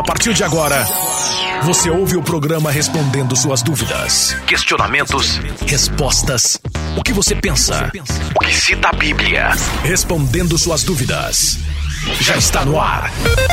partir de agora, você ouve o programa respondendo suas dúvidas, questionamentos, respostas, o que você pensa, o que cita a Bíblia. Respondendo suas dúvidas. Já está no ar.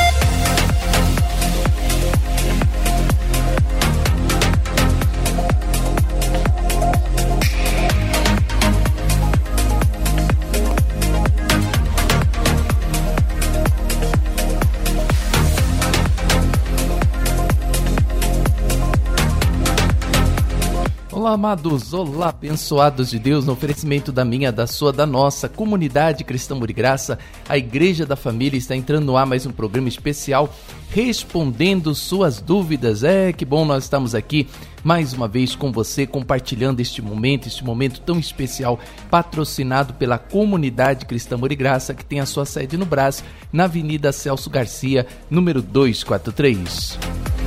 Olá, amados, olá, abençoados de Deus, no oferecimento da minha, da sua, da nossa comunidade cristã Amor e Graça. A Igreja da Família está entrando no ar mais um programa especial, respondendo suas dúvidas. Que bom nós estamos aqui mais uma vez com você, compartilhando este momento tão especial, patrocinado pela comunidade cristã Amor e Graça, que tem a sua sede no Brás, na Avenida Celso Garcia, número 243.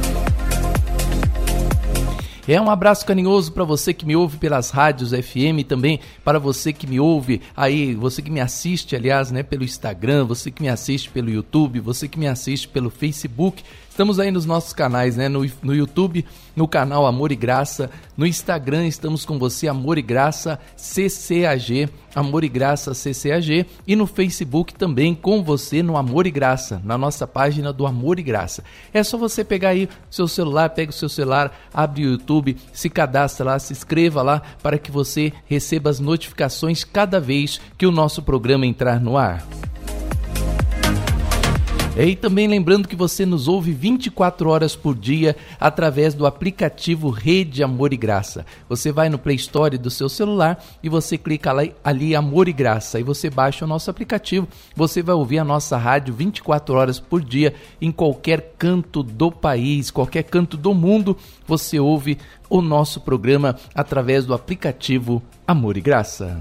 Um abraço carinhoso para você que me ouve pelas rádios FM, também para você que me ouve aí, você que me assiste, aliás, pelo Instagram, você que me assiste pelo YouTube, você que me assiste pelo Facebook. Estamos aí nos nossos canais, no YouTube, no canal Amor e Graça, no Instagram estamos com você, Amor e Graça CCAG, Amor e Graça CCAG, e no Facebook também com você no Amor e Graça, na nossa página do Amor e Graça. É só você pegar aí seu celular, pega o seu celular, abre o YouTube, se cadastra lá, se inscreva lá para que você receba as notificações cada vez que o nosso programa entrar no ar. E também lembrando que você nos ouve 24 horas por dia através do aplicativo Rede Amor e Graça. Você vai no Play Store do seu celular e você clica ali Amor e Graça. E você baixa o nosso aplicativo, você vai ouvir a nossa rádio 24 horas por dia em qualquer canto do país, qualquer canto do mundo. Você ouve o nosso programa através do aplicativo Amor e Graça.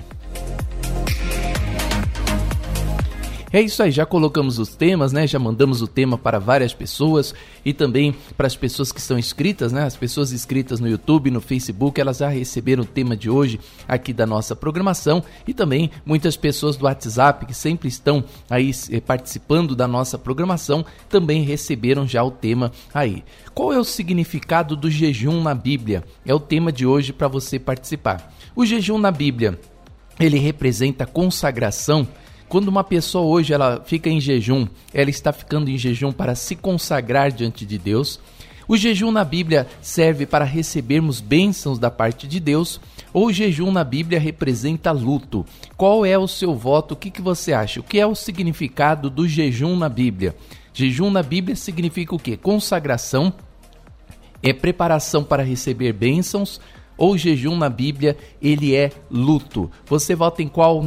É isso aí, já colocamos os temas, já mandamos o tema para várias pessoas e também para as pessoas que estão inscritas, as pessoas inscritas no YouTube, no Facebook, elas já receberam o tema de hoje aqui da nossa programação, e também muitas pessoas do WhatsApp que sempre estão aí participando da nossa programação também receberam já o tema aí. Qual é o significado do jejum na Bíblia? É o tema de hoje para você participar. O jejum na Bíblia, ele representa consagração. Quando uma pessoa hoje ela fica em jejum, ela está ficando em jejum para se consagrar diante de Deus. O jejum na Bíblia serve para recebermos bênçãos da parte de Deus, ou o jejum na Bíblia representa luto. Qual é o seu voto? O que você acha? O que é o significado do jejum na Bíblia? Jejum na Bíblia significa o quê? Consagração, é preparação para receber bênçãos, ou jejum na Bíblia, ele é luto. Você vota em qual?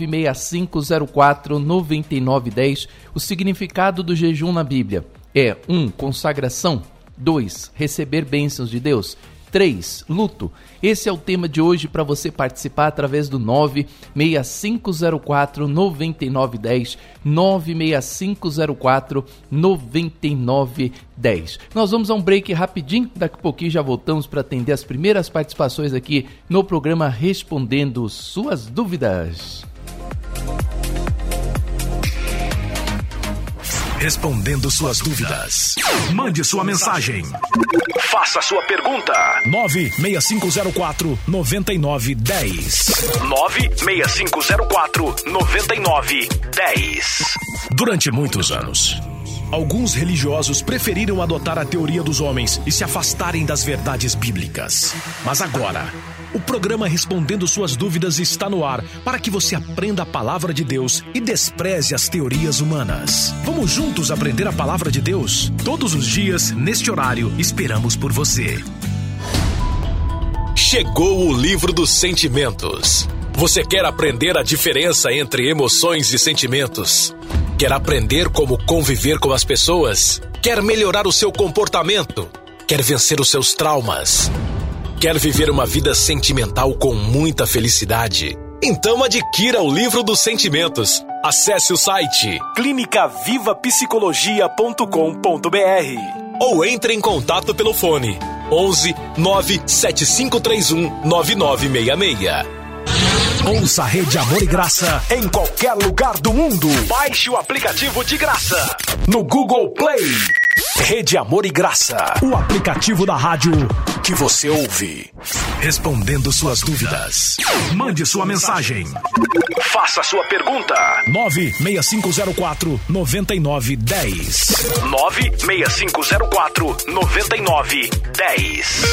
96504-9910. O significado do jejum na Bíblia é 1. Consagração. 2. Receber bênçãos de Deus. 3. Luto. Esse é o tema de hoje para você participar através do 96504-9910, 96504-9910. Nós vamos a um break rapidinho, daqui a pouquinho já voltamos para atender as primeiras participações aqui no programa Respondendo Suas Dúvidas. Respondendo suas dúvidas. Mande sua mensagem. Faça sua pergunta. 96504-9910. 96504-9910. Durante muitos anos, alguns religiosos preferiram adotar a teoria dos homens e se afastarem das verdades bíblicas. Mas agora, o programa Respondendo Suas Dúvidas está no ar para que você aprenda a palavra de Deus e despreze as teorias humanas. Vamos juntos aprender a palavra de Deus? Todos os dias, neste horário, esperamos por você. Chegou o livro dos sentimentos. Você quer aprender a diferença entre emoções e sentimentos? Quer aprender como conviver com as pessoas? Quer melhorar o seu comportamento? Quer vencer os seus traumas? Quer viver uma vida sentimental com muita felicidade? Então adquira o livro dos sentimentos. Acesse o site clinicavivapsicologia.com.br ou entre em contato pelo fone 11 97531 9966. Ouça a Rede Amor e Graça em qualquer lugar do mundo. Baixe o aplicativo de graça no Google Play. Rede Amor e Graça, o aplicativo da rádio que você ouve. Respondendo suas dúvidas. Mande sua mensagem. Faça sua pergunta. 96504-9910. 96504-9910.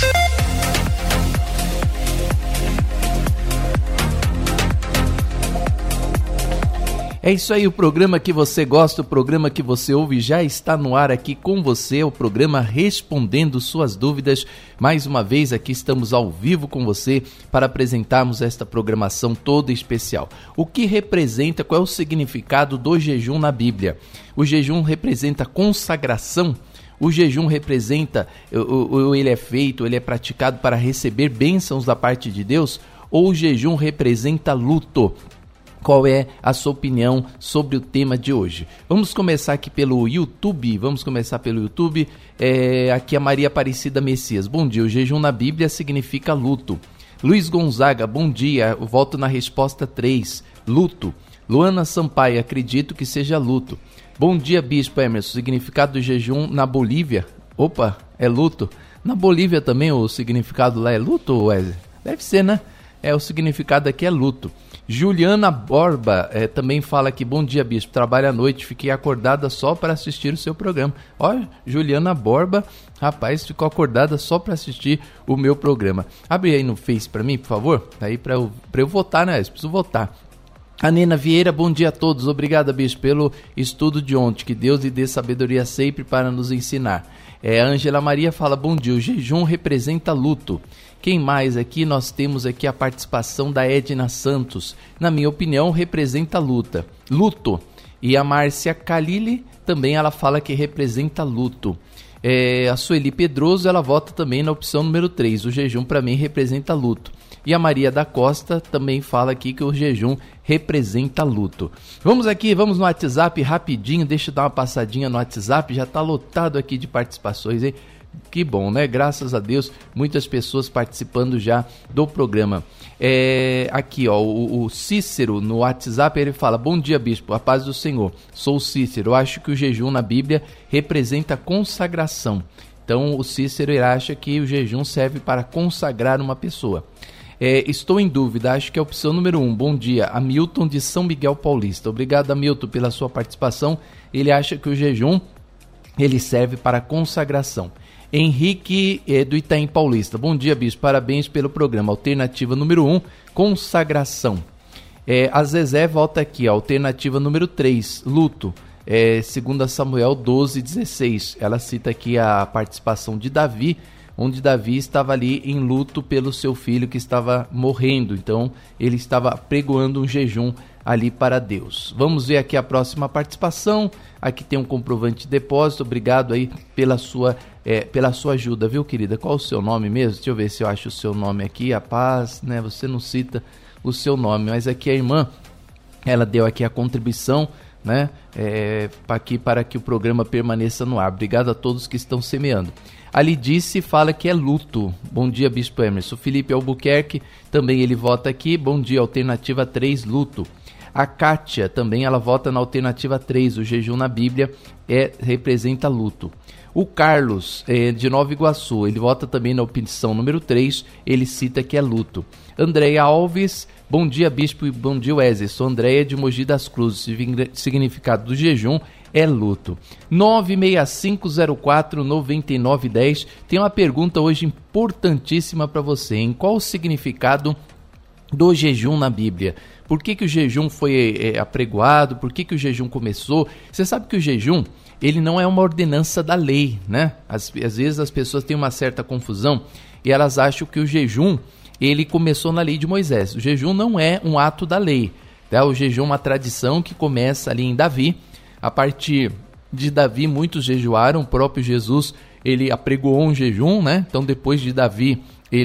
É isso aí, o programa que você gosta, o programa que você ouve já está no ar aqui com você, o programa Respondendo Suas Dúvidas. Mais uma vez aqui estamos ao vivo com você para apresentarmos esta programação toda especial. O que representa, qual é o significado do jejum na Bíblia? O jejum representa consagração. O jejum representa, ele é feito, ele é praticado para receber bênçãos da parte de Deus? Ou o jejum representa luto? Qual é a sua opinião sobre o tema de hoje? Vamos começar aqui pelo YouTube. Aqui a Maria Aparecida Messias. Bom dia, o jejum na Bíblia significa luto. Luiz Gonzaga, bom dia. Eu volto na resposta 3. Luto. Luana Sampaio, acredito que seja luto. Bom dia, Bispo Emerson. O significado do jejum na Bolívia? Opa, é luto. Na Bolívia também o significado lá é luto, Wesley? Deve ser, né? O significado aqui é luto. Juliana Borba também fala aqui, bom dia, Bispo, trabalho à noite, fiquei acordada só para assistir o seu programa. Olha, Juliana Borba, rapaz, ficou acordada só para assistir o meu programa. Abre aí no Face para mim, por favor, aí para eu votar, né? Eu preciso votar. A Nena Vieira, bom dia a todos, obrigada, Bispo, pelo estudo de ontem, que Deus lhe dê sabedoria sempre para nos ensinar. A Ângela Maria fala, bom dia, o jejum representa luto. Quem mais aqui? Nós temos aqui a participação da Edna Santos. Na minha opinião, representa luto. E a Márcia Kalili também ela fala que representa luto. A Sueli Pedroso, ela vota também na opção número 3. O jejum para mim representa luto. E a Maria da Costa também fala aqui que o jejum representa luto. Vamos no WhatsApp rapidinho. Deixa eu dar uma passadinha no WhatsApp. Já está lotado aqui de participações, hein? Que bom, né? Graças a Deus, muitas pessoas participando já do programa. Aqui, ó, o Cícero no WhatsApp, ele fala, bom dia, Bispo, a paz do Senhor. Sou o Cícero, eu acho que o jejum na Bíblia representa consagração. Então, o Cícero ele acha que o jejum serve para consagrar uma pessoa. Estou em dúvida, acho que é a opção número 1. Bom dia, Hamilton de São Miguel Paulista. Obrigado, Hamilton, pela sua participação. Ele acha que o jejum ele serve para consagração. Henrique do Itaim Paulista. Bom dia, Bispo. Parabéns pelo programa. Alternativa número 1, consagração. A Zezé volta aqui. Alternativa número 3, luto. 2 Samuel 12:16. Ela cita aqui a participação de Davi, onde Davi estava ali em luto pelo seu filho que estava morrendo. Então, ele estava pregoando um jejum ali para Deus. Vamos ver aqui a próxima participação. Aqui tem um comprovante de depósito. Obrigado aí pela sua ajuda, viu, querida? Qual o seu nome mesmo? Deixa eu ver se eu acho o seu nome aqui. A paz, né? Você não cita o seu nome, mas aqui a irmã, ela deu aqui a contribuição, né? Aqui para que o programa permaneça no ar. Obrigado a todos que estão semeando. A Lidice fala que é luto. Bom dia, Bispo Emerson. Felipe Albuquerque, também ele vota aqui. Bom dia, alternativa 3, luto. A Kátia, também ela vota na alternativa 3, o jejum na Bíblia representa luto. O Carlos, de Nova Iguaçu, ele vota também na opção número 3, ele cita que é luto. Andréia Alves, bom dia, Bispo, e bom dia, Wesley. Sou Andréia de Mogi das Cruzes, significado do jejum é luto. 96504-9910, tem uma pergunta hoje importantíssima para você, em qual o significado do jejum na Bíblia? Por que o jejum foi apregoado? Por que o jejum começou? Você sabe que o jejum, ele não é uma ordenança da lei, né? Às vezes as pessoas têm uma certa confusão e elas acham que o jejum, ele começou na lei de Moisés. O jejum não é um ato da lei, tá? O jejum é uma tradição que começa ali em Davi. A partir de Davi, muitos jejuaram. O próprio Jesus, ele apregoou um jejum, né? Então, depois de Davi,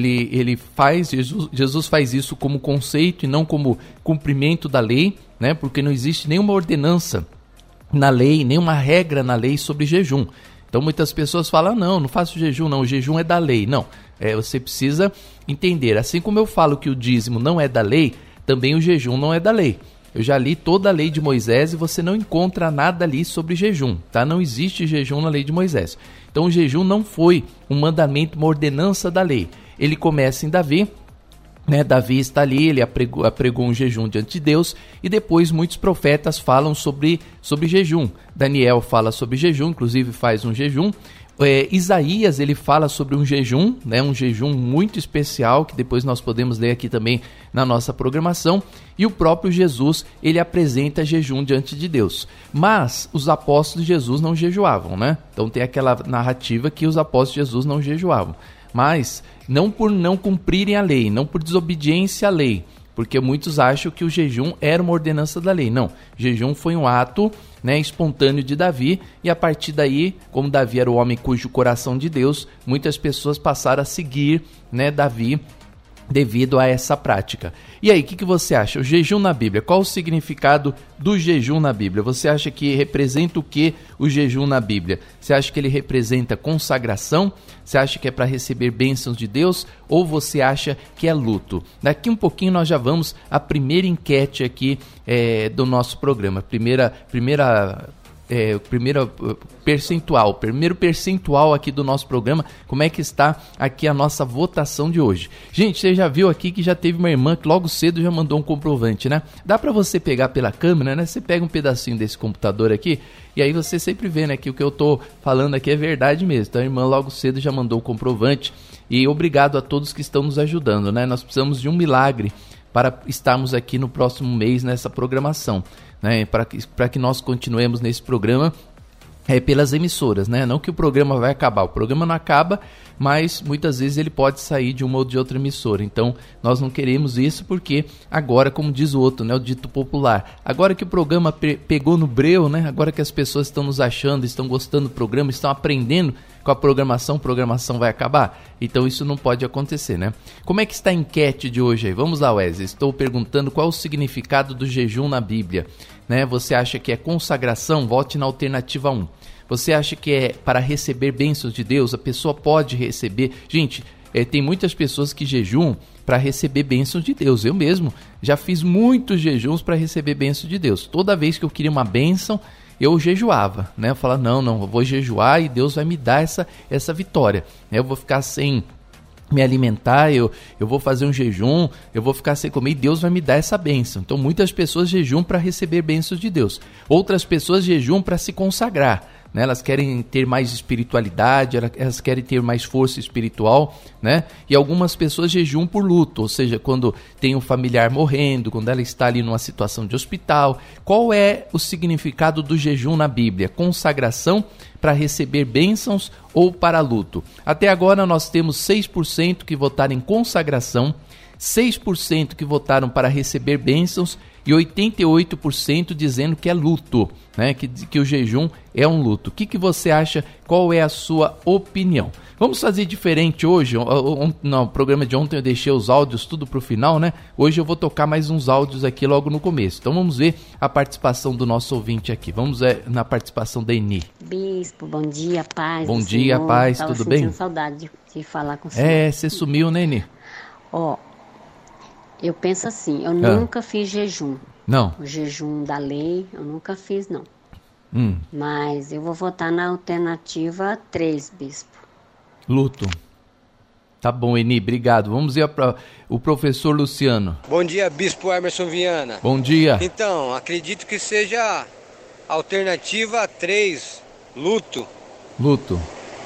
Jesus faz isso como conceito e não como cumprimento da lei, né? Porque não existe nenhuma ordenança na lei, nenhuma regra na lei sobre jejum. Então muitas pessoas falam, não faço jejum, não, o jejum é da lei. Não, você precisa entender, assim como eu falo que o dízimo não é da lei, também o jejum não é da lei. Eu já li toda a lei de Moisés e você não encontra nada ali sobre jejum, tá? Não existe jejum na lei de Moisés. Então o jejum não foi um mandamento, uma ordenança da lei. Ele começa em Davi, né? Davi está ali, ele apregou um jejum diante de Deus e depois muitos profetas falam sobre jejum. Daniel fala sobre jejum, inclusive faz um jejum. Isaías, ele fala sobre um jejum, né, um jejum muito especial, que depois nós podemos ler aqui também na nossa programação, e o próprio Jesus, ele apresenta jejum diante de Deus. Mas os apóstolos de Jesus não jejuavam, né? Então tem aquela narrativa que os apóstolos de Jesus não jejuavam, mas não por não cumprirem a lei, não por desobediência à lei, porque muitos acham que o jejum era uma ordenança da lei. Não, jejum foi um ato, né, espontâneo de Davi, e a partir daí, como Davi era o homem cujo coração de Deus, muitas pessoas passaram a seguir, né, Davi devido a essa prática. E aí, o que você acha? O jejum na Bíblia, qual o significado do jejum na Bíblia? Você acha que representa o que o jejum na Bíblia? Você acha que ele representa consagração? Você acha que é para receber bênçãos de Deus? Ou você acha que é luto? Daqui um pouquinho nós já vamos à primeira enquete aqui do nosso programa. Primeiro percentual aqui do nosso programa, como é que está aqui a nossa votação de hoje. Gente, você já viu aqui que já teve uma irmã que logo cedo já mandou um comprovante, né? Dá para você pegar pela câmera, né? Você pega um pedacinho desse computador aqui e aí você sempre vê, né, que o que eu tô falando aqui é verdade mesmo. Então a irmã logo cedo já mandou o comprovante e obrigado a todos que estão nos ajudando, né? Nós precisamos de um milagre para estarmos aqui no próximo mês nessa programação, né? Para que nós continuemos nesse programa pelas emissoras, né? Não que o programa vai acabar, o programa não acaba, mas muitas vezes ele pode sair de uma ou de outra emissora. Então nós não queremos isso porque agora, como diz o outro, né, o dito popular, agora que o programa pegou no breu, né? Agora que as pessoas estão nos achando, estão gostando do programa, estão aprendendo com a programação vai acabar. Então isso não pode acontecer, né? Como é que está a enquete de hoje aí? Vamos lá, Wesley. Estou perguntando qual o significado do jejum na Bíblia, né? Você acha que é consagração? Vote na alternativa 1. Você acha que é para receber bênçãos de Deus? A pessoa pode receber... Gente, tem muitas pessoas que jejuam para receber bênçãos de Deus. Eu mesmo já fiz muitos jejuns para receber bênçãos de Deus. Toda vez que eu queria uma bênção, eu jejuava, né? Eu falava, não, eu vou jejuar e Deus vai me dar essa vitória. Eu vou ficar sem me alimentar, eu vou fazer um jejum, eu vou ficar sem comer e Deus vai me dar essa bênção. Então muitas pessoas jejuam para receber bênçãos de Deus. Outras pessoas jejuam para se consagrar, né? Elas querem ter mais espiritualidade, elas querem ter mais força espiritual, né? E algumas pessoas jejuam por luto, ou seja, quando tem um familiar morrendo, quando ela está ali numa situação de hospital. Qual é o significado do jejum na Bíblia? Consagração para receber bênçãos ou para luto? Até agora nós temos 6% que votaram em consagração, 6% que votaram para receber bênçãos e 88% dizendo que é luto, né? Que o jejum é um luto. O que você acha? Qual é a sua opinião? Vamos fazer diferente hoje. No programa de ontem eu deixei os áudios tudo para o final, né? Hoje eu vou tocar mais uns áudios aqui logo no começo. Então vamos ver a participação do nosso ouvinte aqui. Vamos na participação da Eni. Bispo, bom dia, paz. Bom dia, senhor. Paz, tudo bem? Tava sentindo saudade de falar com o senhor. Você sumiu, né, Eni? Eu penso assim, eu nunca fiz jejum. Não? O jejum da lei, eu nunca fiz, não. Mas eu vou votar na alternativa 3, bispo. Luto. Tá bom, Eni, obrigado. Vamos ir para o professor Luciano. Bom dia, bispo Emerson Viana. Bom dia. Então, acredito que seja a alternativa 3, luto. Luto.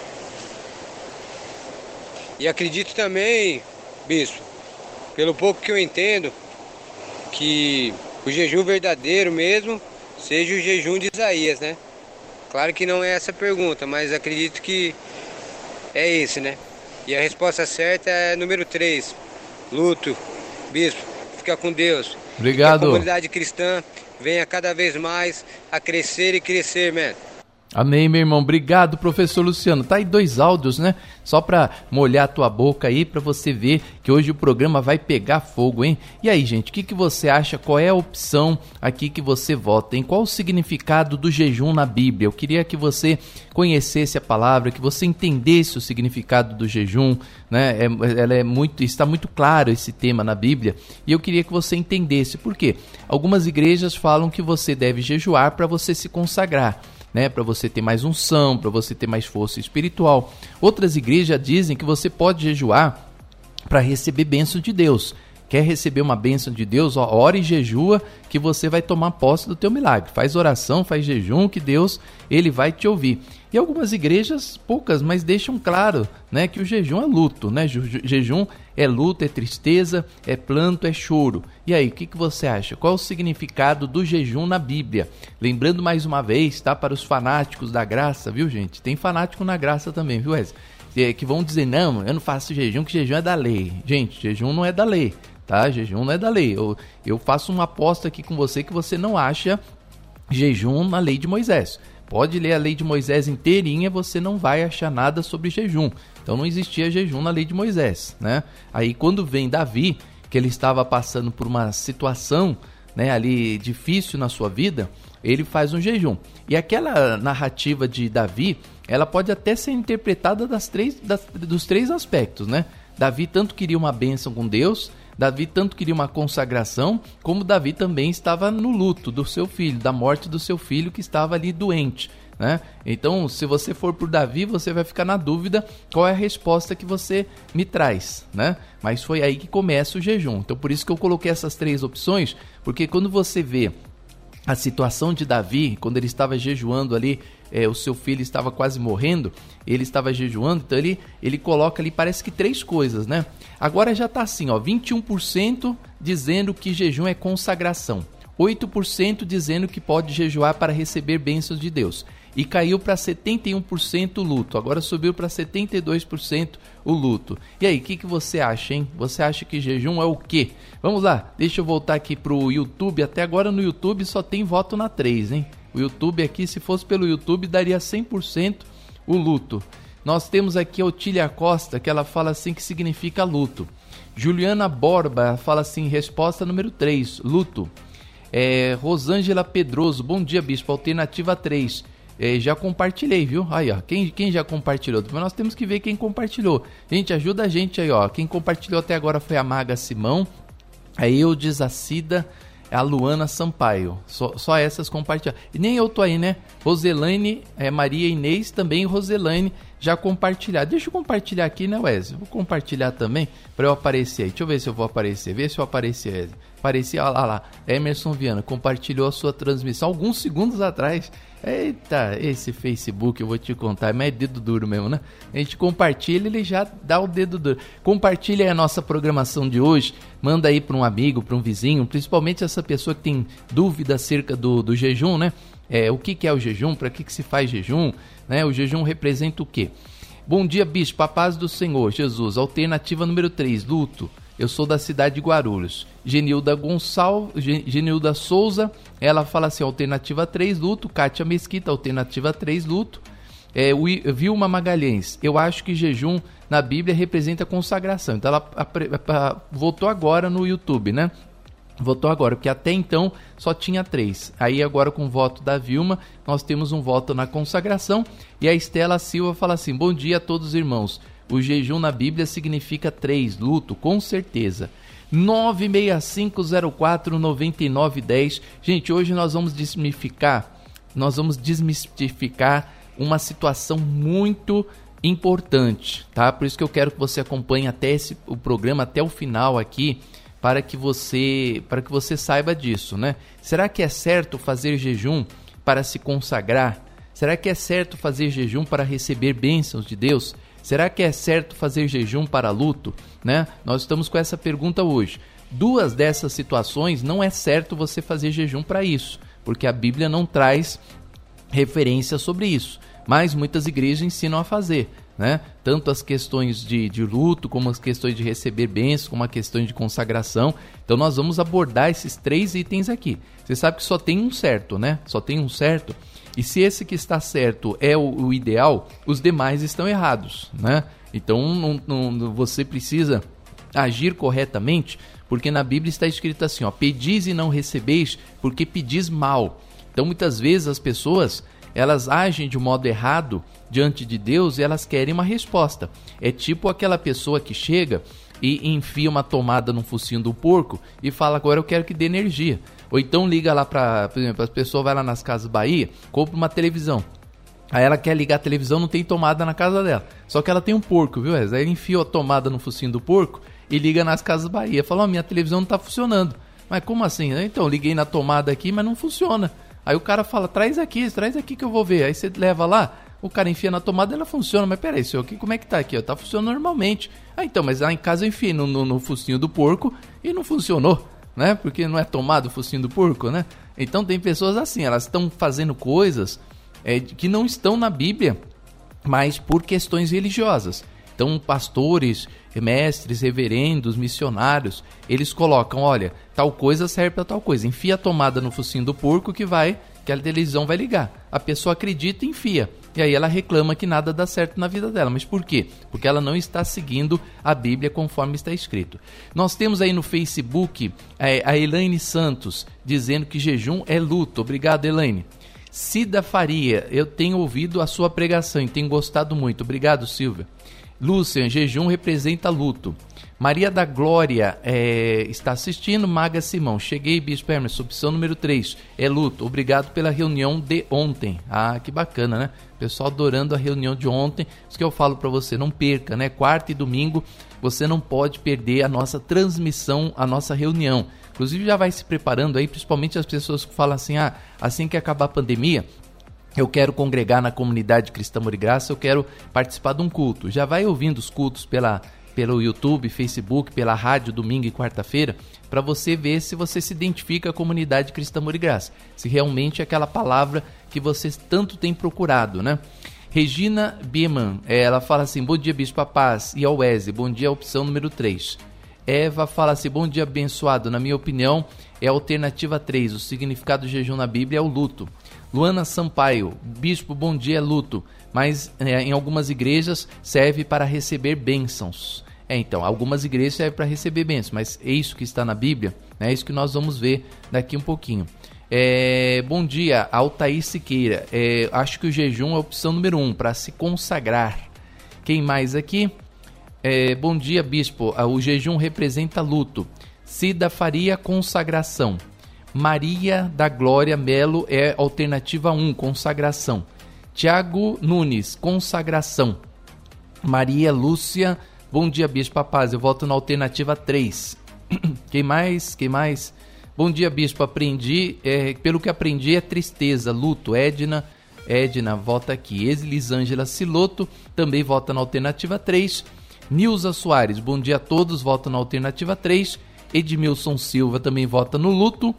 E acredito também, bispo, pelo pouco que eu entendo, que o jejum verdadeiro mesmo seja o jejum de Isaías, né? Claro que não é essa a pergunta, mas acredito que é esse, né? E a resposta certa é número 3, luto. Bispo, fica com Deus. Obrigado. Que a comunidade cristã venha cada vez mais a crescer e crescer, man. Amém, meu irmão. Obrigado, professor Luciano. Tá aí 2 áudios, né? Só para molhar a tua boca aí, para você ver que hoje o programa vai pegar fogo, hein? E aí, gente, o que você acha? Qual é a opção aqui que você vota, hein? Qual o significado do jejum na Bíblia? Eu queria que você conhecesse a palavra, que você entendesse o significado do jejum, né? Está muito claro esse tema na Bíblia, e eu queria que você entendesse. Por quê? Algumas igrejas falam que você deve jejuar para você se consagrar, né, para você ter mais unção, para você ter mais força espiritual. Outras igrejas dizem que você pode jejuar para receber bênção de Deus. Quer receber uma bênção de Deus? Ora e jejua que você vai tomar posse do teu milagre. Faz oração, faz jejum que Deus ele vai te ouvir. E algumas igrejas, poucas, mas deixam claro, né, que o jejum é luto, né? Jejum é luto, é tristeza, é planto, é choro. E aí, o que você acha? Qual é o significado do jejum na Bíblia? Lembrando mais uma vez, tá, para os fanáticos da graça, viu, gente? Tem fanático na graça também, viu, Wesley? Que vão dizer, não, eu não faço jejum, que jejum é da lei. Gente, jejum não é da lei, tá? Jejum não é da lei. Eu faço uma aposta aqui com você que você não acha jejum na lei de Moisés. Pode ler a lei de Moisés inteirinha, você não vai achar nada sobre jejum. Então não existia jejum na lei de Moisés, né? Aí quando vem Davi, que ele estava passando por uma situação, né, ali difícil na sua vida, ele faz um jejum. E aquela narrativa de Davi, ela pode até ser interpretada dos 3 aspectos, né? Davi tanto queria uma bênção com Deus, Davi tanto queria uma consagração, como Davi também estava no luto do seu filho, da morte do seu filho que estava ali doente, né? Então, se você for por Davi, você vai ficar na dúvida qual é a resposta que você me traz, né? Mas foi aí que começa o jejum. Então, por isso que eu coloquei essas 3 opções, porque quando você vê a situação de Davi, quando ele estava jejuando ali, o seu filho estava quase morrendo, ele estava jejuando, então ele coloca ali, parece que 3 coisas, né? Agora já está assim, ó, 21% dizendo que jejum é consagração, 8% dizendo que pode jejuar para receber bênçãos de Deus, e caiu para 71% o luto, agora subiu para 72% o luto. E aí, o que você acha, hein? Você acha que jejum é o quê? Vamos lá, deixa eu voltar aqui pro YouTube. Até agora no YouTube só tem voto na 3, hein? O YouTube aqui, se fosse pelo YouTube, daria 100% o luto. Nós temos aqui a Otília Costa, que ela fala assim que significa luto. Juliana Borba fala assim, resposta número 3, luto. Rosângela Pedroso, bom dia, bispo, alternativa 3. Já compartilhei, viu? Aí, ó, quem já compartilhou? Mas nós temos que ver quem compartilhou. Gente, ajuda a gente aí, ó. Quem compartilhou até agora foi a Maga Simão, a Eudes, a Cida, a Luana Sampaio. Só essas compartilharam. E nem eu tô aí, né? Roselaine, Maria Inês, também Roselaine já compartilhar. Deixa eu compartilhar aqui, né, Wesley? Vou compartilhar também para eu aparecer aí. Deixa eu ver se eu vou aparecer. Vê se eu aparecer, Wesley. Apareci, olha lá. Emerson Viana compartilhou a sua transmissão alguns segundos atrás. Eita, esse Facebook, eu vou te contar, mas é dedo duro mesmo, né? A gente compartilha, ele já dá o dedo duro. Compartilha aí a nossa programação de hoje, manda aí para um amigo, para um vizinho, principalmente essa pessoa que tem dúvida acerca do jejum, né? O que é o jejum, para que se faz jejum, né? O jejum representa o quê? Bom dia, bispo, a paz do Senhor Jesus. Alternativa número 3, luto. Eu sou da cidade de Guarulhos. Genilda Souza, ela fala assim, alternativa 3, luto. Kátia Mesquita, alternativa 3, luto. Vilma Magalhães, eu acho que jejum na Bíblia representa consagração. Então ela votou agora no YouTube, né? Votou agora, porque até então só tinha 3. Aí agora com o voto da Vilma, nós temos um voto na consagração. E a Estela Silva fala assim, bom dia a todos os irmãos. O jejum na Bíblia significa 3, luto, com certeza. 965049910. Gente, hoje nós vamos desmistificar uma situação muito importante, tá? Por isso que eu quero que você acompanhe o programa até o final aqui, para que você saiba disso, né? Será que é certo fazer jejum para se consagrar? Será que é certo fazer jejum para receber bênçãos de Deus? Será que é certo fazer jejum para luto, né? Nós estamos com essa pergunta hoje. 2 dessas situações não é certo você fazer jejum para isso, porque a Bíblia não traz referência sobre isso, mas muitas igrejas ensinam a fazer, né? Tanto as questões de luto, como as questões de receber bênçãos, como a questão de consagração. Então nós vamos abordar esses 3 itens aqui. Você sabe que só tem um certo, né? Só tem um certo. E se esse que está certo é o ideal, os demais estão errados, né? Então você precisa agir corretamente, porque na Bíblia está escrito assim, ó, pedis e não recebeis, porque pedis mal. Então muitas vezes as pessoas, elas agem de modo errado diante de Deus e elas querem uma resposta. É tipo aquela pessoa que chega e enfia uma tomada no focinho do porco e fala, agora eu quero que dê energia. Ou então liga lá por exemplo, as pessoas vão lá nas Casas Bahia, compra uma televisão. Aí ela quer ligar a televisão, não tem tomada na casa dela. Só que ela tem um porco, viu? Aí ela enfia a tomada no focinho do porco e liga nas Casas Bahia. Fala, minha televisão não está funcionando. Mas como assim? Então, liguei na tomada aqui, mas não funciona. Aí o cara fala, traz aqui que eu vou ver. Aí você leva lá, o cara enfia na tomada e ela funciona. Mas peraí, senhor, como é que tá aqui? Tá funcionando normalmente. Ah, então, mas lá em casa eu enfiei no focinho do porco e não funcionou, né? Porque não é tomado o focinho do porco, né? Então tem pessoas assim, elas estão fazendo coisas que não estão na Bíblia, mas por questões religiosas. Então pastores, mestres, reverendos, missionários, eles colocam, olha, tal coisa serve para tal coisa. Enfia a tomada no focinho do porco que a televisão vai ligar. A pessoa acredita e enfia. E aí ela reclama que nada dá certo na vida dela. Mas por quê? Porque ela não está seguindo a Bíblia conforme está escrito. Nós temos aí no Facebook a Elaine Santos dizendo que jejum é luto. Obrigado, Elaine. Cida Faria, eu tenho ouvido a sua pregação e tenho gostado muito. Obrigado, Silvia. Lúcia, jejum representa luto. Maria da Glória está assistindo. Maga Simão, cheguei, Bispo Emerson, opção número 3, é luto. Obrigado pela reunião de ontem. Ah, que bacana, né? Pessoal adorando a reunião de ontem. Isso que eu falo para você, não perca, né? Quarta e domingo, você não pode perder a nossa transmissão, a nossa reunião. Inclusive já vai se preparando aí, principalmente as pessoas que falam assim, assim que acabar a pandemia, eu quero congregar na comunidade Cristã Amor e Graça, eu quero participar de um culto. Já vai ouvindo os cultos pelo YouTube, Facebook, pela rádio, domingo e quarta-feira, para você ver se você se identifica com a comunidade Cristã Amor e Graça. Se realmente é aquela palavra que vocês tanto têm procurado, né? Regina Bieman, ela fala assim, bom dia, Bispo, a paz. E ao Wesley, bom dia, opção número 3. Eva fala assim, bom dia, abençoado. Na minha opinião, é a alternativa 3. O significado do jejum na Bíblia é o luto. Luana Sampaio, Bispo, bom dia, é luto, mas em algumas igrejas serve para receber bênçãos. Então, algumas igrejas servem para receber bênçãos, mas é isso que está na Bíblia, né? É isso que nós vamos ver daqui um pouquinho. Bom dia, Altair Siqueira, acho que o jejum é a opção número 1, para se consagrar. Quem mais aqui? Bom dia, Bispo, o jejum representa luto. Cida Faria, consagração. Maria da Glória Melo é alternativa 1, consagração. Tiago Nunes, consagração. Maria Lúcia, bom dia, Bispo, a paz, eu voto na alternativa 3. Quem mais? Bom dia, Bispo, aprendi, pelo que aprendi é tristeza, luto. Edna vota aqui. Elisângela Siloto também vota na alternativa 3. Nilza Soares, bom dia a todos, voto na alternativa 3. Edmilson Silva também vota no luto.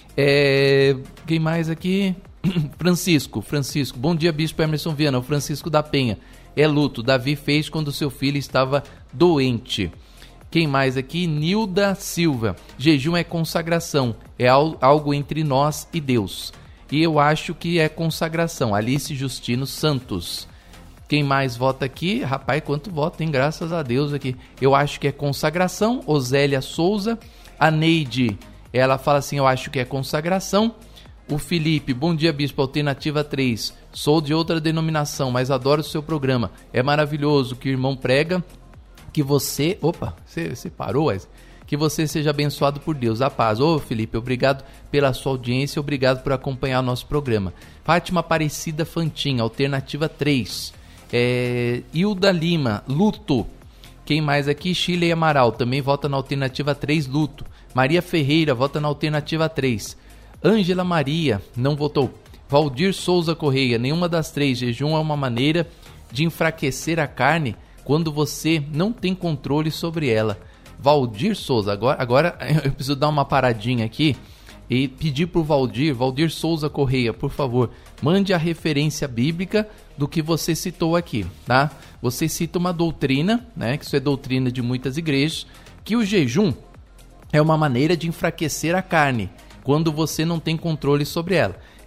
Quem mais aqui? Francisco, bom dia, Bispo Emerson Viana, o Francisco da Penha, é luto, Davi fez quando seu filho estava doente. Quem mais aqui? Nilda Silva, jejum é consagração, é algo entre nós e Deus, e eu acho que é consagração. Alice Justino Santos. Quem mais vota aqui? Rapaz, quanto voto, hein? Graças a Deus aqui. Eu acho que é consagração. Osélia Souza. A Neide, ela fala assim, eu acho que é consagração. O Felipe, bom dia, Bispo, alternativa 3. Sou de outra denominação, mas adoro o seu programa. É maravilhoso que o irmão prega, que você... Opa, você parou, Wesley? Que você seja abençoado por Deus. A paz. Ô, Felipe, obrigado pela sua audiência, obrigado por acompanhar o nosso programa. Fátima Aparecida Fantin, alternativa 3. Hilda Lima, luto. Quem mais aqui? Shirley Amaral, também vota na alternativa 3, luto. Maria Ferreira, vota na alternativa 3. Ângela Maria, não votou. Valdir Souza Correia, nenhuma das 3. Jejum é uma maneira de enfraquecer a carne quando você não tem controle sobre ela. Valdir Souza, agora eu preciso dar uma paradinha aqui e pedir para o Valdir Souza Correia, por favor, mande a referência bíblica do que você citou aqui, tá? Você cita uma doutrina, né, que isso é doutrina de muitas igrejas, que o jejum é uma maneira de enfraquecer a carne, quando você não tem controle sobre ela.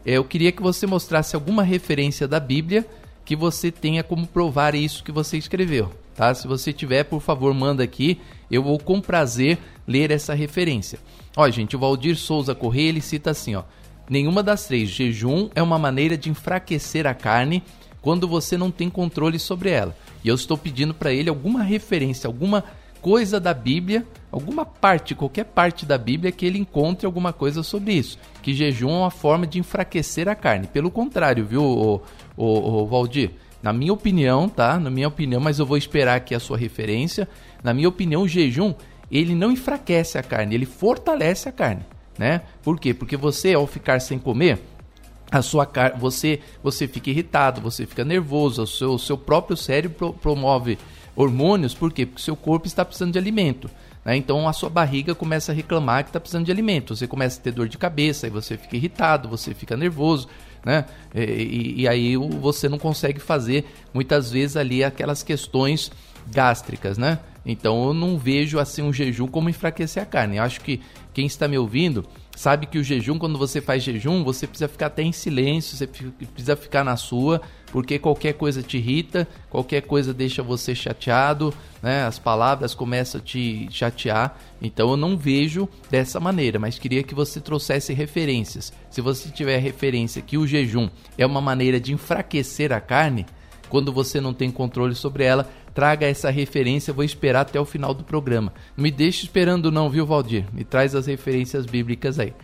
eu queria que você mostrasse alguma referência da Bíblia que você tenha como provar isso que você escreveu, tá? Se você tiver, por favor, manda aqui, eu vou com prazer ler essa referência. Ó, gente, o Valdir Souza Correia, ele cita assim, ó: nenhuma das três, jejum é uma maneira de enfraquecer a carne quando você não tem controle sobre ela. E eu estou pedindo para ele alguma referência, alguma coisa da Bíblia, alguma parte, qualquer parte da Bíblia que ele encontre alguma coisa sobre isso, que jejum é uma forma de enfraquecer a carne. Pelo contrário, viu, o Valdir? Na minha opinião, tá? Na minha opinião, mas eu vou esperar aqui a sua referência. Na minha opinião, o jejum, ele não enfraquece a carne, ele fortalece a carne, né? Por quê? Porque você, ao ficar sem comer, a sua carne, você fica irritado, você fica nervoso, o seu próprio cérebro promove hormônios. Por quê? Porque o seu corpo está precisando de alimento, né? Então a sua barriga começa a reclamar que está precisando de alimento, você começa a ter dor de cabeça, aí você fica irritado, você fica nervoso, né? E aí você não consegue fazer muitas vezes ali aquelas questões gástricas, né? Então eu não vejo assim um jejum como enfraquecer a carne. Eu acho que quem está me ouvindo sabe que o jejum, quando você faz jejum, você precisa ficar até em silêncio, você precisa ficar na sua, porque qualquer coisa te irrita, qualquer coisa deixa você chateado, né? As palavras começam a te chatear. Então eu não vejo dessa maneira, mas queria que você trouxesse referências. Se você tiver referência que o jejum é uma maneira de enfraquecer a carne, quando você não tem controle sobre ela, traga essa referência. Eu vou esperar até o final do programa. Não me deixe esperando não, viu, Valdir? Me traz as referências bíblicas aí.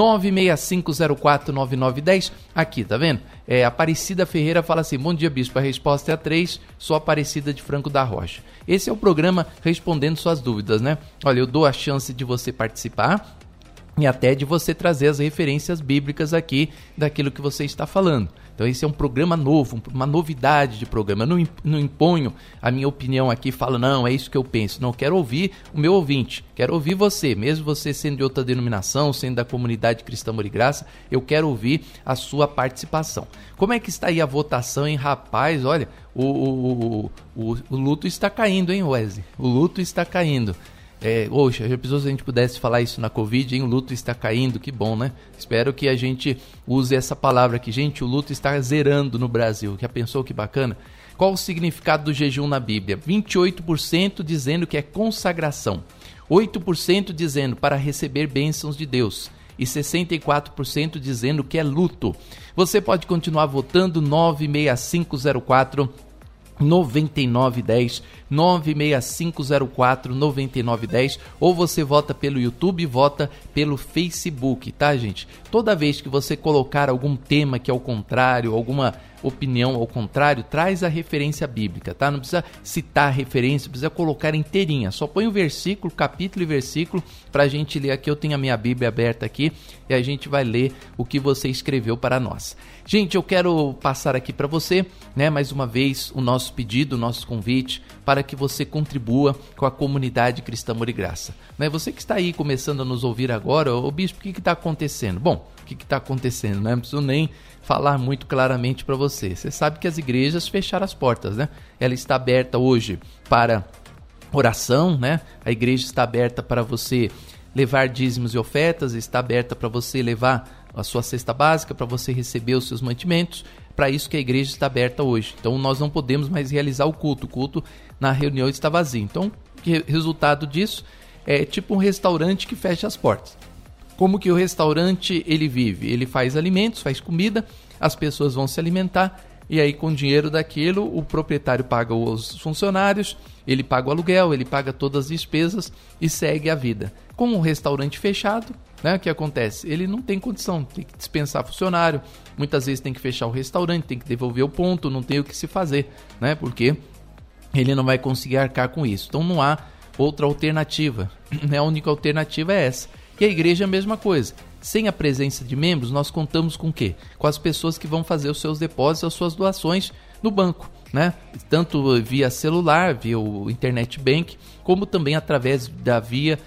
965049910, aqui, tá vendo? Aparecida Ferreira fala assim: bom dia, bispo, a resposta é a 3, sou Aparecida de Franco da Rocha. Esse é o programa respondendo suas dúvidas, né? Olha, eu dou a chance de você participar e até de você trazer as referências bíblicas aqui daquilo que você está falando. Então esse é um programa novo, uma novidade de programa. Eu não imponho a minha opinião aqui, falo, não, é isso que eu penso. Não, quero ouvir o meu ouvinte, quero ouvir você, mesmo você sendo de outra denominação, sendo da comunidade Cristã Amor e Graça, eu quero ouvir a sua participação. Como é que está aí a votação, hein, rapaz? Olha, o luto está caindo, hein, Wesley? O luto está caindo. Oxa, já pensou se a gente pudesse falar isso na Covid, hein? O luto está caindo, que bom, né? Espero que a gente use essa palavra aqui. Gente, o luto está zerando no Brasil. Já pensou que bacana? Qual o significado do jejum na Bíblia? 28% dizendo que é consagração, 8% dizendo para receber bênçãos de Deus e 64% dizendo que é luto. Você pode continuar votando. 96504 9910, 96504 9910, ou você vota pelo YouTube, vota pelo Facebook, tá, gente? Toda vez que você colocar algum tema que é ao contrário, alguma opinião ao contrário, traz a referência bíblica, tá? Não precisa citar a referência, precisa colocar inteirinha, só põe o versículo, capítulo e versículo pra gente ler aqui. Eu tenho a minha Bíblia aberta aqui e a gente vai ler o que você escreveu para nós. Gente, eu quero passar aqui para você, né, mais uma vez o nosso pedido, o nosso convite para que você contribua com a comunidade Cristã Amor e Graça, né? Você que está aí começando a nos ouvir agora, ô bispo, o que está acontecendo? Bom, o que está acontecendo, né? Não preciso nem falar muito claramente para você. Você sabe que as igrejas fecharam as portas, né? Ela está aberta hoje para oração, né? A igreja está aberta para você levar dízimos e ofertas, está aberta para você levar a sua cesta básica, para você receber os seus mantimentos. Para isso que a igreja está aberta hoje. Então nós não podemos mais realizar o culto na reunião está vazio. Então, o resultado disso é tipo um restaurante que fecha as portas. Como que o restaurante ele vive? Ele faz alimentos, faz comida, as pessoas vão se alimentar e aí com o dinheiro daquilo o proprietário paga os funcionários, ele paga o aluguel, ele paga todas as despesas e segue a vida. Com um restaurante fechado, né, o que acontece? Ele não tem condição, tem que dispensar funcionário, muitas vezes tem que fechar o restaurante, tem que devolver o ponto, não tem o que se fazer, né, porque ele não vai conseguir arcar com isso. Então não há outra alternativa, né? A única alternativa é essa. E a igreja é a mesma coisa. Sem a presença de membros, nós contamos com o quê? Com as pessoas que vão fazer os seus depósitos, as suas doações no banco, né? Tanto via celular, via o internet bank, como também através da via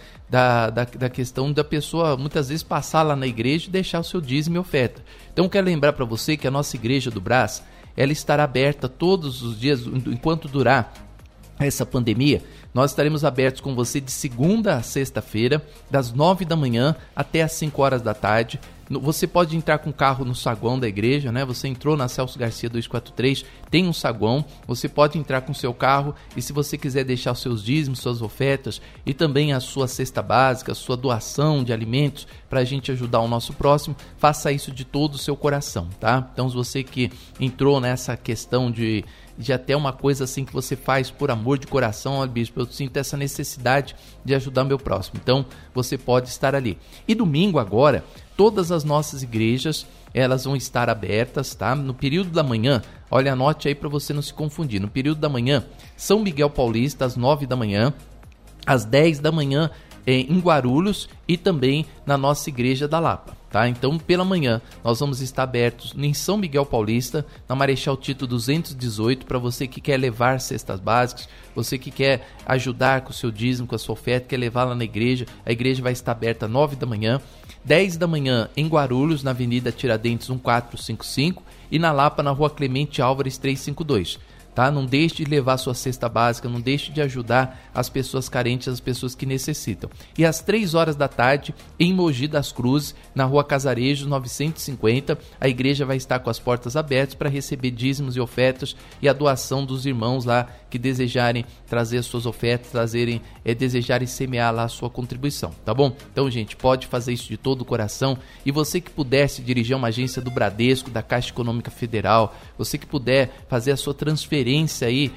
da questão da pessoa muitas vezes passar lá na igreja e deixar o seu dízimo e oferta. Então quero lembrar para você que a nossa igreja do Brás, ela estará aberta todos os dias, enquanto durar essa pandemia. Nós estaremos abertos com você de segunda a sexta-feira, das 9 da manhã até as 5 horas da tarde, Você pode entrar com o carro no saguão da igreja, né? Você entrou na Celso Garcia 243, tem um saguão, você pode entrar com o seu carro e se você quiser deixar os seus dízimos, suas ofertas e também a sua cesta básica, a sua doação de alimentos para a gente ajudar o nosso próximo, faça isso de todo o seu coração, tá? Então, se você que entrou nessa questão de até uma coisa assim que você faz por amor de coração, olha, bispo, eu sinto essa necessidade de ajudar meu próximo. Então, você pode estar ali. E domingo agora, todas as nossas igrejas, elas vão estar abertas, tá? No período da manhã, olha, anote aí para você não se confundir. No período da manhã, São Miguel Paulista, às 9 da manhã, às 10 da manhã, em Guarulhos e também na nossa igreja da Lapa, tá? Então, pela manhã, nós vamos estar abertos em São Miguel Paulista, na Marechal Tito 218, para você que quer levar cestas básicas, você que quer ajudar com o seu dízimo, com a sua oferta, quer levar lá na igreja, a igreja vai estar aberta às 9 da manhã, 10 da manhã em Guarulhos, na Avenida Tiradentes 1455 e na Lapa, na Rua Clemente Álvares 352. Tá? Não deixe de levar sua cesta básica, não deixe de ajudar as pessoas carentes, as pessoas que necessitam. E às 3 horas da tarde, em Mogi das Cruzes, na Rua Casarejos 950, a igreja vai estar com as portas abertas para receber dízimos e ofertas e a doação dos irmãos lá que desejarem trazer as suas ofertas, desejarem semear lá a sua contribuição, tá bom? Então, gente, pode fazer isso de todo o coração. E você que pudesse dirigir uma agência do Bradesco, da Caixa Econômica Federal, você que puder fazer a sua transferência aí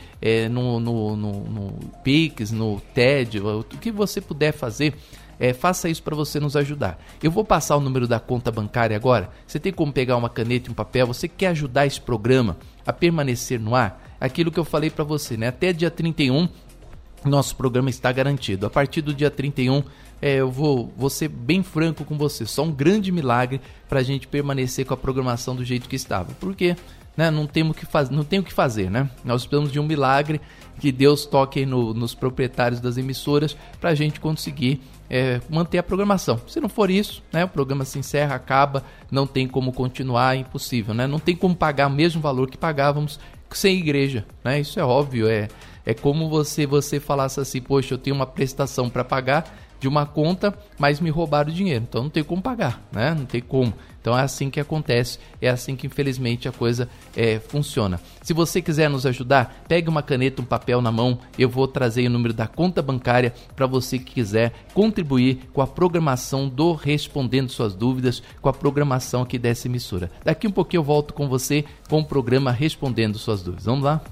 no Pix, no TED, o que você puder fazer, faça isso para você nos ajudar. Eu vou passar o número da conta bancária agora. Você tem como pegar uma caneta e um papel? Você quer ajudar esse programa a permanecer no ar? Aquilo que eu falei para você, né? Até dia 31, nosso programa está garantido. A partir do dia 31, eu vou ser bem franco com você. Só um grande milagre para a gente permanecer com a programação do jeito que estava. Porque não tem o que fazer, né? Nós precisamos de um milagre, que Deus toque aí nos proprietários das emissoras para a gente conseguir manter a programação. Se não for isso, né, o programa se encerra, acaba, não tem como continuar, é impossível, né? Não tem como pagar o mesmo valor que pagávamos sem igreja, né? Isso é óbvio, é como você falasse assim, poxa, eu tenho uma prestação para pagar de uma conta, mas me roubaram o dinheiro, então não tem como pagar, né? Não tem como. Então é assim que acontece, é assim que infelizmente a coisa funciona. Se você quiser nos ajudar, pegue uma caneta, um papel na mão, eu vou trazer o número da conta bancária para você que quiser contribuir com a programação do Respondendo Suas Dúvidas, com a programação aqui dessa emissora. Daqui um pouquinho eu volto com você com o programa Respondendo Suas Dúvidas. Vamos lá?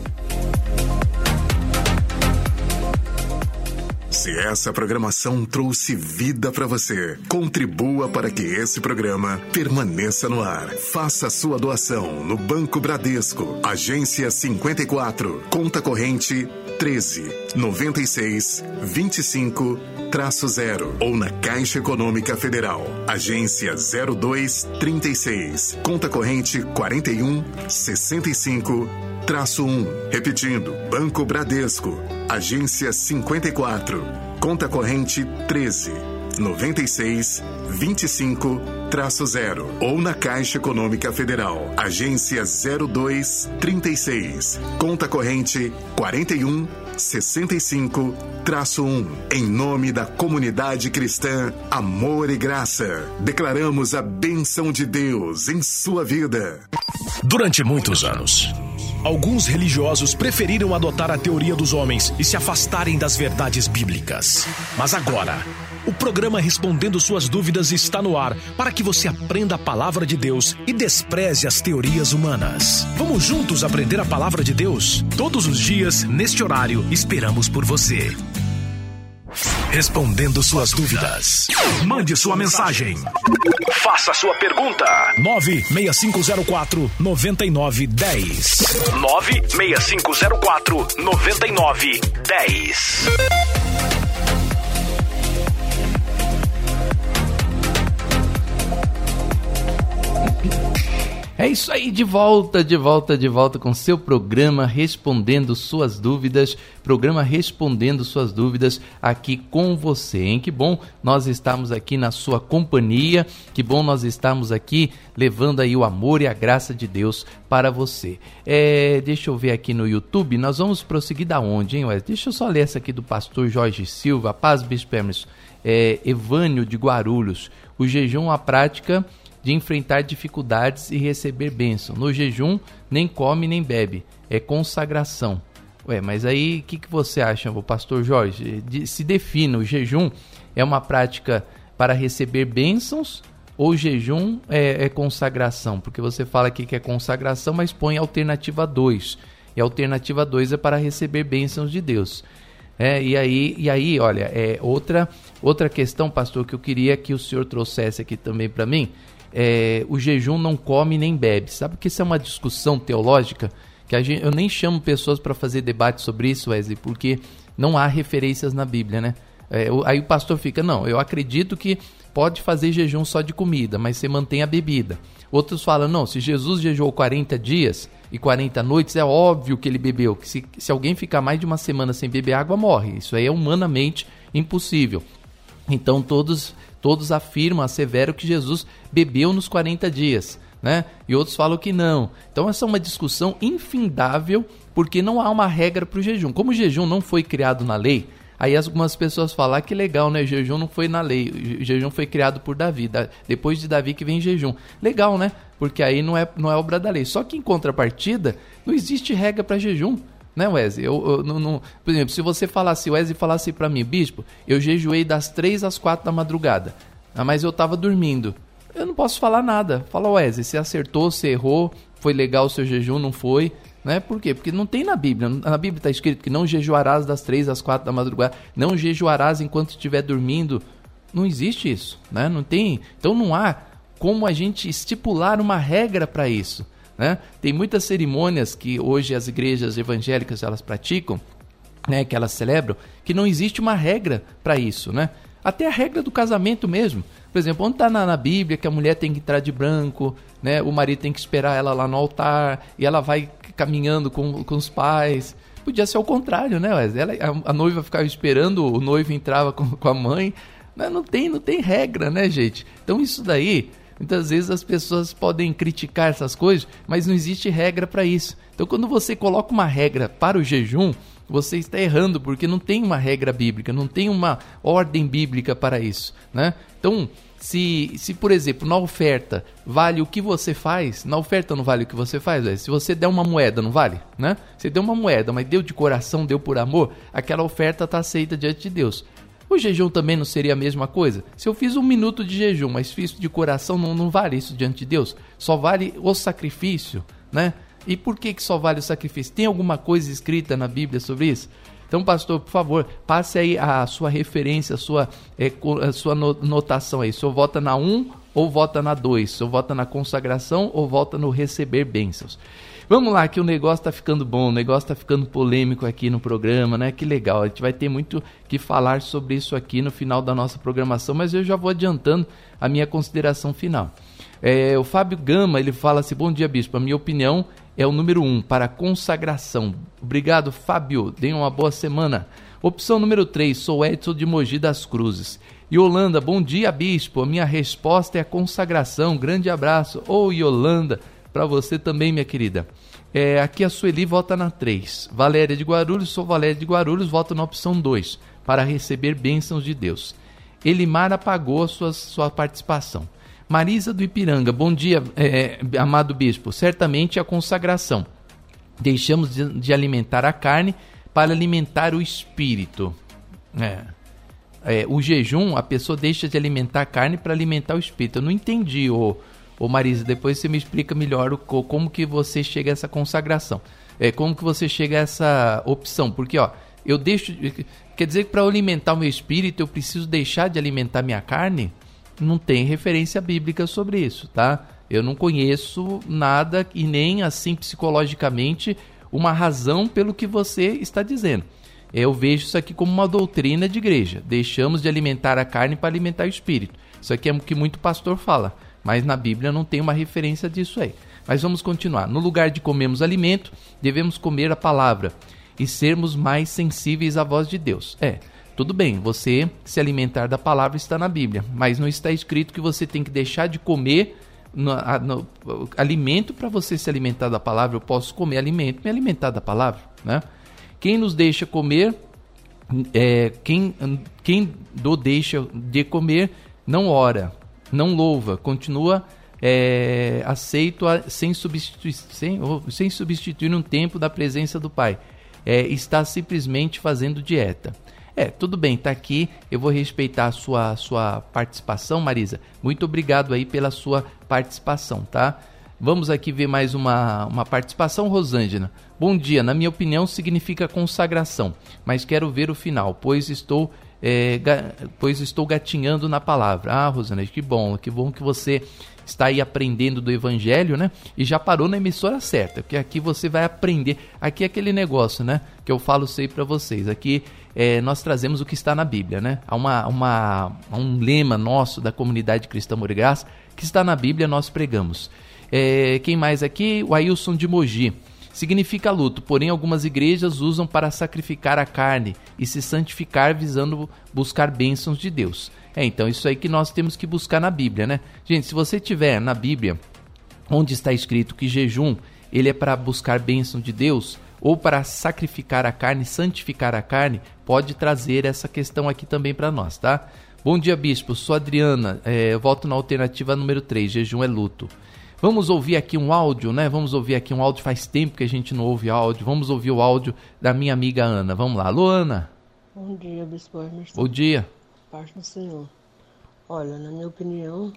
Se essa programação trouxe vida para você, contribua para que esse programa permaneça no ar. Faça sua doação no Banco Bradesco, agência 54, conta corrente 13-96-25-0 ou na Caixa Econômica Federal, agência 0236, conta corrente 41-65-1. Repetindo, Banco Bradesco, agência 54, conta corrente 13-96-25-0 ou na Caixa Econômica Federal, agência 0236, conta corrente 41-65-1. Em nome da comunidade cristã Amor e Graça, declaramos a bênção de Deus em sua vida. Durante muitos anos, alguns religiosos preferiram adotar a teoria dos homens e se afastarem das verdades bíblicas. Mas agora, o programa Respondendo Suas Dúvidas está no ar para que você aprenda a palavra de Deus e despreze as teorias humanas. Vamos juntos aprender a palavra de Deus? Todos os dias, neste horário, esperamos por você. Respondendo suas dúvidas. Mande sua mensagem. Faça sua pergunta. 96504-9910. 96504-9910. É isso aí, de volta com seu programa Respondendo Suas Dúvidas, programa Respondendo Suas Dúvidas aqui com você, hein? Que bom nós estamos aqui na sua companhia, que bom nós estamos aqui levando aí o amor e a graça de Deus para você. Deixa eu ver aqui no YouTube, nós vamos prosseguir da onde, hein, Wesley? Deixa eu só ler essa aqui do pastor Jorge Silva, paz, bispo Emerson, Evânio de Guarulhos, o jejum, a prática de enfrentar dificuldades e receber bênção. No jejum, nem come nem bebe. É consagração. Mas aí, o que você acha, o pastor Jorge? Se defina, o jejum é uma prática para receber bênçãos ou o jejum é consagração? Porque você fala aqui que é consagração, mas põe a alternativa 2. E a alternativa 2 é para receber bênçãos de Deus. E aí, olha, outra questão, pastor, que eu queria que o senhor trouxesse aqui também para mim, o jejum não come nem bebe. Sabe que isso é uma discussão teológica que eu nem chamo pessoas para fazer debate sobre isso, Wesley, porque não há referências na Bíblia, né? Aí o pastor fica, não, eu acredito que pode fazer jejum só de comida, mas você mantém a bebida. Outros falam, não, se Jesus jejuou 40 dias e 40 noites, é óbvio que ele bebeu, que se alguém ficar mais de uma semana sem beber água, morre. Isso aí é humanamente impossível. Então todos afirmam, asseveram que Jesus bebeu nos 40 dias, né? E outros falam que não. Então essa é uma discussão infindável, porque não há uma regra para o jejum. Como o jejum não foi criado na lei, aí algumas pessoas falam, que legal, né? O jejum não foi na lei, o jejum foi criado por Davi, depois de Davi que vem jejum. Legal, né? Porque aí não é obra da lei. Só que em contrapartida, não existe regra para jejum. Né, Wesley? Por exemplo, se você falasse, Wesley falasse para mim, bispo, eu jejuei das 3 às 4 da madrugada, mas eu estava dormindo. Eu não posso falar nada. Fala, Wesley, você acertou, você errou, foi legal o seu jejum, não foi? Né? Por quê? Porque não tem na Bíblia. Na Bíblia está escrito que não jejuarás das 3 às 4 da madrugada, não jejuarás enquanto estiver dormindo. Não existe isso, né? Não tem. Então não há como a gente estipular uma regra para isso. Né? Tem muitas cerimônias que hoje as igrejas evangélicas elas praticam, né, que elas celebram, que não existe uma regra para isso, né? Até a regra do casamento mesmo. Por exemplo, onde está na Bíblia que a mulher tem que entrar de branco, né? O marido tem que esperar ela lá no altar e ela vai caminhando com os pais. Podia ser o contrário, né? A noiva ficava esperando, o noivo entrava com a mãe. Não tem regra, né, gente? Então isso daí, muitas vezes as pessoas podem criticar essas coisas, mas não existe regra para isso. Então quando você coloca uma regra para o jejum, você está errando, porque não tem uma regra bíblica, não tem uma ordem bíblica para isso, né? Então, se por exemplo, na oferta vale o que você faz, na oferta não vale o que você faz, se você der uma moeda, não vale, né? Você deu uma moeda, mas deu de coração, deu por amor, aquela oferta está aceita diante de Deus. O jejum também não seria a mesma coisa? Se eu fiz 1 minuto de jejum, mas fiz de coração, não vale isso diante de Deus? Só vale o sacrifício, né? E por que só vale o sacrifício? Tem alguma coisa escrita na Bíblia sobre isso? Então, pastor, por favor, passe aí a sua referência, a sua notação aí. O senhor vota na 1 ou vota na 2? O senhor vota na consagração ou vota no receber bênçãos? Vamos lá, que o negócio está ficando bom, o negócio está ficando polêmico aqui no programa, né? Que legal, a gente vai ter muito que falar sobre isso aqui no final da nossa programação, mas eu já vou adiantando a minha consideração final. O Fábio Gama, ele fala assim, bom dia, bispo, a minha opinião é o número 1, para consagração. Obrigado, Fábio, tenha uma boa semana. Opção número 3, sou Edson de Mogi das Cruzes. Yolanda, bom dia, bispo, a minha resposta é a consagração, grande abraço. Yolanda, para você também, minha querida. Aqui a Sueli vota na 3. Valéria de Guarulhos, sou Valéria de Guarulhos, voto na opção 2, para receber bênçãos de Deus. Elimar apagou a sua participação. Marisa do Ipiranga, bom dia, amado bispo. Certamente a consagração. Deixamos de alimentar a carne para alimentar o espírito. O jejum, a pessoa deixa de alimentar a carne para alimentar o espírito. Eu não entendi, Marisa, depois você me explica melhor como que você chega a essa consagração. Como que você chega a essa opção. Porque, eu deixo... Quer dizer que para alimentar o meu espírito, eu preciso deixar de alimentar minha carne? Não tem referência bíblica sobre isso, tá? Eu não conheço nada e nem assim psicologicamente uma razão pelo que você está dizendo. Eu vejo isso aqui como uma doutrina de igreja. Deixamos de alimentar a carne para alimentar o espírito. Isso aqui é o que muito pastor fala, mas na Bíblia não tem uma referência disso aí. Mas vamos continuar. No lugar de comermos alimento, devemos comer a palavra e sermos mais sensíveis à voz de Deus. Tudo bem, você se alimentar da palavra está na Bíblia, mas não está escrito que você tem que deixar de comer alimento para você se alimentar da palavra. Eu posso comer alimento, me alimentar da palavra, né? Quem nos deixa comer, quem do deixa de comer, não ora, não louva, continua aceito sem substituir um tempo da presença do Pai. Está simplesmente fazendo dieta. Tudo bem, tá aqui, eu vou respeitar a sua participação, Marisa. Muito obrigado aí pela sua participação, tá? Vamos aqui ver mais uma participação, Rosângela. Bom dia, na minha opinião significa consagração, mas quero ver o final, pois estou gatinhando na palavra. Ah, Rosângela, que bom que você está aí aprendendo do Evangelho, né? E já parou na emissora certa, porque aqui você vai aprender. Aqui é aquele negócio, né? Que eu falo sempre para vocês. Aqui nós trazemos o que está na Bíblia, né? Há um lema nosso da comunidade cristã Amor e Graça, que está na Bíblia, nós pregamos. Quem mais aqui? O Ailson de Mogi. Significa luto, porém algumas igrejas usam para sacrificar a carne e se santificar visando buscar bênçãos de Deus. Então isso aí que nós temos que buscar na Bíblia, né? Gente, se você tiver na Bíblia onde está escrito que jejum ele é para buscar bênção de Deus ou para sacrificar a carne, santificar a carne, pode trazer essa questão aqui também para nós, tá? Bom dia, bispo, sou Adriana, eu volto na alternativa número 3, jejum é luto. Vamos ouvir aqui um áudio, né? Faz tempo que a gente não ouve áudio. Vamos ouvir o áudio da minha amiga Ana. Vamos lá. Alô, Ana. Bom dia, bispo Emerson. Bom dia. Paz do Senhor. Olha, na minha opinião,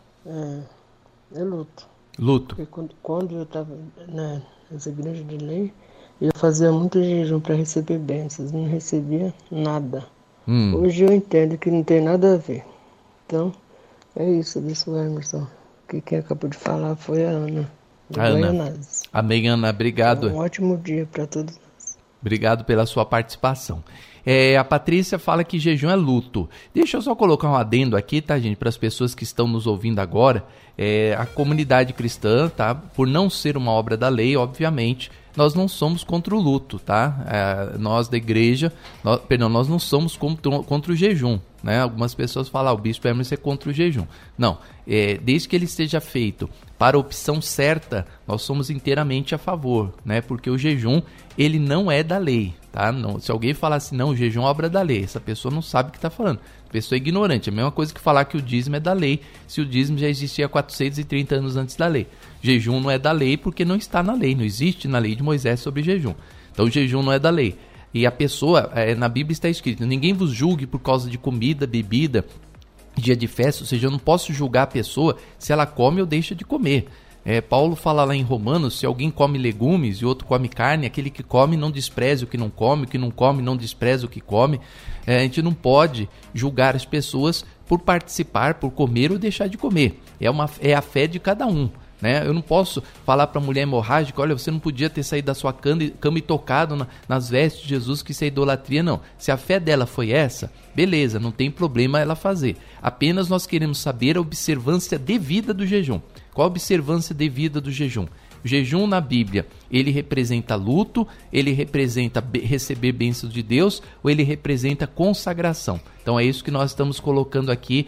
é luto. Luto. Porque quando eu estava nas igrejas de lei, eu fazia muito jejum para receber bênçãos. Não recebia nada. Hoje eu entendo que não tem nada a ver. Então, é isso, bispo Emerson. Que quem acabou de falar foi a Ana, de Goianazes. Amém, Ana, obrigado. Um ótimo dia para todos nós. Obrigado pela sua participação. A Patrícia fala que jejum é luto. Deixa eu só colocar um adendo aqui, tá, gente? Para as pessoas que estão nos ouvindo agora. A comunidade cristã, tá? Por não ser uma obra da lei, obviamente, nós não somos contra o luto, tá? Nós da igreja, nós não somos contra o jejum, né? Algumas pessoas falam, o bispo Emerson é contra o jejum. Não, desde que ele esteja feito para a opção certa, nós somos inteiramente a favor, né? Porque o jejum, ele não é da lei, tá? Não, se alguém falar assim, não, o jejum é obra da lei, essa pessoa não sabe o que está falando. A pessoa é ignorante. É a mesma coisa que falar que o dízimo é da lei, se o dízimo já existia 430 anos antes da lei. Jejum não é da lei porque não está na lei, não existe na lei de Moisés sobre jejum. Então o jejum não é da lei. E a pessoa, na Bíblia está escrito, ninguém vos julgue por causa de comida, bebida, dia de festa, ou seja, eu não posso julgar a pessoa se ela come ou deixa de comer. Paulo fala lá em Romanos, se alguém come legumes e outro come carne, aquele que come não despreze o que não come não despreze o que come. A gente não pode julgar as pessoas por participar, por comer ou deixar de comer. É a fé de cada um, né? Eu não posso falar para a mulher hemorrágica, olha, você não podia ter saído da sua cama e tocado nas vestes de Jesus, que isso é idolatria, não. Se a fé dela foi essa, beleza, não tem problema ela fazer. Apenas nós queremos saber a observância devida do jejum. Qual a observância devida do jejum? O jejum na Bíblia, ele representa luto, ele representa receber bênçãos de Deus, ou ele representa consagração? Então é isso que nós estamos colocando aqui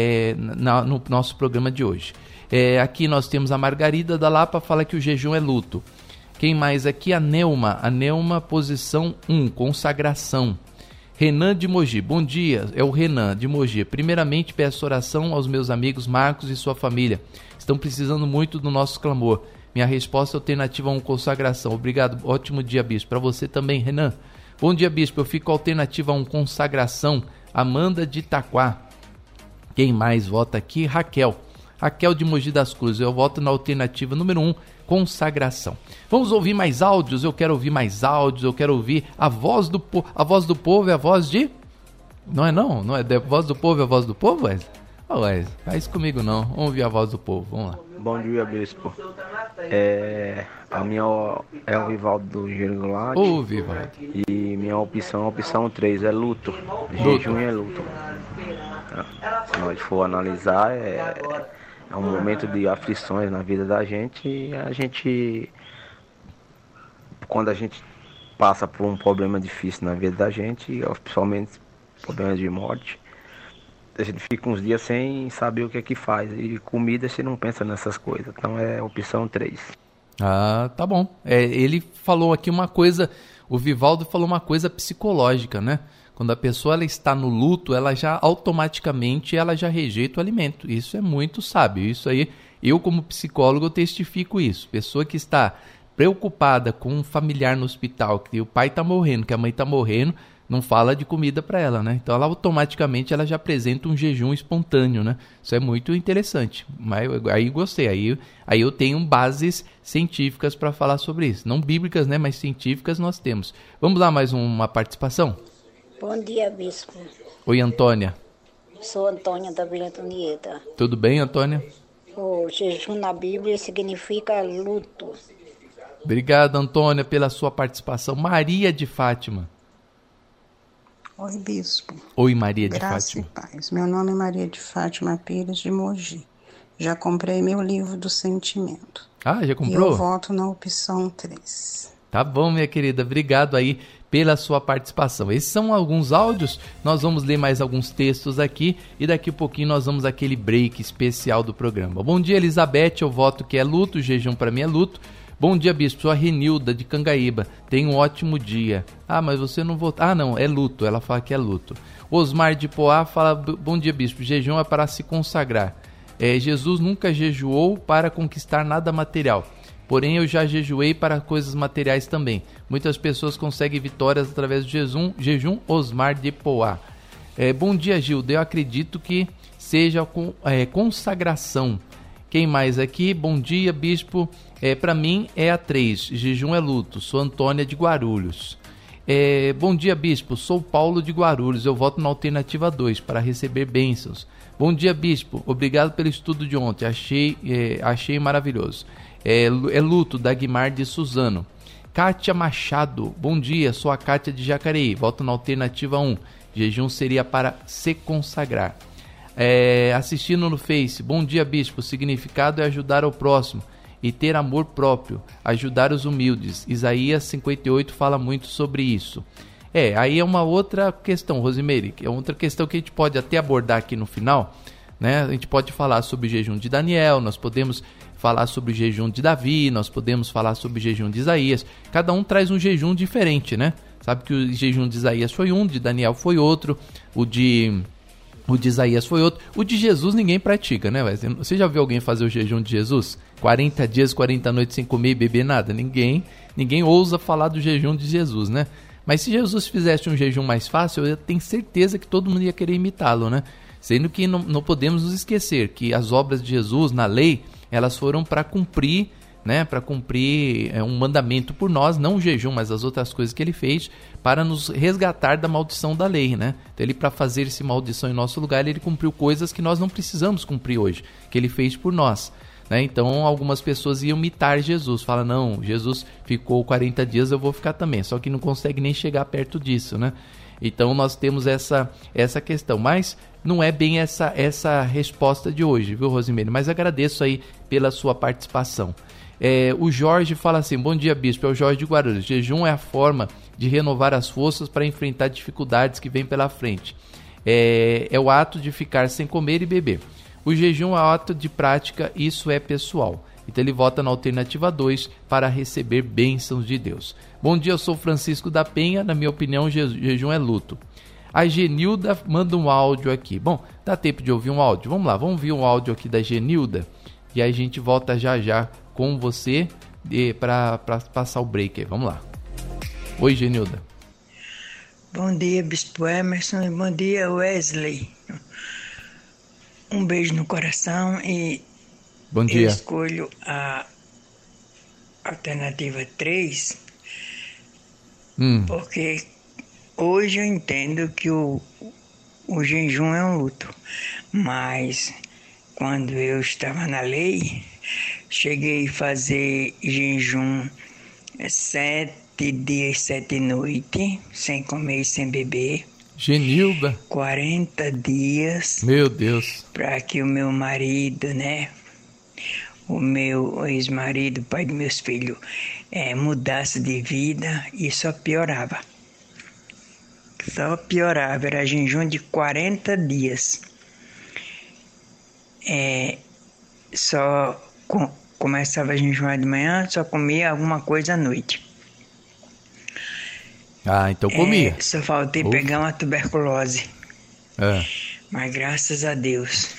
no nosso programa de hoje. Aqui nós temos a Margarida da Lapa, fala que o jejum é luto. Quem mais aqui? A Neuma, posição 1, consagração. Renan de Mogi, bom dia, é o Renan de Mogi. Primeiramente peço oração aos meus amigos Marcos e sua família. Estão precisando muito do nosso clamor. Minha resposta alternativa a consagração. Obrigado, ótimo dia, bispo. Para você também, Renan. Bom dia, bispo. Eu fico alternativa a consagração. Amanda de Itaquá. Quem mais vota aqui? Raquel de Mogi das Cruzes. Eu voto na alternativa número 1, consagração. Vamos ouvir mais áudios? Eu quero ouvir mais áudios. Eu quero ouvir a voz do povo. A voz do povo é a voz de... Não é a voz do povo é a voz do povo, Wesley? Wesley, faz comigo não. Vamos ouvir a voz do povo. Vamos lá. Bom dia, bispo. A minha é o Vivaldo do Jerigolade. Ô, Vivaldo. E minha opção, a opção 3, é luto. Jejum é luto. Se nós for analisar, é um momento de aflições na vida da gente, e quando a gente passa por um problema difícil na vida da gente, principalmente problemas de morte, a gente fica uns dias sem saber o que é que faz, e comida você não pensa nessas coisas, então é a opção 3. Ah, tá bom. Ele falou aqui uma coisa, o Vivaldo falou uma coisa psicológica, né? Quando a pessoa ela está no luto, ela já automaticamente rejeita o alimento. Isso é muito sábio. Isso aí, eu como psicólogo, eu testifico isso. Pessoa que está preocupada com um familiar no hospital, que o pai está morrendo, que a mãe está morrendo, não fala de comida para ela, né? Então ela automaticamente já apresenta um jejum espontâneo, né? Isso é muito interessante. Mas aí gostei. Aí eu tenho bases científicas para falar sobre isso. Não bíblicas, né? Mas científicas nós temos. Vamos lá, mais uma participação? Bom dia, bispo. Oi, Antônia. Sou Antônia da Vila Antonieta. Tudo bem, Antônia? O jejum na Bíblia significa luto. Obrigado, Antônia, pela sua participação. Maria de Fátima. Oi, bispo. Oi, Maria de Graça Fátima. E paz. Meu nome é Maria de Fátima Pires de Mogi. Já comprei meu livro do sentimento. Ah, já comprou? E eu voto na opção 3. Tá bom, minha querida. Obrigado aí pela sua participação. Esses são alguns áudios. Nós vamos ler mais alguns textos aqui e daqui a pouquinho nós vamos àquele break especial do programa. Bom dia, Elizabeth. Eu voto que é luto. O jejum para mim é luto. Bom dia, bispo. Sou a Renilda de Cangaíba. Tenha um ótimo dia. Ah, mas você não votou. Ah, não, é luto. Ela fala que é luto. Osmar de Poá fala: bom dia, bispo. Jejum é para se consagrar. Jesus nunca jejuou para conquistar nada material. Porém, eu já jejuei para coisas materiais também. Muitas pessoas conseguem vitórias através do jejum. Osmar de Poá. Bom dia, Gilda. Eu acredito que seja consagração. Quem mais aqui? Bom dia, bispo. Para mim é a 3. Jejum é luto. Sou Antônia de Guarulhos. Bom dia, bispo. Sou Paulo de Guarulhos. Eu voto na alternativa 2 para receber bênçãos. Bom dia, bispo. Obrigado pelo estudo de ontem. Achei maravilhoso. É luto, Dagmar de Suzano. Kátia Machado. Bom dia. Sou a Kátia de Jacareí. Voto na alternativa 1. Jejum seria para se consagrar. Assistindo no Face. Bom dia, bispo. O significado é ajudar ao próximo e ter amor próprio, ajudar os humildes. Isaías 58 fala muito sobre isso. Aí é uma outra questão, Rosimeire, é outra questão que a gente pode até abordar aqui no final, né? A gente pode falar sobre o jejum de Daniel, nós podemos falar sobre o jejum de Davi, nós podemos falar sobre o jejum de Isaías. Cada um traz um jejum diferente, né? Sabe que o jejum de Isaías foi um, de Daniel foi outro, o de Isaías foi outro. O de Jesus ninguém pratica, né? Você já viu alguém fazer o jejum de Jesus? 40 dias, 40 noites sem comer e beber nada? Ninguém ousa falar do jejum de Jesus, né? Mas se Jesus fizesse um jejum mais fácil, eu tenho certeza que todo mundo ia querer imitá-lo, né? Sendo que não podemos nos esquecer que as obras de Jesus na lei, elas foram para cumprir, né? Para cumprir um mandamento por nós, não o jejum, mas as outras coisas que ele fez para nos resgatar da maldição da lei, né? Então ele, para fazer essa maldição em nosso lugar, ele cumpriu coisas que nós não precisamos cumprir hoje, que ele fez por nós, né? Então algumas pessoas iam imitar Jesus, falam, não, Jesus ficou 40 dias, eu vou ficar também, só que não consegue nem chegar perto disso, né? Então nós temos essa questão, mas não é bem essa resposta de hoje, viu, Rosimeire? Mas agradeço aí pela sua participação. O Jorge fala assim: bom dia, bispo, é o Jorge de Guarulhos. Jejum é a forma de renovar as forças para enfrentar dificuldades que vêm pela frente. É o ato de ficar sem comer e beber. O jejum é ato de prática, isso é pessoal. Então ele vota na alternativa 2 para receber bênçãos de Deus. Bom dia, eu sou Francisco da Penha. Na minha opinião, jejum é luto. A Genilda manda um áudio aqui. Bom, dá tempo de ouvir um áudio? Vamos lá, vamos ouvir um áudio aqui da Genilda. E aí a gente volta já com você para passar o break aí. Vamos lá. Oi, Genilda. Bom dia, bispo Emerson. Bom dia, Wesley. Um beijo no coração e bom dia. Eu escolho a alternativa 3 porque hoje eu entendo que o jejum é um luto, mas quando eu estava na lei, cheguei a fazer jejum 7 dias, 7 noites, sem comer e sem beber. Genilda. 40 dias. Meu Deus. Para que o meu marido, né, o meu ex-marido, pai dos meus filhos, mudasse de vida e só piorava. Só piorava, era jejum de 40 dias. Começava a jejuar de manhã, só comia alguma coisa à noite. Então comia. Só faltei pegar uma tuberculose. Mas graças a Deus,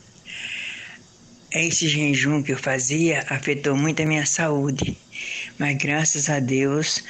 esse jejum que eu fazia afetou muito a minha saúde. Mas graças a Deus,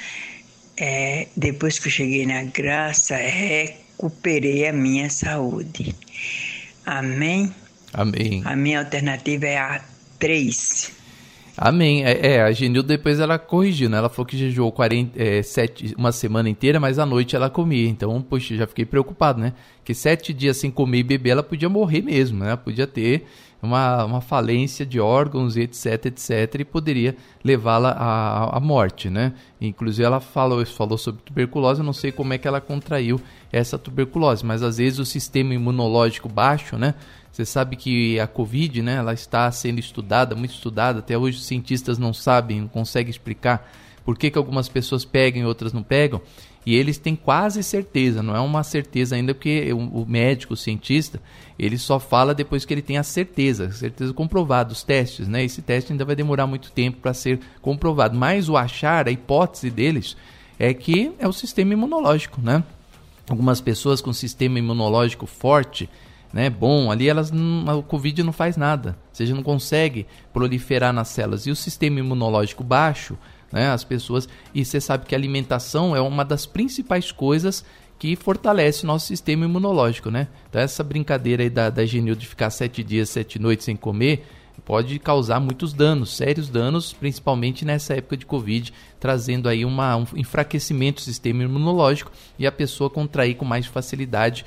depois que eu cheguei na graça, recuperei a minha saúde. Amém? Amém. A minha alternativa é a 3. Amém. A Genilda depois ela corrigiu, né? Ela falou que jejuou uma semana inteira, mas à noite ela comia. Então, poxa, já fiquei preocupado, né? Que 7 dias sem comer e beber, ela podia morrer mesmo, né? Ela podia ter uma falência de órgãos, etc, e poderia levá-la à morte, né? Inclusive ela falou sobre tuberculose, eu não sei como é que ela contraiu essa tuberculose, mas às vezes o sistema imunológico baixo, né? Você sabe que a Covid, né, ela está sendo estudada, muito estudada, até hoje os cientistas não sabem, não conseguem explicar por que algumas pessoas pegam e outras não pegam, e eles têm quase certeza, não é uma certeza ainda, porque o médico, o cientista, ele só fala depois que ele tem a certeza comprovada, os testes, né, esse teste ainda vai demorar muito tempo para ser comprovado, mas o achar, a hipótese deles é que é o sistema imunológico, né, algumas pessoas com sistema imunológico forte, né, bom, ali o Covid não faz nada, ou seja, não consegue proliferar nas células, e o sistema imunológico baixo, né, as pessoas, e você sabe que a alimentação é uma das principais coisas que fortalece o nosso sistema imunológico, né, então essa brincadeira aí da Genilda de ficar 7 dias, 7 noites sem comer, pode causar muitos danos, sérios danos, principalmente nessa época de Covid, trazendo aí um enfraquecimento do sistema imunológico e a pessoa contrair com mais facilidade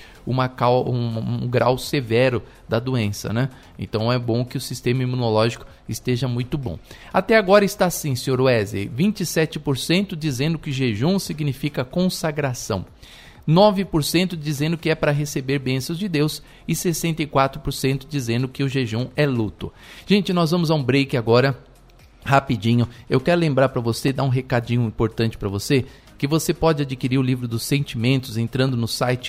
um grau severo da doença, né? Então é bom que o sistema imunológico esteja muito bom. Até agora está assim, Sr. Wesley, 27% dizendo que jejum significa consagração. 9% dizendo que é para receber bênçãos de Deus e 64% dizendo que o jejum é luto. Gente, nós vamos a um break agora, rapidinho. Eu quero lembrar para você, dar um recadinho importante para você, que você pode adquirir o livro dos sentimentos entrando no site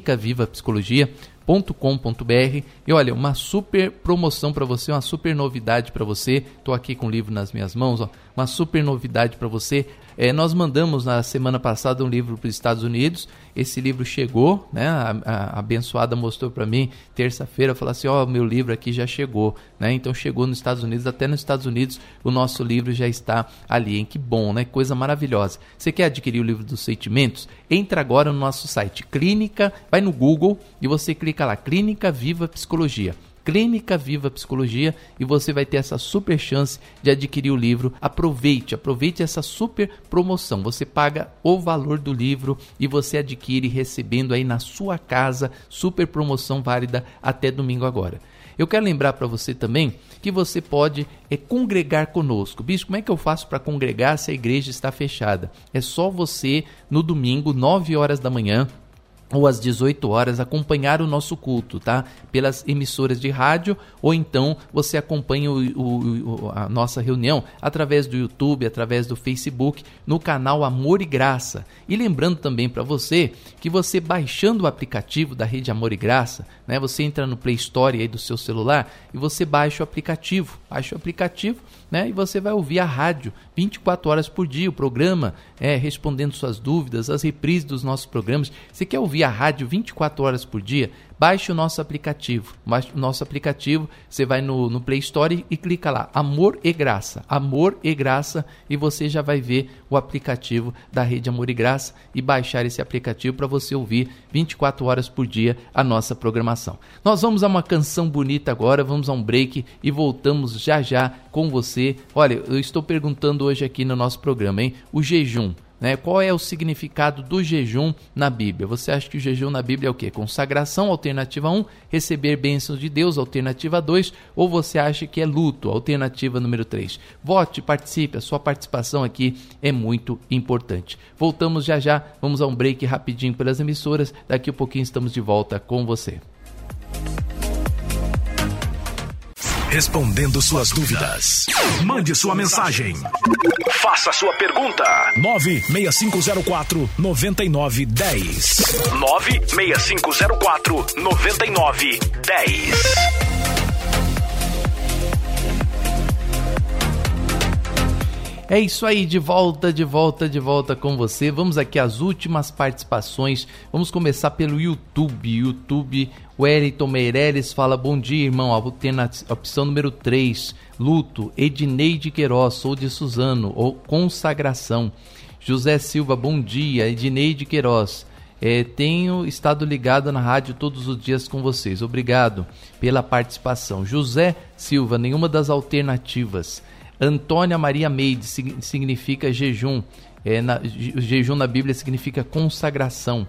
clinicavivapsicologia.com.br e olha, uma super promoção para você, uma super novidade para você. Estou aqui com o livro nas minhas mãos, uma super novidade para você. Nós mandamos na semana passada um livro para os Estados Unidos, esse livro chegou, né? A abençoada mostrou para mim terça-feira, falou assim, meu livro aqui já chegou, né? Então chegou nos Estados Unidos, até nos Estados Unidos o nosso livro já está ali, hein? Que bom, né? Coisa maravilhosa. Você quer adquirir o livro dos sentimentos? Entra agora no nosso site, vai no Google e você clica lá, Clínica Viva Psicologia. Clínica Viva Psicologia e você vai ter essa super chance de adquirir o livro. Aproveite essa super promoção. Você paga o valor do livro e você adquire recebendo aí na sua casa, super promoção válida até domingo agora. Eu quero lembrar para você também que você pode congregar conosco. Bispo, como é que eu faço para congregar se a igreja está fechada? É só você no domingo, 9 horas da manhã, ou às 18 horas, acompanhar o nosso culto, tá? Pelas emissoras de rádio, ou então você acompanha a nossa reunião através do YouTube, através do Facebook, no canal Amor e Graça. E lembrando também para você, que você baixando o aplicativo da Rede Amor e Graça, né? Você entra no Play Store aí do seu celular e você baixa o aplicativo, né? E você vai ouvir a rádio 24 horas por dia, o programa, respondendo suas dúvidas, as reprises dos nossos programas. Você quer ouvir a rádio 24 horas por dia? Baixe o nosso aplicativo. Você vai no Play Store e clica lá, Amor e Graça, e você já vai ver o aplicativo da Rede Amor e Graça e baixar esse aplicativo para você ouvir 24 horas por dia a nossa programação. Nós vamos a uma canção bonita agora, vamos a um break e voltamos já com você. Olha, eu estou perguntando hoje aqui no nosso programa, hein? O jejum. Né? Qual é o significado do jejum na Bíblia? Você acha que o jejum na Bíblia é o quê? Consagração, alternativa 1, receber bênçãos de Deus, alternativa 2, ou você acha que é luto, alternativa número 3? Vote, participe, a sua participação aqui é muito importante. Voltamos já, vamos a um break rapidinho pelas emissoras, daqui a pouquinho estamos de volta com você. respondendo suas dúvidas. Mande sua mensagem. Faça sua pergunta. 96504-9910. 96504-9910. É isso aí, de volta com você. Vamos aqui às últimas participações. Vamos começar pelo YouTube. O Wellington Meireles fala: bom dia, irmão. Opção número 3, luto. Edneide Queiroz, sou de Suzano, ou consagração. José Silva, bom dia. Edneide Queiroz, tenho estado ligado na rádio todos os dias com vocês. Obrigado pela participação. José Silva, nenhuma das alternativas. Antônia Maria Meide, significa jejum. Jejum na Bíblia significa consagração.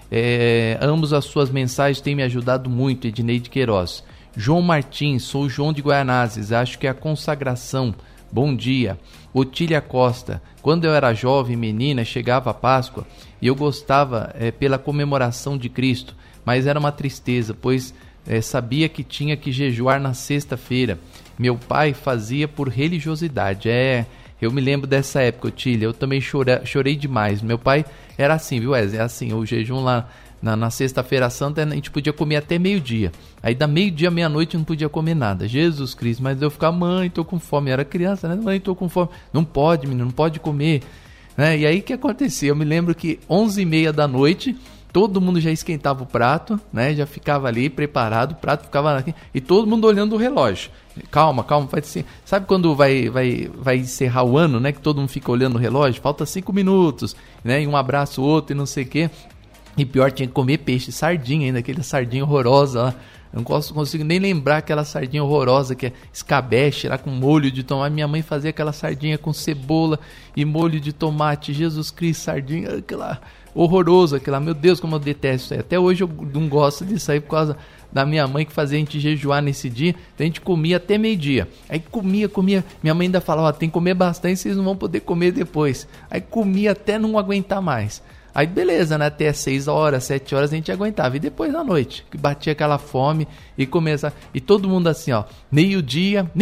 Ambos as suas mensagens têm me ajudado muito. Edneide Queiroz. João Martins, sou João de Guaianazes, acho que é a consagração. Bom dia. Otília Costa, quando eu era jovem, menina, chegava a Páscoa e eu gostava pela comemoração de Cristo, mas era uma tristeza, pois sabia que tinha que jejuar na sexta-feira. Meu pai fazia por religiosidade. Eu me lembro dessa época, Otília. Eu também chorei demais. Meu pai era assim, viu, Wesley? É assim, o jejum lá na sexta-feira santa, a gente podia comer até meio-dia. Aí da meio-dia, meia-noite, não podia comer nada. Jesus Cristo, mas eu ficava: mãe, tô com fome. Eu era criança, né? Mãe, tô com fome. Não pode, menino, não pode comer. E aí o que acontecia? Eu me lembro que 11h30 da noite... todo mundo já esquentava o prato, né? Já ficava ali preparado, o prato ficava aqui, e todo mundo olhando o relógio. Calma, vai assim. Sabe quando vai encerrar o ano, né? Que todo mundo fica olhando o relógio, falta 5 minutos, né? E um abraço, outro, e não sei o quê. E pior, tinha que comer peixe, sardinha ainda, aquela sardinha horrorosa lá. Eu não consigo nem lembrar aquela sardinha horrorosa que é escabeche lá com molho de tomate. Minha mãe fazia aquela sardinha com cebola e molho de tomate. Jesus Cristo, sardinha, aquela horroroso, aquela, meu Deus, como eu detesto isso aí. Até hoje eu não gosto disso aí por causa da minha mãe, que fazia a gente jejuar nesse dia. Então a gente comia até meio-dia. Aí comia. Minha mãe ainda falava: tem que comer bastante, vocês não vão poder comer depois. Aí comia até não aguentar mais. Aí beleza, né? Até 6 horas, 7 horas a gente aguentava. E depois da noite, que batia aquela fome e começa. E todo mundo assim, ó, meio-dia,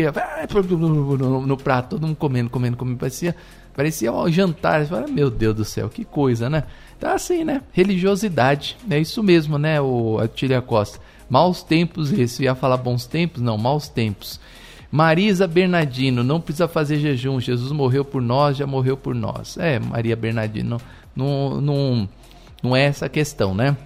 no prato, todo mundo comendo. Parecia um jantar. Você fala: meu Deus do céu, que coisa, né? Então assim, né? Religiosidade, é isso mesmo, né, o Otília Costa? Maus tempos esse. Eu ia falar bons tempos? Não, maus tempos. Marisa Bernardino, não precisa fazer jejum. Jesus morreu por nós, já morreu por nós. Maria Bernardino, não é essa a questão, né?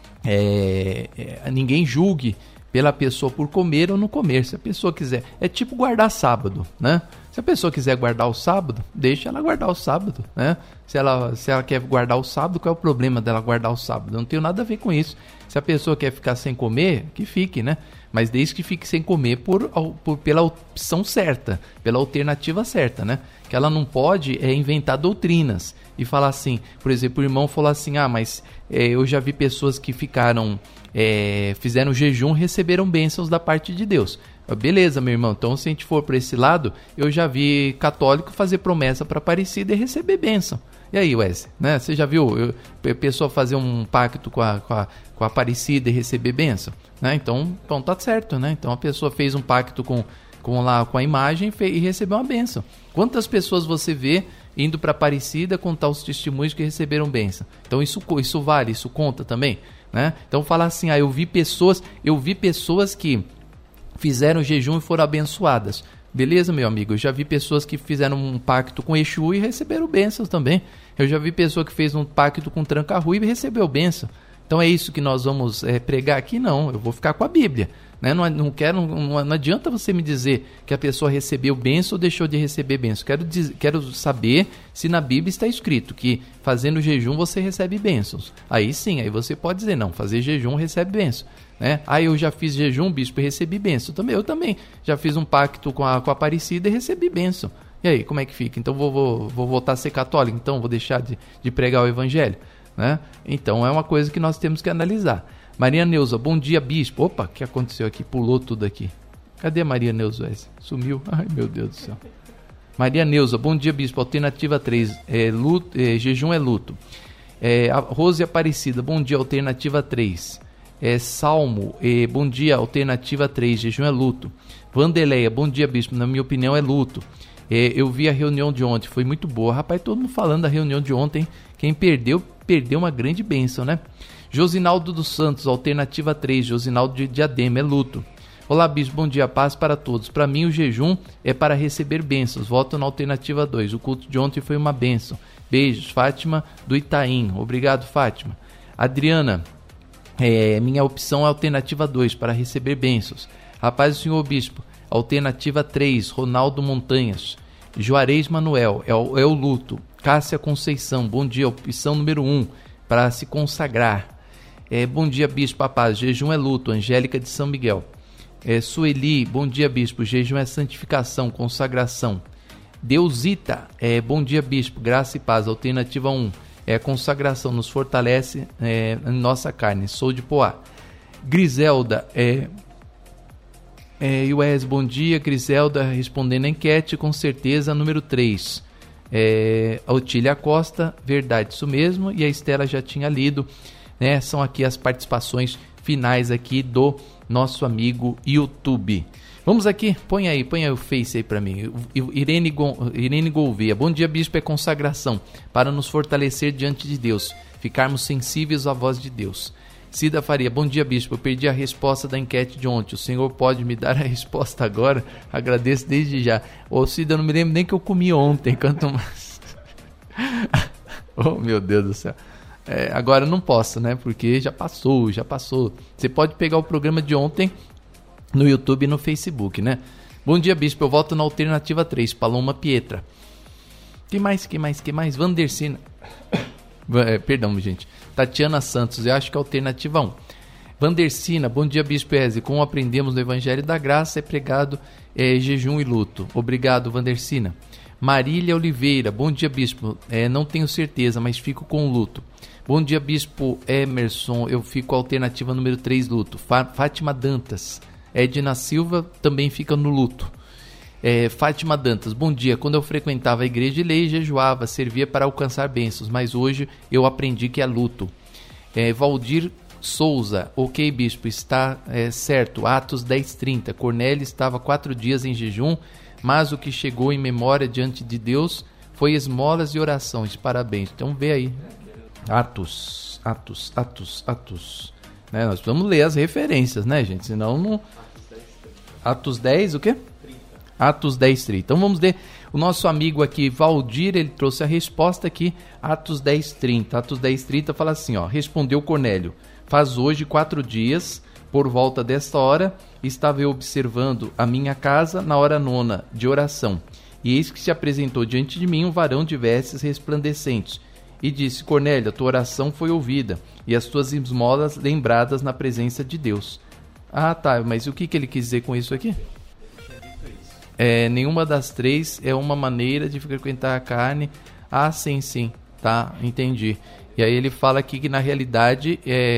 Ninguém julgue pela pessoa por comer ou não comer. Se a pessoa quiser, é tipo guardar sábado, né? Se a pessoa quiser guardar o sábado, deixa ela guardar o sábado, né? Se ela quer guardar o sábado, qual é o problema dela guardar o sábado? Não tem nada a ver com isso. Se a pessoa quer ficar sem comer, que fique, né? Mas desde que fique sem comer pela opção certa, pela alternativa certa, né? Que ela não pode inventar doutrinas e falar assim, por exemplo, o irmão falou assim: mas eu já vi pessoas que fizeram jejum, receberam bênçãos da parte de Deus. Beleza, meu irmão, então se a gente for para esse lado, eu já vi católico fazer promessa para Aparecida e receber bênção. E aí, Wesley, né? Você já viu a pessoa fazer um pacto com a Aparecida e receber bênção? Né? Então tá certo, né? Então a pessoa fez um pacto com a imagem e recebeu uma bênção. Quantas pessoas você vê indo para Aparecida contar os testemunhos que receberam bênção? Então isso vale, isso conta também, né? Então falar assim: eu vi pessoas que fizeram jejum e foram abençoadas. Beleza, meu amigo? Eu já vi pessoas que fizeram um pacto com Exu e receberam bênçãos também. Eu já vi pessoa que fez um pacto com Tranca-Rua e recebeu bênção. Então é isso que nós vamos pregar aqui? Não, eu vou ficar com a Bíblia, né? Não adianta você me dizer que a pessoa recebeu bênção ou deixou de receber bênção. Quero saber se na Bíblia está escrito que fazendo jejum você recebe bênçãos. Aí sim, aí você pode dizer: não, fazer jejum recebe bênção, né? Eu já fiz jejum, bispo, e recebi bênção. Eu também já fiz um pacto com a Aparecida e recebi bênção. E aí, como é que fica? Então vou voltar a ser católico? Então vou deixar de pregar o evangelho? Né? Então é uma coisa que nós temos que analisar. Maria Neuza, bom dia, bispo. Opa, o que aconteceu aqui? Pulou tudo aqui. Cadê a Maria Neuza? Sumiu? Ai, meu Deus do céu. Maria Neuza, bom dia, bispo. Alternativa 3, jejum é luto. A Rose Aparecida, bom dia, alternativa 3. Salmo, bom dia, alternativa 3, jejum é luto. Vandeleia, bom dia, bispo, na minha opinião é luto. Eu vi a reunião de ontem, foi muito boa. Rapaz, todo mundo falando da reunião de ontem. Quem perdeu uma grande bênção, né? Josinaldo dos Santos, alternativa 3, Josinaldo de Diadema, é luto. Olá, bispo, bom dia, paz para todos. Para mim, o jejum é para receber bênçãos. Voto na alternativa 2. O culto de ontem foi uma bênção. Beijos, Fátima do Itaim. Obrigado, Fátima. Adriana, minha opção é alternativa 2, para receber bênçãos. Rapaz, o senhor bispo, alternativa 3, Ronaldo Montanhas. Juarez Manuel, é o luto. Cássia Conceição, bom dia, opção número 1, para se consagrar. Bom dia, bispo, papaz, jejum é luto. Angélica de São Miguel. Sueli, bom dia, bispo, jejum é santificação, consagração. Deusita, bom dia, bispo, graça e paz, alternativa 1, consagração, nos fortalece em nossa carne, sou de Poá. Griselda, Iués, bom dia, Griselda, respondendo a enquete, com certeza, número 3. A Otília Costa, verdade, isso mesmo, e a Estela já tinha lido, né? São aqui as participações finais aqui do nosso amigo YouTube. Vamos aqui, põe aí o Face aí para mim. Irene Gouveia, bom dia, bispo, é consagração, para nos fortalecer diante de Deus, ficarmos sensíveis à voz de Deus. Cida Faria, bom dia, bispo, eu perdi a resposta da enquete de ontem, o senhor pode me dar a resposta agora? Agradeço desde já. Cida, eu não me lembro nem que eu comi ontem, quanto mais... Oh, meu Deus do céu. Agora eu não posso, né, porque já passou. Você pode pegar o programa de ontem no YouTube e no Facebook, né? Bom dia, bispo, eu voto na alternativa 3, Paloma Pietra. Que mais? Vandercina. Perdão, gente. Tatiana Santos, eu acho que é a alternativa 1. Vandercina, bom dia, bispo Eze. Como aprendemos no Evangelho da Graça, é pregado jejum e luto. Obrigado, Vandercina. Marília Oliveira, bom dia, bispo. Não tenho certeza, mas fico com o luto. Bom dia, bispo Emerson, eu fico com a alternativa número 3, luto. Fátima Dantas. Edna Silva também fica no luto. Fátima Dantas, bom dia. Quando eu frequentava a igreja de lei, jejuava, servia para alcançar bênçãos, mas hoje eu aprendi que é luto. Valdir Souza, ok, bispo, está certo. Atos 10:30. Cornélio estava 4 dias em jejum, mas o que chegou em memória diante de Deus foi esmolas e orações. Parabéns. Então vê aí. Atos. Nós precisamos ler as referências, né, gente? Senão não... Atos 10, o quê? 30. Atos 10:30. Então vamos ler. O nosso amigo aqui, Valdir, ele trouxe a resposta aqui, Atos 10:30. Atos 10:30 fala assim, ó. Respondeu Cornélio: faz hoje 4 dias, por volta desta hora, estava eu observando a minha casa na hora 9 de oração. E eis que se apresentou diante de mim um varão de vestes resplandecentes. E disse: Cornélio, a tua oração foi ouvida, e as tuas esmolas lembradas na presença de Deus. Ah, tá, mas o que ele quis dizer com isso aqui? Nenhuma das 3 é uma maneira de frequentar a carne. Ah, sim, tá, entendi. E aí ele fala aqui que na realidade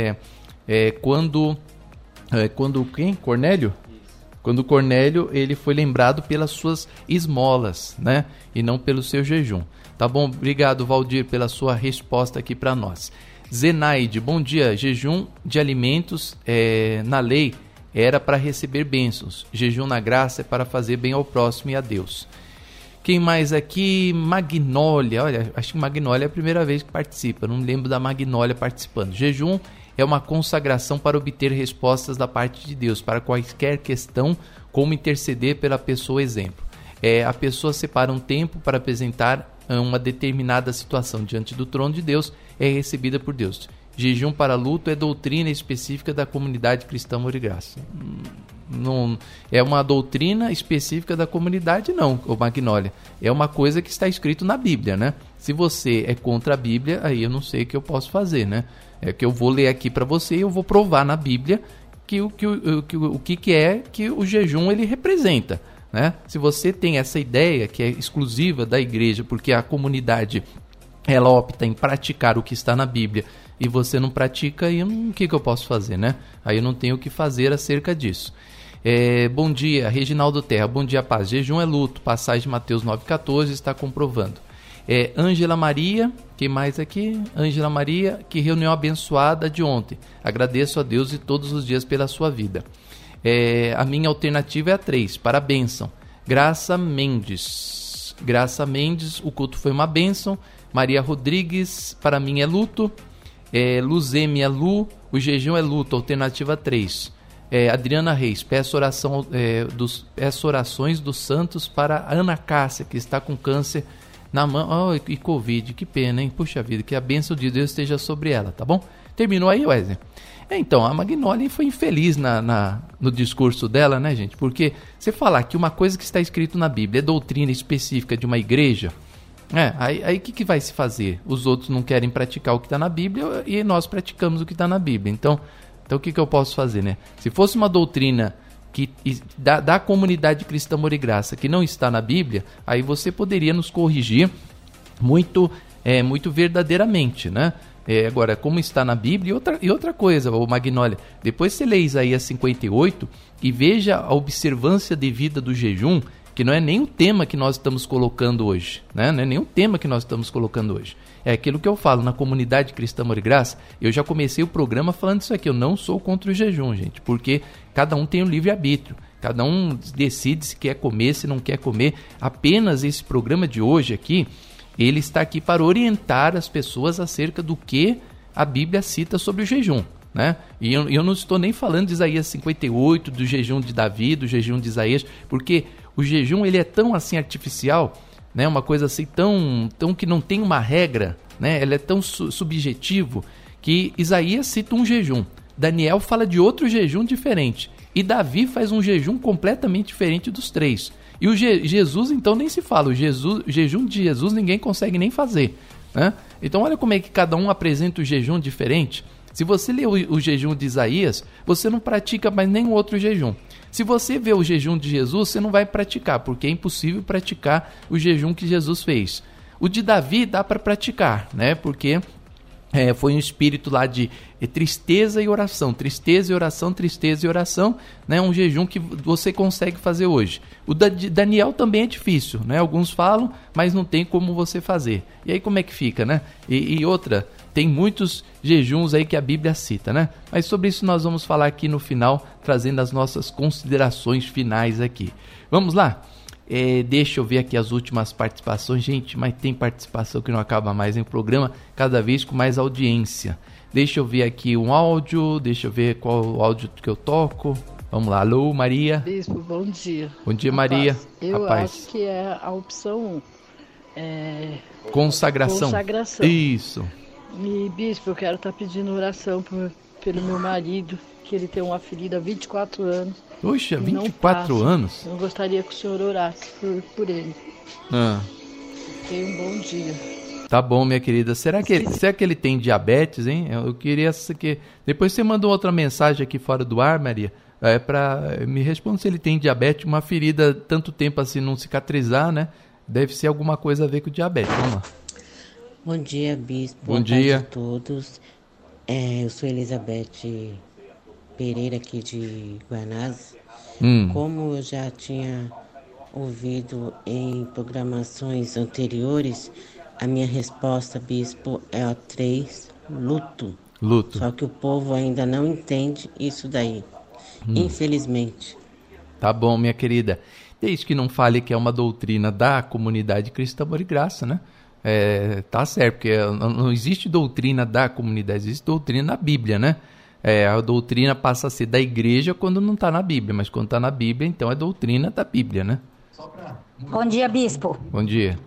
quando quem? Cornélio? Quando Cornélio ele foi lembrado pelas suas esmolas, né? E não pelo seu jejum. Tá bom? Obrigado, Valdir, pela sua resposta aqui para nós. Zenaide, bom dia. Jejum de alimentos na lei era para receber bênçãos. Jejum na graça é para fazer bem ao próximo e a Deus. Quem mais aqui? Magnólia. Olha, acho que Magnólia é a primeira vez que participa. Não me lembro da Magnólia participando. Jejum é uma consagração para obter respostas da parte de Deus para qualquer questão, como interceder pela pessoa, exemplo. A pessoa separa um tempo para apresentar uma determinada situação diante do trono de Deus, é recebida por Deus. Jejum para luto é doutrina específica da comunidade cristã Amor e Graça. Não é uma doutrina específica da comunidade, não, ô Magnólia. É uma coisa que está escrito na Bíblia, né? Se você é contra a Bíblia, aí eu não sei o que eu posso fazer, né? É que eu vou ler aqui para você e eu vou provar na Bíblia que o que o jejum ele representa, né? Se você tem essa ideia que é exclusiva da igreja, porque a comunidade ela opta em praticar o que está na Bíblia e você não pratica, aí o que eu posso fazer, né? Aí eu não tenho o que fazer acerca disso. Bom dia, Reginaldo Terra, bom dia, paz. Jejum é luto, passagem de Mateus 9,14 está comprovando. Ângela Maria, quem mais aqui? Ângela Maria, que reunião abençoada de ontem. Agradeço a Deus e todos os dias pela sua vida. A minha alternativa é a 3, para a bênção. Graça Mendes, o culto foi uma bênção. Maria Rodrigues, para mim é luto. Luzêmia Lu, o jejum é luto, alternativa 3. Adriana Reis, peço orações dos santos para Ana Cássia, que está com câncer na mão e Covid. Que pena, hein? Puxa vida, que a bênção de Deus esteja sobre ela, tá bom? Terminou aí, Wesley? Então, a Magnoli foi infeliz no discurso dela, né, gente? Porque você falar que uma coisa que está escrito na Bíblia é doutrina específica de uma igreja, aí o que vai se fazer? Os outros não querem praticar o que está na Bíblia e nós praticamos o que está na Bíblia. Então o que eu posso fazer, né? Se fosse uma doutrina da comunidade cristã Amor e Graça que não está na Bíblia, aí você poderia nos corrigir muito verdadeiramente, né? Agora, como está na Bíblia, e outra coisa, ô Magnólia, depois você lê Isaías 58 e veja a observância devida do jejum, que não é nem o tema que nós estamos colocando hoje, né? Não é nem o tema que nós estamos colocando hoje. É aquilo que eu falo, na comunidade cristã Amor e Graça, eu já comecei o programa falando isso aqui, eu não sou contra o jejum, gente, porque cada um tem o livre-arbítrio, cada um decide se quer comer, se não quer comer. Apenas esse programa de hoje aqui, ele está aqui para orientar as pessoas acerca do que a Bíblia cita sobre o jejum, né? E eu não estou nem falando de Isaías 58, do jejum de Davi, do jejum de Isaías, porque o jejum ele é tão assim artificial, né? Uma coisa assim tão que não tem uma regra, né? Ele é tão subjetivo que Isaías cita um jejum, Daniel fala de outro jejum diferente e Davi faz um jejum completamente diferente dos três. E o Jesus, então, nem se fala. O jejum de Jesus ninguém consegue nem fazer, né? Então, olha como é que cada um apresenta o jejum diferente. Se você lê o jejum de Isaías, você não pratica mais nenhum outro jejum. Se você vê o jejum de Jesus, você não vai praticar, porque é impossível praticar o jejum que Jesus fez. O de Davi dá para praticar, né? Porque foi um espírito lá de tristeza e oração, tristeza e oração, tristeza e oração, né? Um jejum que você consegue fazer hoje. O de Daniel também é difícil, né? Alguns falam, mas não tem como você fazer. E aí como é que fica, né? E outra, tem muitos jejuns aí que a Bíblia cita, né? Mas sobre isso nós vamos falar aqui no final, trazendo as nossas considerações finais aqui. Vamos lá? Deixa eu ver aqui as últimas participações. Gente, mas tem participação que não acaba mais em programa, cada vez com mais audiência. Deixa eu ver aqui um áudio, deixa eu ver qual o áudio que eu toco. Vamos lá, alô, Maria. Bispo, bom dia. Bom dia, Maria. Eu acho que é a opção 1. Consagração. Isso. E, Bispo, eu quero estar pedindo oração pelo meu marido, que ele tem uma ferida há 24 anos. Poxa, 24 anos? Eu gostaria que o senhor orasse por ele. Tenha um bom dia. Tá bom, minha querida. Será que ele tem diabetes, hein? Eu queria que... Depois você mandou outra mensagem aqui fora do ar, Maria, para me responder se ele tem diabetes. Uma ferida tanto tempo assim não cicatrizar, né? Deve ser alguma coisa a ver com diabetes. Vamos lá. Bom dia, Bispo. Bom dia a todos. Eu sou Elizabeth Pereira, aqui de Guanás. Como eu já tinha ouvido em programações anteriores, a minha resposta, Bispo, é a 3, luto. Só que o povo ainda não entende isso daí, infelizmente. Tá bom, minha querida. Desde que não fale que é uma doutrina da comunidade cristã Amor e Graça, né? Tá certo, porque não existe doutrina da comunidade, existe doutrina na Bíblia, né? A doutrina passa a ser da igreja quando não está na Bíblia, mas quando está na Bíblia, então é doutrina da Bíblia, né? Bom dia, Bispo. Bom dia.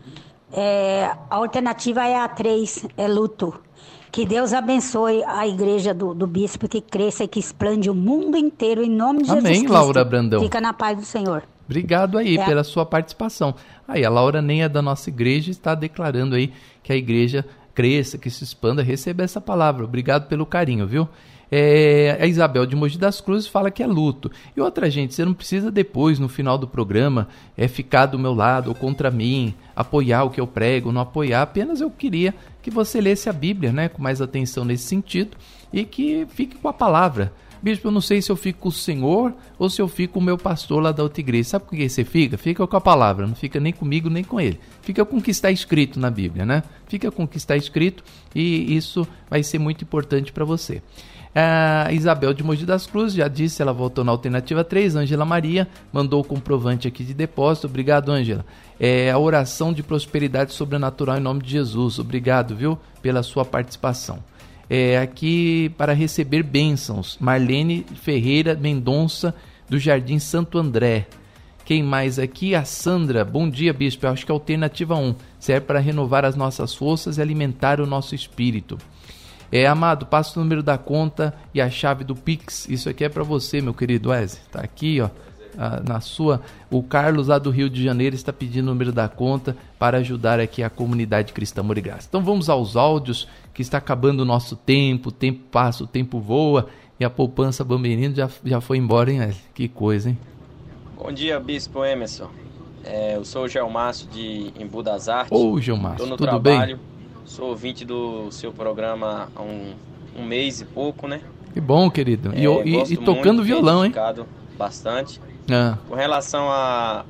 A alternativa é a 3, é luto. Que Deus abençoe a igreja do Bispo, que cresça e que explande o mundo inteiro, em nome de Jesus Cristo. Amém, Laura Brandão. Fica na paz do Senhor. Obrigado aí pela sua participação. Aí, a Laura nem é da nossa igreja, está declarando aí que a igreja cresça, que se expanda, receba essa palavra. Obrigado pelo carinho, viu? A Isabel de Mogi das Cruzes fala que é luto. E outra, gente, você não precisa depois, no final do programa, ficar do meu lado ou contra mim, apoiar o que eu prego, não apoiar. Apenas eu queria que você lesse a Bíblia, né, com mais atenção nesse sentido e que fique com a palavra. bispo, eu não sei se eu fico com o senhor ou se eu fico com o meu pastor lá da outra igreja. Sabe por que você fica? Fica com a palavra, não fica nem comigo nem com ele. Fica com o que está escrito na Bíblia, né? Fica com o que está escrito e isso vai ser muito importante para você. A Isabel de Mogi das Cruzes já disse, ela voltou na alternativa 3. Ângela Maria mandou o comprovante aqui de depósito. Obrigado, Ângela. A oração de prosperidade sobrenatural em nome de Jesus. Obrigado, viu, pela sua participação. Aqui para receber bênçãos, Marlene Ferreira Mendonça, do Jardim Santo André. Quem mais aqui? A Sandra. Bom dia, bispo. Eu acho que a alternativa 1 serve para renovar as nossas forças e alimentar o nosso espírito. Amado, passa o número da conta e a chave do Pix. Isso aqui é para você, meu querido Wesley. Está aqui, ó, na sua. O Carlos, lá do Rio de Janeiro, está pedindo o número da conta para ajudar aqui a comunidade cristã Amor e Graça. Então vamos aos áudios, que está acabando o nosso tempo. O tempo passa, o tempo voa e a poupança Bamberino já foi embora, hein, Wesley? Que coisa, hein? Bom dia, Bispo Emerson. Eu sou o Gelmárcio de Embu das Artes. Ô, Gelmárcio, tudo trabalho, bem? Sou ouvinte do seu programa há um mês e pouco, né? Que bom, querido. E tocando violão, hein? Bastante. Com relação à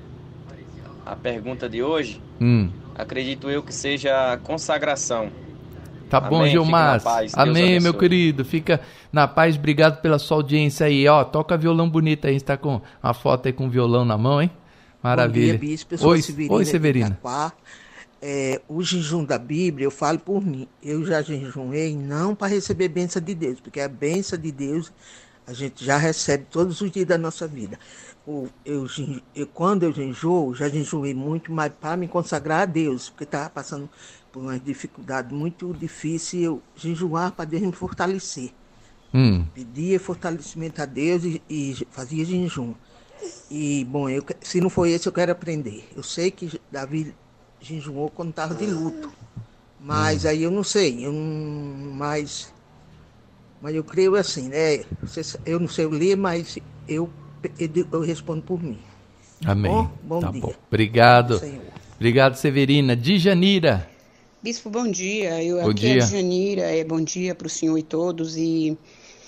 pergunta de hoje, acredito eu que seja a consagração. Tá bom, Gilmárcio. Amém, meu querido. Fica na paz. Obrigado pela sua audiência aí. Ó, toca violão bonito aí. Está com a foto aí com o violão na mão, hein? Maravilha. Bom dia, bispo. Eu sou Oi, Severina. O jejum da Bíblia, eu falo por mim. Eu já jejuei não para receber bênção de Deus, porque a bênção de Deus a gente já recebe todos os dias da nossa vida. Quando eu jejuo, já jejuei muito, mas para me consagrar a Deus, porque estava passando por uma dificuldade muito difícil, eu jejuar para Deus me fortalecer. Pedia fortalecimento a Deus e fazia jejum. E, bom, se não foi esse, eu quero aprender. Eu sei que Davi jejuou quando estava de luto, mas aí eu não sei, mas eu creio assim, né? Eu não sei ler, mas eu respondo por mim. Amém. Bom dia. Bom. Obrigado. Obrigado, Severina. Djanira. Bispo, bom dia. Bom dia. É Djanira. Bom dia para o senhor e todos. E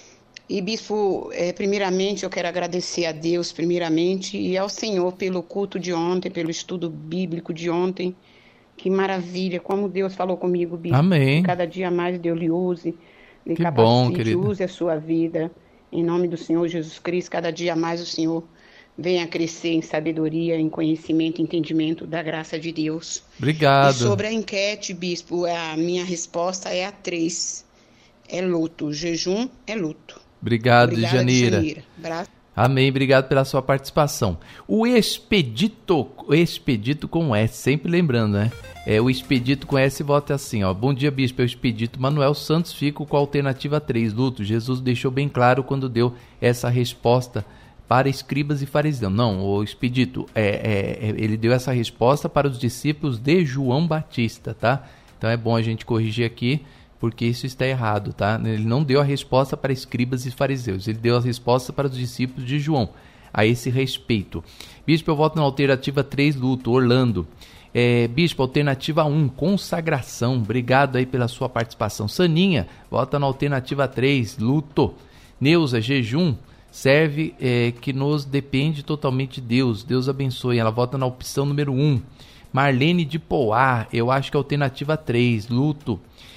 bispo, primeiramente eu quero agradecer a Deus, primeiramente, e ao Senhor pelo culto de ontem, pelo estudo bíblico de ontem. Que maravilha, como Deus falou comigo, bispo. Amém. Cada dia mais Deus lhe use, lhe que capacite, bom, querido. Use a sua vida. Em nome do Senhor Jesus Cristo, cada dia mais o Senhor venha crescer em sabedoria, em conhecimento, entendimento da graça de Deus. Obrigado. E sobre a enquete, bispo, a minha resposta é a 3. É luto. Jejum é luto. Obrigado, Djanira. Amém, obrigado pela sua participação. O Expedito com S, sempre lembrando, né? O Expedito com S vota assim, ó. Bom dia, bispo, é o Expedito Manuel Santos, fico com a alternativa 3, luto. Jesus deixou bem claro quando deu essa resposta para escribas e fariseus. Não, o Expedito, ele deu essa resposta para os discípulos de João Batista, tá? Então é bom a gente corrigir aqui, porque isso está errado, tá? Ele não deu a resposta para escribas e fariseus, ele deu a resposta para os discípulos de João, a esse respeito. Bispo, eu voto na alternativa 3, luto. Orlando. Bispo, alternativa 1, consagração. Obrigado aí pela sua participação. Saninha, vota na alternativa 3, luto. Neuza, jejum, serve que nos depende totalmente de Deus. Deus abençoe. Ela vota na opção número 1. Marlene de Poá, eu acho que é a alternativa 3, luto.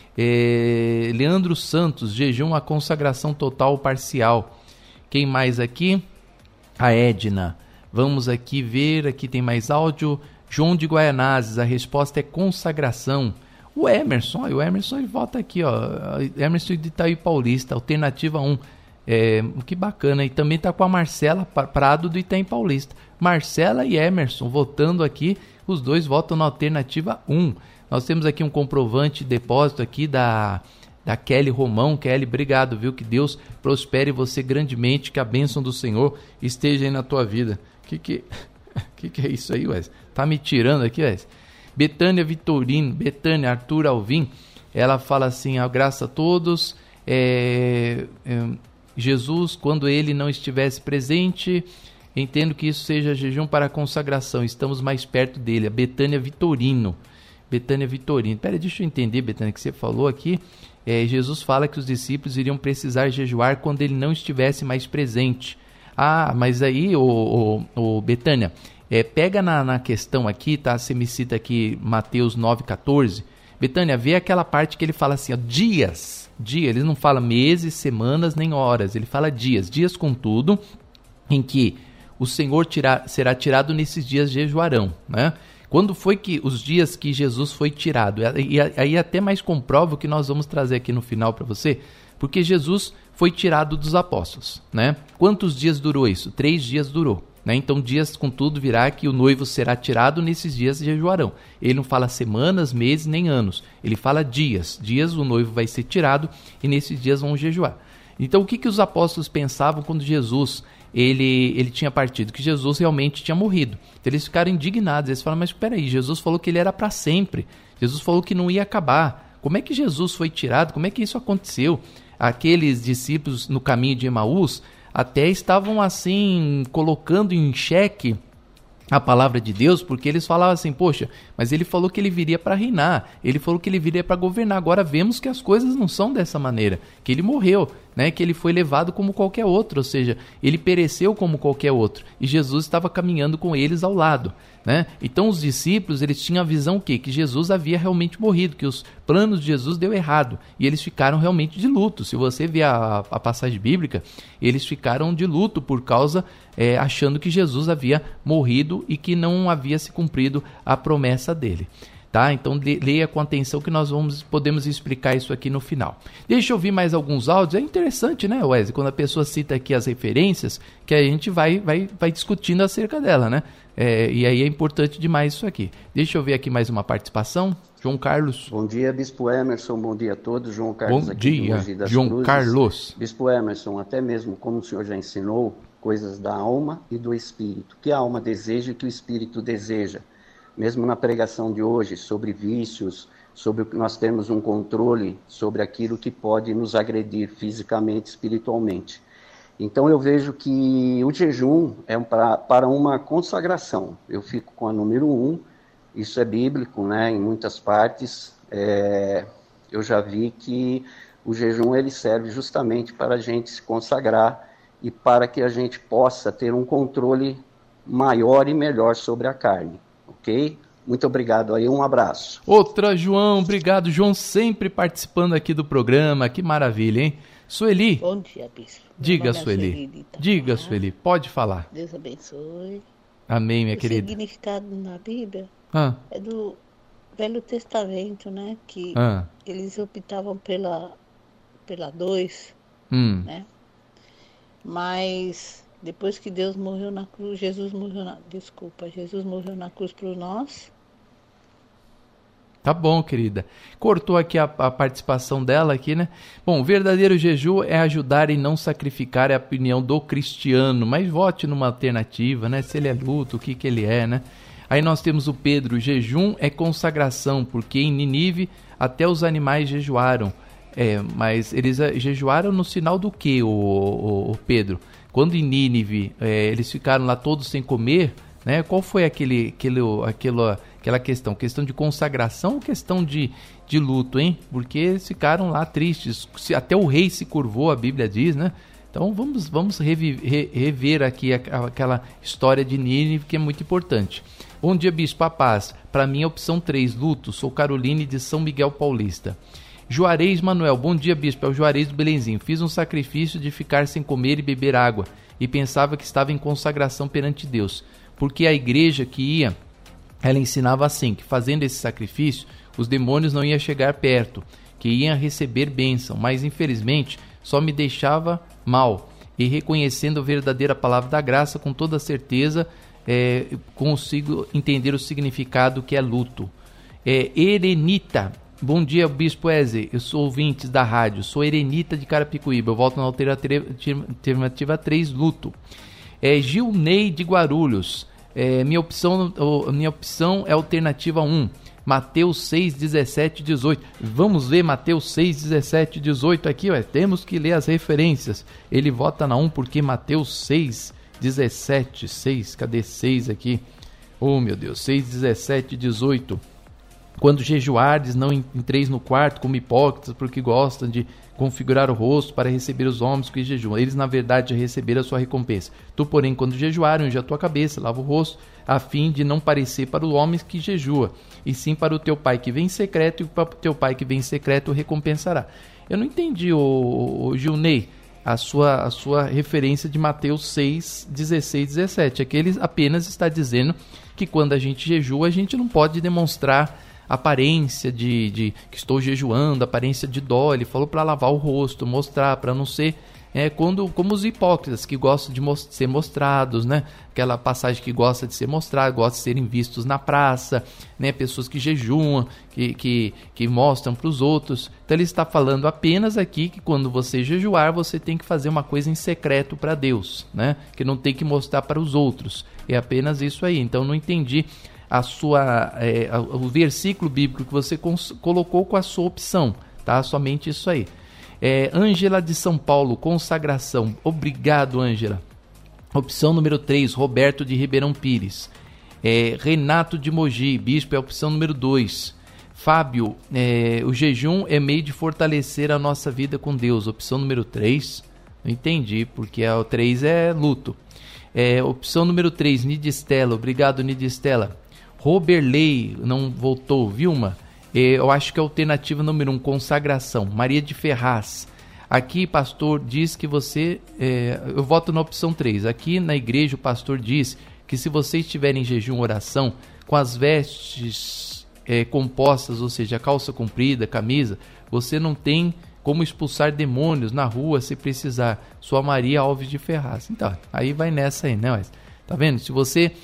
Leandro Santos, jejum, a consagração total ou parcial. Quem mais aqui? A Edna. Vamos aqui ver, aqui tem mais áudio. João de Guaianazes, a resposta é consagração. O Emerson ele vota aqui, ó. Emerson de Itaí Paulista, alternativa 1. Que bacana. E também está com a Marcela Prado do Itaim Paulista. Marcela e Emerson votando aqui, os dois votam na alternativa 1. Nós temos aqui um comprovante de depósito aqui da Kelly Romão. Kelly, obrigado, viu? Que Deus prospere você grandemente, que a bênção do Senhor esteja aí na tua vida. Que é isso aí, Wes? Tá me tirando aqui, Wes? Betânia Vitorino, Betânia Arthur Alvim, ela fala assim, graça a todos, Jesus, quando ele não estivesse presente, entendo que isso seja jejum para a consagração, estamos mais perto dele. A Betânia Vitorino. Betânia Vitorino. Peraí, deixa eu entender, Betânia, que você falou aqui. Jesus fala que os discípulos iriam precisar jejuar quando ele não estivesse mais presente. Ah, mas aí, Betânia, pega na questão aqui, tá? Você me cita aqui Mateus 9,14. Betânia, vê aquela parte que ele fala assim, ó, dias. Ele não fala meses, semanas, nem horas. Ele fala dias. Dias, contudo, em que o Senhor será tirado, nesses dias jejuarão, né? Quando foi que os dias que Jesus foi tirado? E aí até mais comprova o que nós vamos trazer aqui no final para você, porque Jesus foi tirado dos apóstolos, né? Quantos dias durou isso? 3 dias durou, né? Então dias, contudo, virá que o noivo será tirado, nesses dias jejuarão. Ele não fala semanas, meses, nem anos. Ele fala dias. Dias o noivo vai ser tirado e nesses dias vão jejuar. Então o que os apóstolos pensavam quando Jesus ele tinha partido? Que Jesus realmente tinha morrido. Então eles ficaram indignados. Eles falaram, mas espera aí, Jesus falou que ele era para sempre. Jesus falou que não ia acabar. Como é que Jesus foi tirado? Como é que isso aconteceu? Aqueles discípulos no caminho de Emaús até estavam assim colocando em xeque a palavra de Deus, porque eles falavam assim, poxa, mas ele falou que ele viria para reinar, ele falou que ele viria para governar, agora vemos que as coisas não são dessa maneira, que ele morreu, né, que ele foi levado como qualquer outro, ou seja, ele pereceu como qualquer outro, e Jesus estava caminhando com eles ao lado, né? Então os discípulos, eles tinham a visão que Jesus havia realmente morrido, que os planos de Jesus deu errado, e eles ficaram realmente de luto. Se você ver a passagem bíblica, eles ficaram de luto por causa, achando que Jesus havia morrido e que não havia se cumprido a promessa dele. Tá? Então leia com atenção que nós podemos explicar isso aqui no final. Deixa eu ouvir mais alguns áudios. É interessante, né, Wesley? Quando a pessoa cita aqui as referências, que a gente vai discutindo acerca dela, né? E aí é importante demais isso aqui. Deixa eu ver aqui mais uma participação. João Carlos. Bom dia, Bispo Emerson. Bom dia a todos. João Carlos Bom aqui dia, do Mogi das João Cruzes. Carlos. Bispo Emerson, até mesmo como o senhor já ensinou, coisas da alma e do espírito. Que a alma deseja e que o espírito deseja. Mesmo na pregação de hoje, sobre vícios, sobre nós temos um controle sobre aquilo que pode nos agredir fisicamente, espiritualmente. Então eu vejo que o jejum é para uma consagração. Eu fico com a número 1, isso é bíblico, né? Em muitas partes. Eu já vi que o jejum ele serve justamente para a gente se consagrar e para que a gente possa ter um controle maior e melhor sobre a carne. Ok? Muito obrigado aí, um abraço. Outra, João, obrigado. João sempre participando aqui do programa, que maravilha, hein? Sueli. Bom dia, bispo. Diga, Sueli. Diga, Sueli, pode falar. Deus abençoe. Amém, minha querida. O significado na Bíblia é do Velho Testamento, né? Que eles optavam pela 2, né? Mas depois que Deus morreu na cruz, Jesus morreu na cruz por nós. Tá bom, querida. Cortou aqui a participação dela aqui, né? Bom, o verdadeiro jejum é ajudar e não sacrificar, é a opinião do cristiano, mas vote numa alternativa, né? Se ele é luto, o que ele é, né? Aí nós temos o Pedro, jejum é consagração, porque em Ninive até os animais jejuaram. Mas eles jejuaram no sinal do quê, o Pedro? Quando em Nínive eles ficaram lá todos sem comer, né? Qual foi aquela questão? Questão de consagração ou questão de luto, hein? Porque eles ficaram lá tristes. Até o rei se curvou, a Bíblia diz, né? Então vamos rever aqui aquela história de Nínive, que é muito importante. Bom dia, Bispo, a paz. Para mim, opção 3, luto. Sou Caroline de São Miguel Paulista. Juarez Manuel, bom dia, Bispo, é o Juarez do Belenzinho. Fiz um sacrifício de ficar sem comer e beber água e pensava que estava em consagração perante Deus, porque a igreja que ia, ela ensinava assim, que fazendo esse sacrifício, os demônios não iam chegar perto, que iam receber bênção, mas infelizmente só me deixava mal. E reconhecendo a verdadeira palavra da graça, com toda certeza, consigo entender o significado que é luto. Erenita, bom dia, Bispo Wesley, eu sou ouvinte da rádio, sou Erenita de Carapicuíba, eu volto na alternativa 3, luto. Gilney de Guarulhos, minha opção é alternativa 1, Mateus 6, 17 e 18. Vamos ver Mateus 6, 17 e 18 aqui, temos que ler as referências. Ele vota na 1 porque Mateus 6, 17, 6, cadê 6 aqui? Oh meu Deus, 6, 17 e 18. Quando jejuardes, não entreis no quarto como hipócritas, porque gostam de configurar o rosto para receber os homens que jejuam. Eles, na verdade, já receberam a sua recompensa. Tu, porém, quando jejuaram, unge a tua cabeça, lava o rosto, a fim de não parecer para os homens que jejua, e sim para o teu pai que vem em secreto, e para o teu pai que vem em secreto o recompensará. Eu não entendi, o Gilney, a sua referência de Mateus 6, 16, 17. É que ele apenas está dizendo que quando a gente jejua, a gente não pode demonstrar aparência de que estou jejuando, aparência de dó. Ele falou para lavar o rosto, mostrar, para não ser como os hipócritas que gostam de ser mostrados, né? Aquela passagem que gosta de ser mostrada, gosta de serem vistos na praça, né? Pessoas que jejuam, que mostram para os outros. Então ele está falando apenas aqui que quando você jejuar, você tem que fazer uma coisa em secreto para Deus, né? Que não tem que mostrar para os outros. É apenas isso aí. Então não entendi o versículo bíblico que você colocou com a sua opção, tá? Somente isso aí. Ângela de São Paulo, consagração. Obrigado, Ângela. Opção número 3, Roberto de Ribeirão Pires. Renato de Mogi, bispo, é a opção número 2. Fábio, o jejum é meio de fortalecer a nossa vida com Deus. Opção número 3, não entendi, porque o 3 é luto. Opção número 3, Nidistela. Obrigado, Nidistela. Roberley, não voltou. Vilma, eu acho que é a alternativa número 1, consagração. Maria de Ferraz. Aqui, pastor, diz que você... eu voto na opção 3. Aqui na igreja, o pastor diz que se você estiver em jejum, oração, com as vestes compostas, ou seja, calça comprida, camisa, você não tem como expulsar demônios na rua se precisar. Sua Maria Alves de Ferraz. Então, aí vai nessa aí, né? Tá vendo? Se você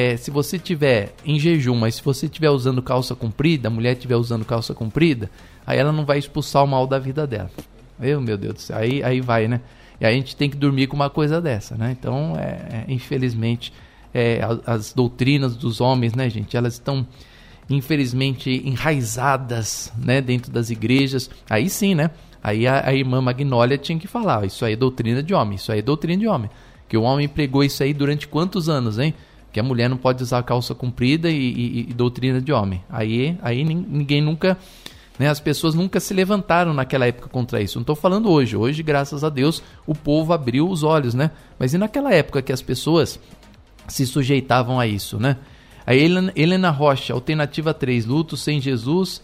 estiver em jejum, mas se você estiver usando calça comprida, a mulher estiver usando calça comprida, aí ela não vai expulsar o mal da vida dela. Meu Deus do céu, aí vai, né? E aí a gente tem que dormir com uma coisa dessa, né? Então, infelizmente, as doutrinas dos homens, né, gente? Elas estão, infelizmente, enraizadas, né, dentro das igrejas. Aí sim, né? Aí a irmã Magnólia tinha que falar, isso aí é doutrina de homem, isso aí é doutrina de homem. Que o homem pregou isso aí durante quantos anos, hein? Que a mulher não pode usar calça comprida e doutrina de homem. Aí ninguém nunca, né, as pessoas nunca se levantaram naquela época contra isso. Não estou falando hoje. Hoje, graças a Deus, o povo abriu os olhos, né? Mas e naquela época que as pessoas se sujeitavam a isso, né? A Helena Rocha, alternativa 3, luto sem Jesus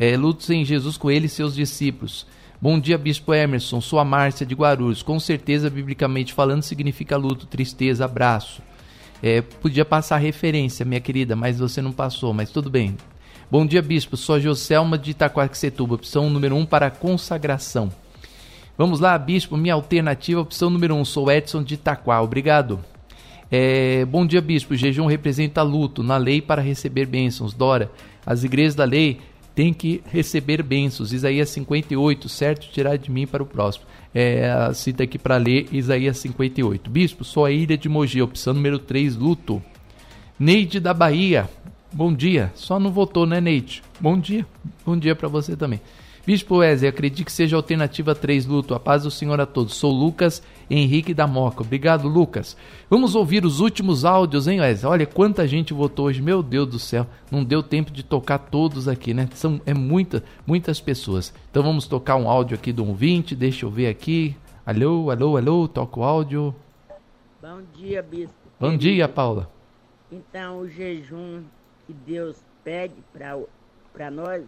com ele e seus discípulos. Bom dia, Bispo Emerson, sou a Márcia de Guarulhos. Com certeza, biblicamente falando, significa luto, tristeza, abraço. Podia passar referência, minha querida, mas você não passou, mas tudo bem. Bom dia, Bispo, sou a Joselma de Itaquaquecetuba, opção número 1 para consagração. Vamos lá, Bispo, minha alternativa, opção número 1, sou Edson de Itaquá, obrigado. Bom dia, Bispo, jejum representa luto, na lei para receber bênçãos. Dora, as igrejas da lei têm que receber bênçãos. Isaías 58, certo? Tirar de mim para o próximo. A cita aqui para ler Isaías 58. Bispo, sou a Ilha de Mogi, opção número 3, luto. Neide da Bahia, bom dia. Só não votou, né, Neide? Bom dia para você também. Bispo Wesley, acredito que seja a alternativa 3, luto. A paz do Senhor a todos. Sou Lucas Henrique da Moca. Obrigado, Lucas. Vamos ouvir os últimos áudios, hein, Wesley? Olha quanta gente votou hoje. Meu Deus do céu. Não deu tempo de tocar todos aqui, né? São muitas pessoas. Então vamos tocar um áudio aqui do ouvinte. Deixa eu ver aqui. Alô. Toca o áudio. Bom dia, Bispo. Bom dia, Paula. Então, o jejum que Deus pede para nós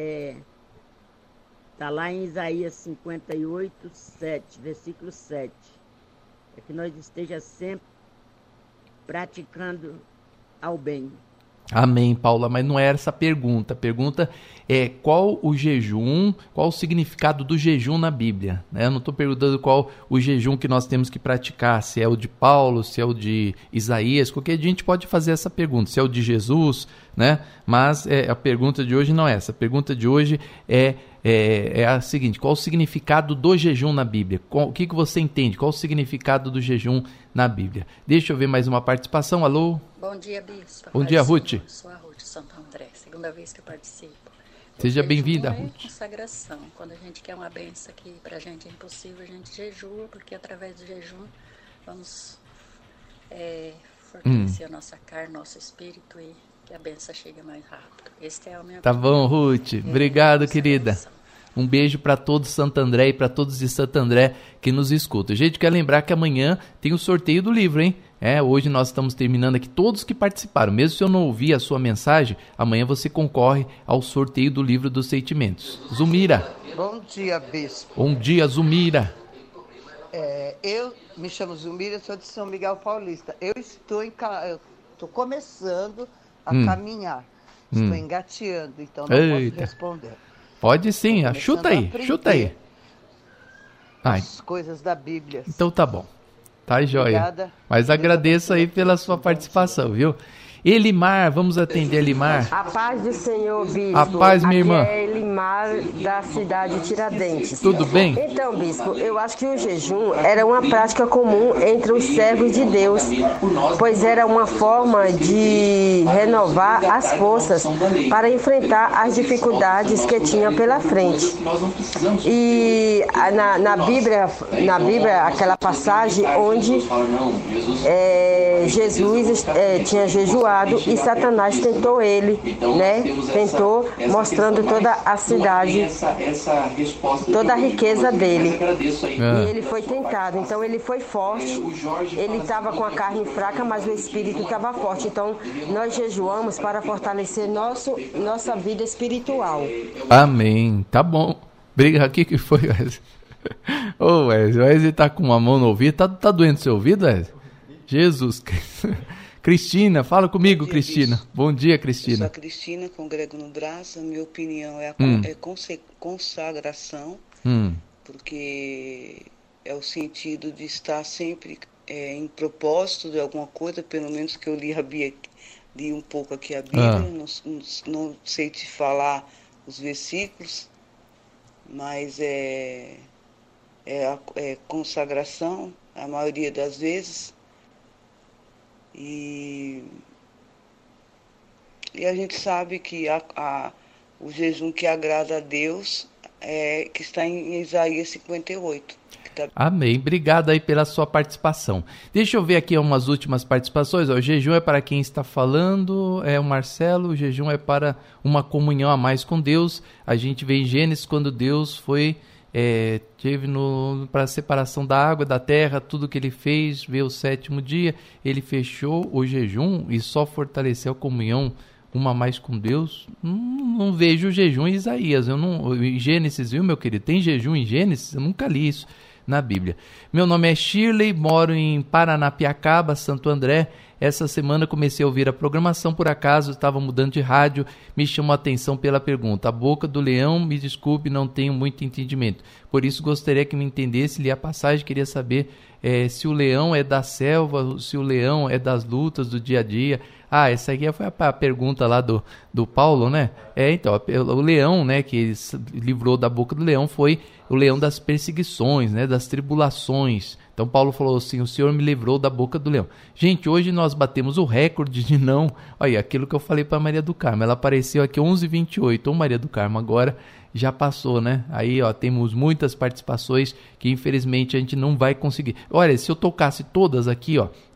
está lá em Isaías 58, 7, versículo 7. É que nós estejamos sempre praticando ao bem. Amém, Paula, mas não é essa a pergunta. A pergunta é qual o jejum, qual o significado do jejum na Bíblia, né? Eu não estou perguntando qual o jejum que nós temos que praticar, se é o de Paulo, se é o de Isaías, qualquer gente pode fazer essa pergunta, se é o de Jesus, né? Mas a pergunta de hoje não é essa. A pergunta de hoje é a seguinte: qual o significado do jejum na Bíblia? O que você entende? Qual o significado do jejum na Bíblia? Deixa eu ver mais uma participação. Alô? Bom dia, Bispo. Bom dia, Ruth. Sou a Ruth de Santo André, segunda vez que eu participo. Seja bem-vinda, Ruth. Consagração. Quando a gente quer uma benção que pra gente é impossível, a gente jejua, porque através do jejum vamos fortalecer a nossa carne, nosso espírito e que a benção chegue mais rápido. Esse é o meu. Tá bom, Ruth. Obrigado, querida. Um beijo para todos de Santo André e para todos de Santo André que nos escutam. Gente, quer lembrar que amanhã tem o sorteio do livro, hein? Hoje nós estamos terminando aqui, todos que participaram. Mesmo se eu não ouvir a sua mensagem, amanhã você concorre ao sorteio do livro dos sentimentos. Zumira. Bom dia, bispo. Bom dia, Zumira. Eu me chamo Zumira, sou de São Miguel Paulista. Eu estou começando a caminhar. Estou engateando, então não posso responder. Pode sim, chuta aí. As coisas da Bíblia. Então tá bom, tá joia. Obrigada. Mas agradeço aí pela sua participação, viu? Elimar, vamos atender Elimar. A paz do Senhor, bispo. A paz, minha irmã. Aqui é Elimar, da cidade de Tiradentes. Tudo bem? Então, bispo, eu acho que o jejum era uma prática comum entre os servos de Deus, pois era uma forma de renovar as forças para enfrentar as dificuldades que tinha pela frente. E na Bíblia, aquela passagem onde Jesus tinha jejuado e Satanás tentou ele, né? Tentou, mostrando toda a cidade, toda a riqueza dele. E ele foi tentado, então ele foi forte, ele estava com a carne fraca, mas o espírito estava forte. Então nós jejuamos para fortalecer nossa vida espiritual. Amém, tá bom. Briga aqui que foi, Wesley. Ô Wesley tá com uma mão no ouvido, tá doendo seu ouvido, Wesley? Jesus Cristo. Cristina, fala comigo, Cristina. Bom dia, Cristina. Eu sou a Cristina, congrego no braço. A minha opinião é consagração, porque é o sentido de estar sempre em propósito de alguma coisa, pelo menos que eu li um pouco aqui a Bíblia, não sei te falar os versículos, mas é consagração, a maioria das vezes. E a gente sabe que o jejum que agrada a Deus que está em Isaías 58. Amém. Obrigado aí pela sua participação. Deixa eu ver aqui umas últimas participações. O jejum é para quem está falando, o Marcelo. O jejum é para uma comunhão a mais com Deus. A gente vê em Gênesis quando Deus foi... teve para a separação da água, da terra, tudo que ele fez, veio o 7º dia, ele fechou o jejum e só fortaleceu a comunhão uma mais com Deus. Não vejo o jejum em Isaías, em Gênesis, viu, meu querido? Tem jejum em Gênesis? Eu nunca li isso na Bíblia. Meu nome é Shirley, moro em Paranapiacaba, Santo André. Essa semana comecei a ouvir a programação, por acaso estava mudando de rádio, me chamou a atenção pela pergunta. A boca do leão, me desculpe, não tenho muito entendimento. Por isso gostaria que me entendesse, li a passagem, queria saber se o leão é da selva, se o leão é das lutas do dia a dia. Essa aqui foi a pergunta lá do Paulo, né? Então, o leão, né, que ele livrou da boca do leão foi o leão das perseguições, né, das tribulações. Então Paulo falou assim, o Senhor me livrou da boca do leão. Gente, hoje nós batemos o recorde de não... Olha, aquilo que eu falei para Maria do Carmo, ela apareceu aqui 11h28. Ô Maria do Carmo, agora já passou, né? Aí, temos muitas participações que infelizmente a gente não vai conseguir. Olha, se eu tocasse todas aqui,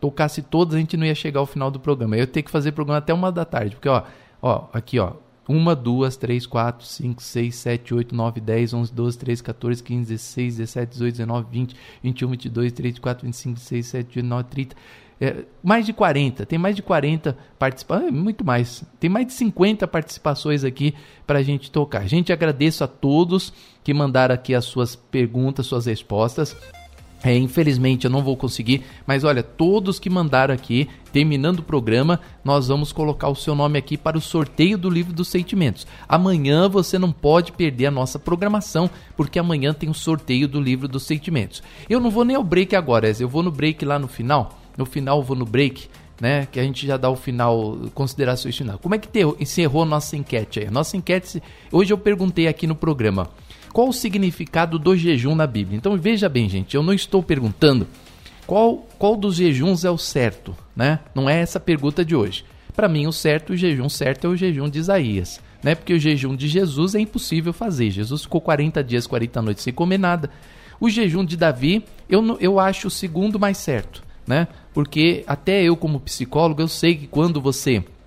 a gente não ia chegar ao final do programa. Eu ia ter que fazer programa até 1h da tarde, porque, aqui, 1, 2, 3, 4, 5, 6, 7, 8, 9, 10, 11, 12, 13, 14, 15, 16, 17, 18, 19, 20, 21, 22, 23, 24, 25, 26, 27, 29, 30... mais de 40, tem mais de 40 participantes, muito mais, tem mais de 50 participações aqui para a gente tocar. Gente, agradeço a todos que mandaram aqui as suas perguntas, suas respostas. Infelizmente eu não vou conseguir, mas olha, todos que mandaram aqui, terminando o programa, nós vamos colocar o seu nome aqui para o sorteio do livro dos sentimentos. Amanhã você não pode perder a nossa programação, porque amanhã tem o sorteio do livro dos sentimentos. Eu não vou nem ao break agora, eu vou no break lá no final eu vou no break, né, que a gente já dá o final, considerações final. Como é que encerrou a nossa enquete aí? Nossa enquete, hoje eu perguntei aqui no programa, qual o significado do jejum na Bíblia? Então veja bem, gente, eu não estou perguntando qual dos jejuns é o certo, né? Não é essa a pergunta de hoje. Para mim o jejum certo é o jejum de Isaías, né? Porque o jejum de Jesus é impossível fazer. Jesus ficou 40 dias, 40 noites sem comer nada. O jejum de Davi, eu acho o segundo mais certo, né? Porque até eu como psicólogo, eu sei que quando você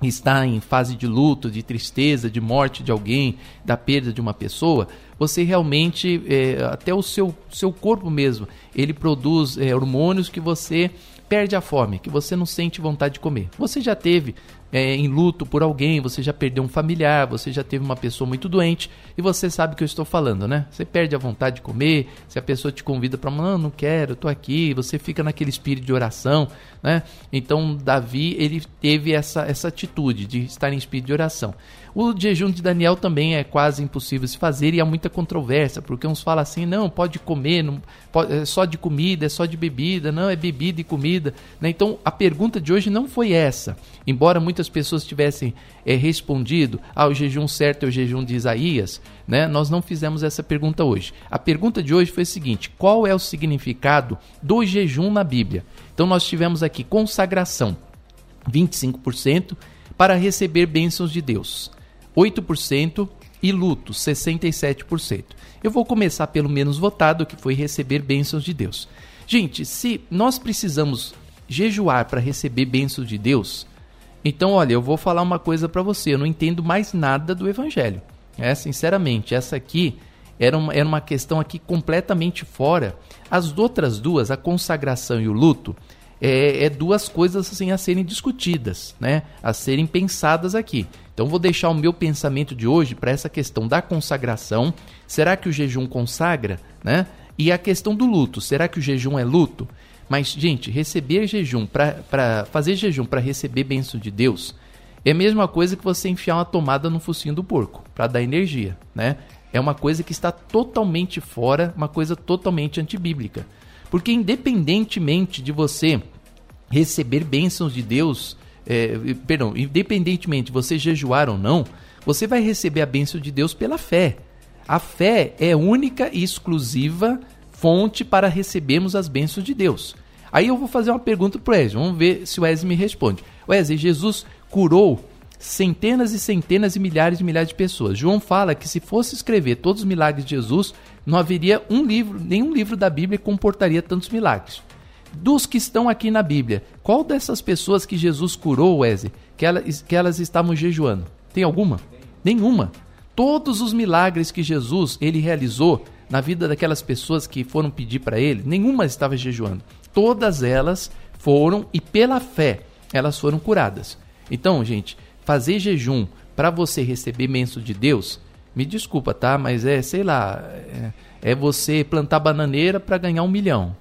está em fase de luto, de tristeza, de morte de alguém, da perda de uma pessoa, você realmente, até o seu corpo mesmo, ele produz hormônios que você perde a fome, que você não sente vontade de comer. Você já teve em luto por alguém, você já perdeu um familiar, você já teve uma pessoa muito doente e você sabe o que eu estou falando, né? Você perde a vontade de comer, se a pessoa te convida para, não quero, eu tô aqui, você fica naquele espírito de oração, né? Então Davi, ele teve essa atitude de estar em espírito de oração. O jejum de Daniel também é quase impossível se fazer e há muita controvérsia, porque uns falam assim, não, pode comer, não pode, é só de comida, é só de bebida, não, é bebida e comida, né? Então a pergunta de hoje não foi essa, embora muitas pessoas tivessem respondido, o jejum certo é o jejum de Isaías, né? Nós não fizemos essa pergunta hoje. A pergunta de hoje foi a seguinte, qual é o significado do jejum na Bíblia? Então nós tivemos aqui consagração, 25%, para receber bênçãos de Deus, 8% e luto, 67%. Eu vou começar pelo menos votado, que foi receber bênçãos de Deus. Gente, se nós precisamos jejuar para receber bênçãos de Deus, então olha, eu vou falar uma coisa para você, eu não entendo mais nada do Evangelho. Sinceramente, essa aqui era uma questão aqui completamente fora. As outras duas, a consagração e o luto, duas coisas assim a serem discutidas, né? A serem pensadas aqui. Então vou deixar o meu pensamento de hoje para essa questão da consagração. Será que o jejum consagra, né? E a questão do luto, será que o jejum é luto? Mas, gente, receber jejum, fazer jejum para receber bênção de Deus, é a mesma coisa que você enfiar uma tomada no focinho do porco, para dar energia, né? É uma coisa que está totalmente fora, uma coisa totalmente antibíblica. Porque independentemente de você receber bênçãos de Deus, independentemente de você jejuar ou não, você vai receber a bênção de Deus pela fé. A fé é única e exclusiva fonte para recebermos as bênçãos de Deus. Aí eu vou fazer uma pergunta para o Wesley, vamos ver se o Wesley me responde. Wesley, Jesus curou centenas e centenas e milhares de pessoas. João fala que se fosse escrever todos os milagres de Jesus, não haveria nenhum livro da Bíblia que comportaria tantos milagres. Dos que estão aqui na Bíblia, qual dessas pessoas que Jesus curou, Wesley, que elas estavam jejuando? Tem alguma? Nenhuma. Todos os milagres que Jesus ele realizou na vida daquelas pessoas que foram pedir para ele, nenhuma estava jejuando. Todas elas foram, e pela fé, elas foram curadas. Então, gente, fazer jejum para você receber bênção de Deus, me desculpa, tá? Mas é você plantar bananeira para ganhar 1 milhão.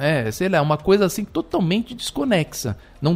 Uma coisa assim totalmente desconexa. Não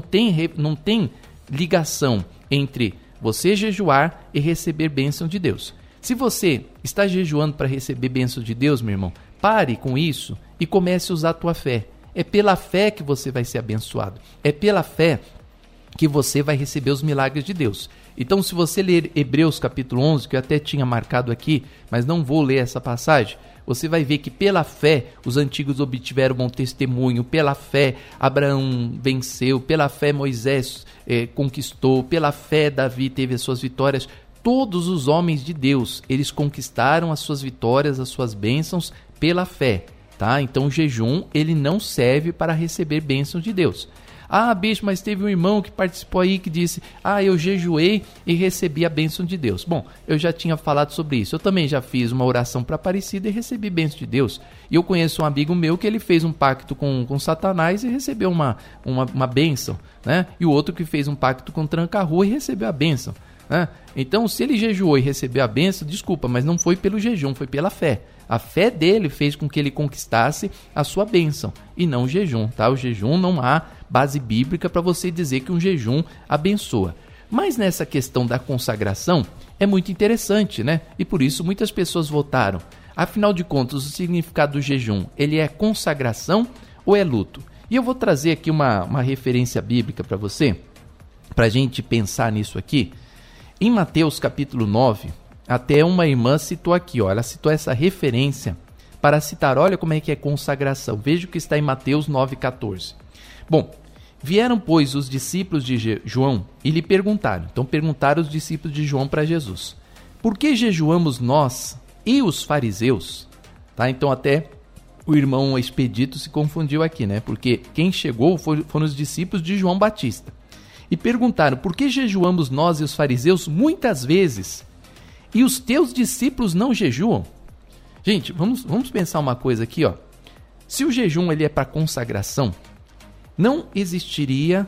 tem ligação entre você jejuar e receber bênção de Deus. Se você está jejuando para receber bênção de Deus, meu irmão, pare com isso e comece a usar a tua fé. É pela fé que você vai ser abençoado. É pela fé que você vai receber os milagres de Deus. Então, se você ler Hebreus capítulo 11, que eu até tinha marcado aqui, mas não vou ler essa passagem, você vai ver que pela fé os antigos obtiveram bom testemunho, pela fé Abraão venceu, pela fé Moisés conquistou, pela fé Davi teve as suas vitórias. Todos os homens de Deus, eles conquistaram as suas vitórias, as suas bênçãos pela fé, tá? Então o jejum, ele não serve para receber bênçãos de Deus. Bicho, mas teve um irmão que participou aí que disse, eu jejuei e recebi a bênção de Deus. Bom, eu já tinha falado sobre isso. Eu também já fiz uma oração para Aparecida e recebi bênção de Deus. E eu conheço um amigo meu que ele fez um pacto com Satanás e recebeu uma bênção, né? E o outro que fez um pacto com Tranca-Rua e recebeu a bênção. Então, se ele jejuou e recebeu a bênção, desculpa, mas não foi pelo jejum, foi pela fé. A fé dele fez com que ele conquistasse a sua bênção e não o jejum, tá? O jejum não há base bíblica para você dizer que um jejum abençoa. Mas nessa questão da consagração é muito interessante, né? E por isso muitas pessoas votaram. Afinal de contas, o significado do jejum, ele é consagração ou é luto? E eu vou trazer aqui uma referência bíblica para você, para a gente pensar nisso aqui. Em Mateus capítulo 9, até uma irmã citou aqui, ela citou essa referência para citar, olha como é que é consagração. Veja o que está em Mateus 9,14. Bom, vieram, pois, os discípulos de João e lhe perguntaram. Então perguntaram os discípulos de João para Jesus. Por que jejuamos nós e os fariseus? Tá? Então até o irmão Expedito se confundiu aqui, né? Porque quem chegou foram os discípulos de João Batista. E perguntaram: por que jejuamos nós e os fariseus muitas vezes, e os teus discípulos não jejuam? Gente, vamos pensar uma coisa aqui, ó. Se o jejum ele é para consagração, não existiriam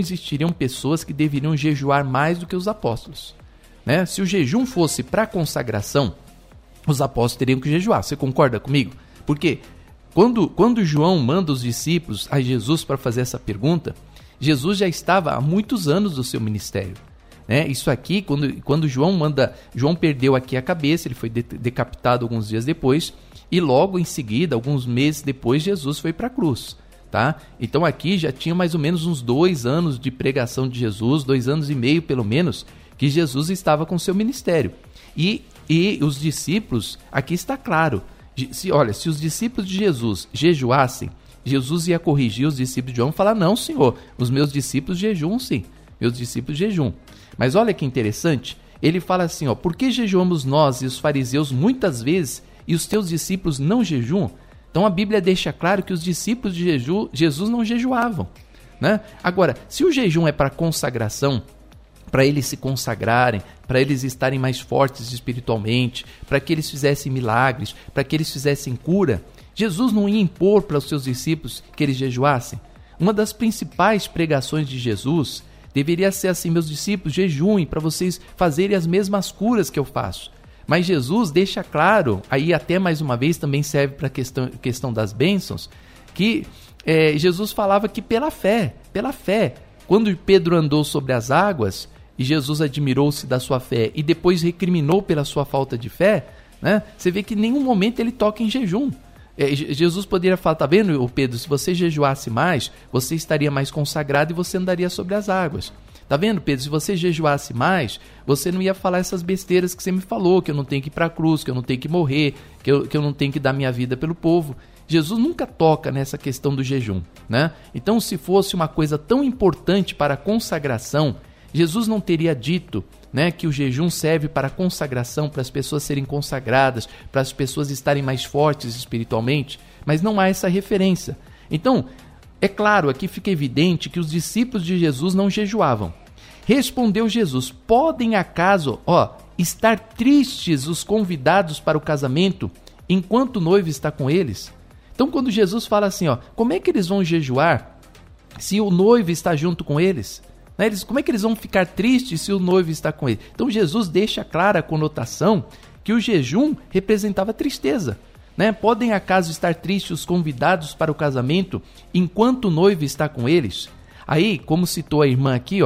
pessoas que deveriam jejuar mais do que os apóstolos, né? Se o jejum fosse para consagração, os apóstolos teriam que jejuar. Você concorda comigo? Porque quando João manda os discípulos a Jesus para fazer essa pergunta, Jesus já estava há muitos anos do seu ministério, né? Isso aqui, quando João perdeu aqui a cabeça, ele foi decapitado alguns dias depois, e logo em seguida, alguns meses depois, Jesus foi para a cruz, tá? Então aqui já tinha mais ou menos uns 2 anos de pregação de Jesus, 2 anos e meio pelo menos, que Jesus estava com seu ministério. E os discípulos, aqui está claro, se os discípulos de Jesus jejuassem, Jesus ia corrigir os discípulos de João e falar: não, Senhor, os meus discípulos jejuam sim, meus discípulos jejuam. Mas olha que interessante, ele fala assim, ó: por que jejuamos nós e os fariseus muitas vezes e os teus discípulos não jejuam? Então a Bíblia deixa claro que os discípulos de Jesus não jejuavam, né? Agora, se o jejum é para consagração, para eles se consagrarem, para eles estarem mais fortes espiritualmente, para que eles fizessem milagres, para que eles fizessem cura, Jesus não ia impor para os seus discípulos que eles jejuassem? Uma das principais pregações de Jesus deveria ser assim: meus discípulos, jejuem para vocês fazerem as mesmas curas que eu faço. Mas Jesus deixa claro, aí até mais uma vez também serve para a questão das bênçãos, que Jesus falava que pela fé, quando Pedro andou sobre as águas e Jesus admirou-se da sua fé e depois recriminou pela sua falta de fé, né? Você vê que em nenhum momento ele toca em jejum. Jesus poderia falar: tá vendo, Pedro, se você jejuasse mais, você estaria mais consagrado e você andaria sobre as águas. Tá vendo, Pedro, se você jejuasse mais, você não ia falar essas besteiras que você me falou, que eu não tenho que ir para a cruz, que eu não tenho que morrer, que eu não tenho que dar minha vida pelo povo. Jesus nunca toca nessa questão do jejum, né? Então, se fosse uma coisa tão importante para a consagração, Jesus não teria dito, né, que o jejum serve para a consagração, para as pessoas serem consagradas, para as pessoas estarem mais fortes espiritualmente, mas não há essa referência. Então, é claro, aqui fica evidente que os discípulos de Jesus não jejuavam. Respondeu Jesus: podem acaso, estar tristes os convidados para o casamento, enquanto o noivo está com eles? Então, quando Jesus fala assim, como é que eles vão jejuar se o noivo está junto com eles? Como é que eles vão ficar tristes se o noivo está com eles? Então, Jesus deixa clara a conotação que o jejum representava tristeza, né? Podem acaso estar tristes os convidados para o casamento enquanto o noivo está com eles? Aí, como citou a irmã aqui,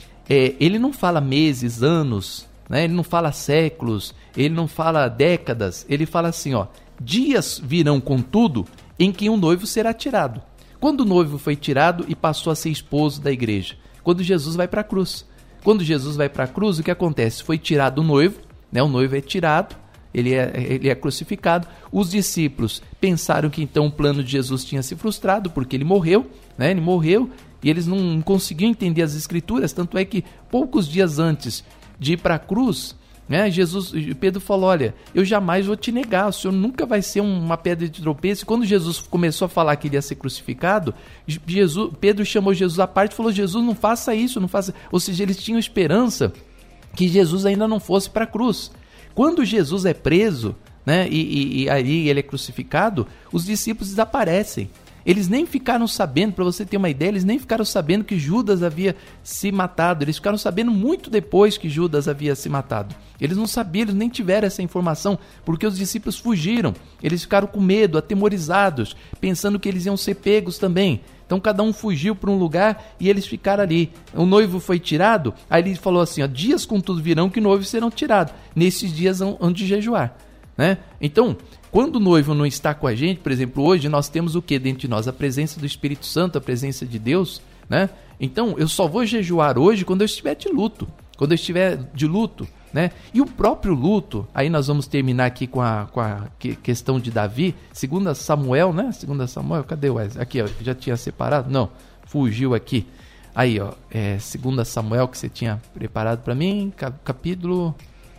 ele não fala meses, anos, né? Ele não fala séculos, ele não fala décadas, ele fala assim, dias virão, contudo, em que um noivo será tirado. Quando o noivo foi tirado e passou a ser esposo da igreja? Quando Jesus vai para a cruz. Quando Jesus vai para a cruz, o que acontece? Foi tirado o noivo, né? O noivo é tirado, ele é crucificado. Os discípulos pensaram que então o plano de Jesus tinha se frustrado, porque ele morreu, né? Ele morreu e eles não conseguiam entender as escrituras, tanto é que poucos dias antes de ir para a cruz, né, Pedro falou: olha, eu jamais vou te negar, o senhor nunca vai ser uma pedra de tropeço. E quando Jesus começou a falar que ele ia ser crucificado, Pedro chamou Jesus à parte e falou: Jesus, não faça isso, não faça. Ou seja, eles tinham esperança que Jesus ainda não fosse para a cruz. Quando Jesus é preso, né, e aí ele é crucificado, os discípulos desaparecem. Eles nem ficaram sabendo, para você ter uma ideia, eles nem ficaram sabendo que Judas havia se matado. Eles ficaram sabendo muito depois que Judas havia se matado. Eles não sabiam, eles nem tiveram essa informação, porque os discípulos fugiram. Eles ficaram com medo, atemorizados, pensando que eles iam ser pegos também. Então cada um fugiu para um lugar e eles ficaram ali. O noivo foi tirado, aí ele falou assim, dias contudo virão que noivos serão tirados. Nesses dias hão de jejuar, né? Então, quando o noivo não está com a gente, por exemplo, hoje nós temos o que dentro de nós? A presença do Espírito Santo, a presença de Deus, né? Então, eu só vou jejuar hoje quando eu estiver de luto. Quando eu estiver de luto, né? E o próprio luto, aí nós vamos terminar aqui com a questão de Davi, 2 Samuel, né? 2 Samuel, cadê o Wesley? Aqui, já tinha separado? Não, fugiu aqui. Aí, 2 Samuel que você tinha preparado para mim, capítulo...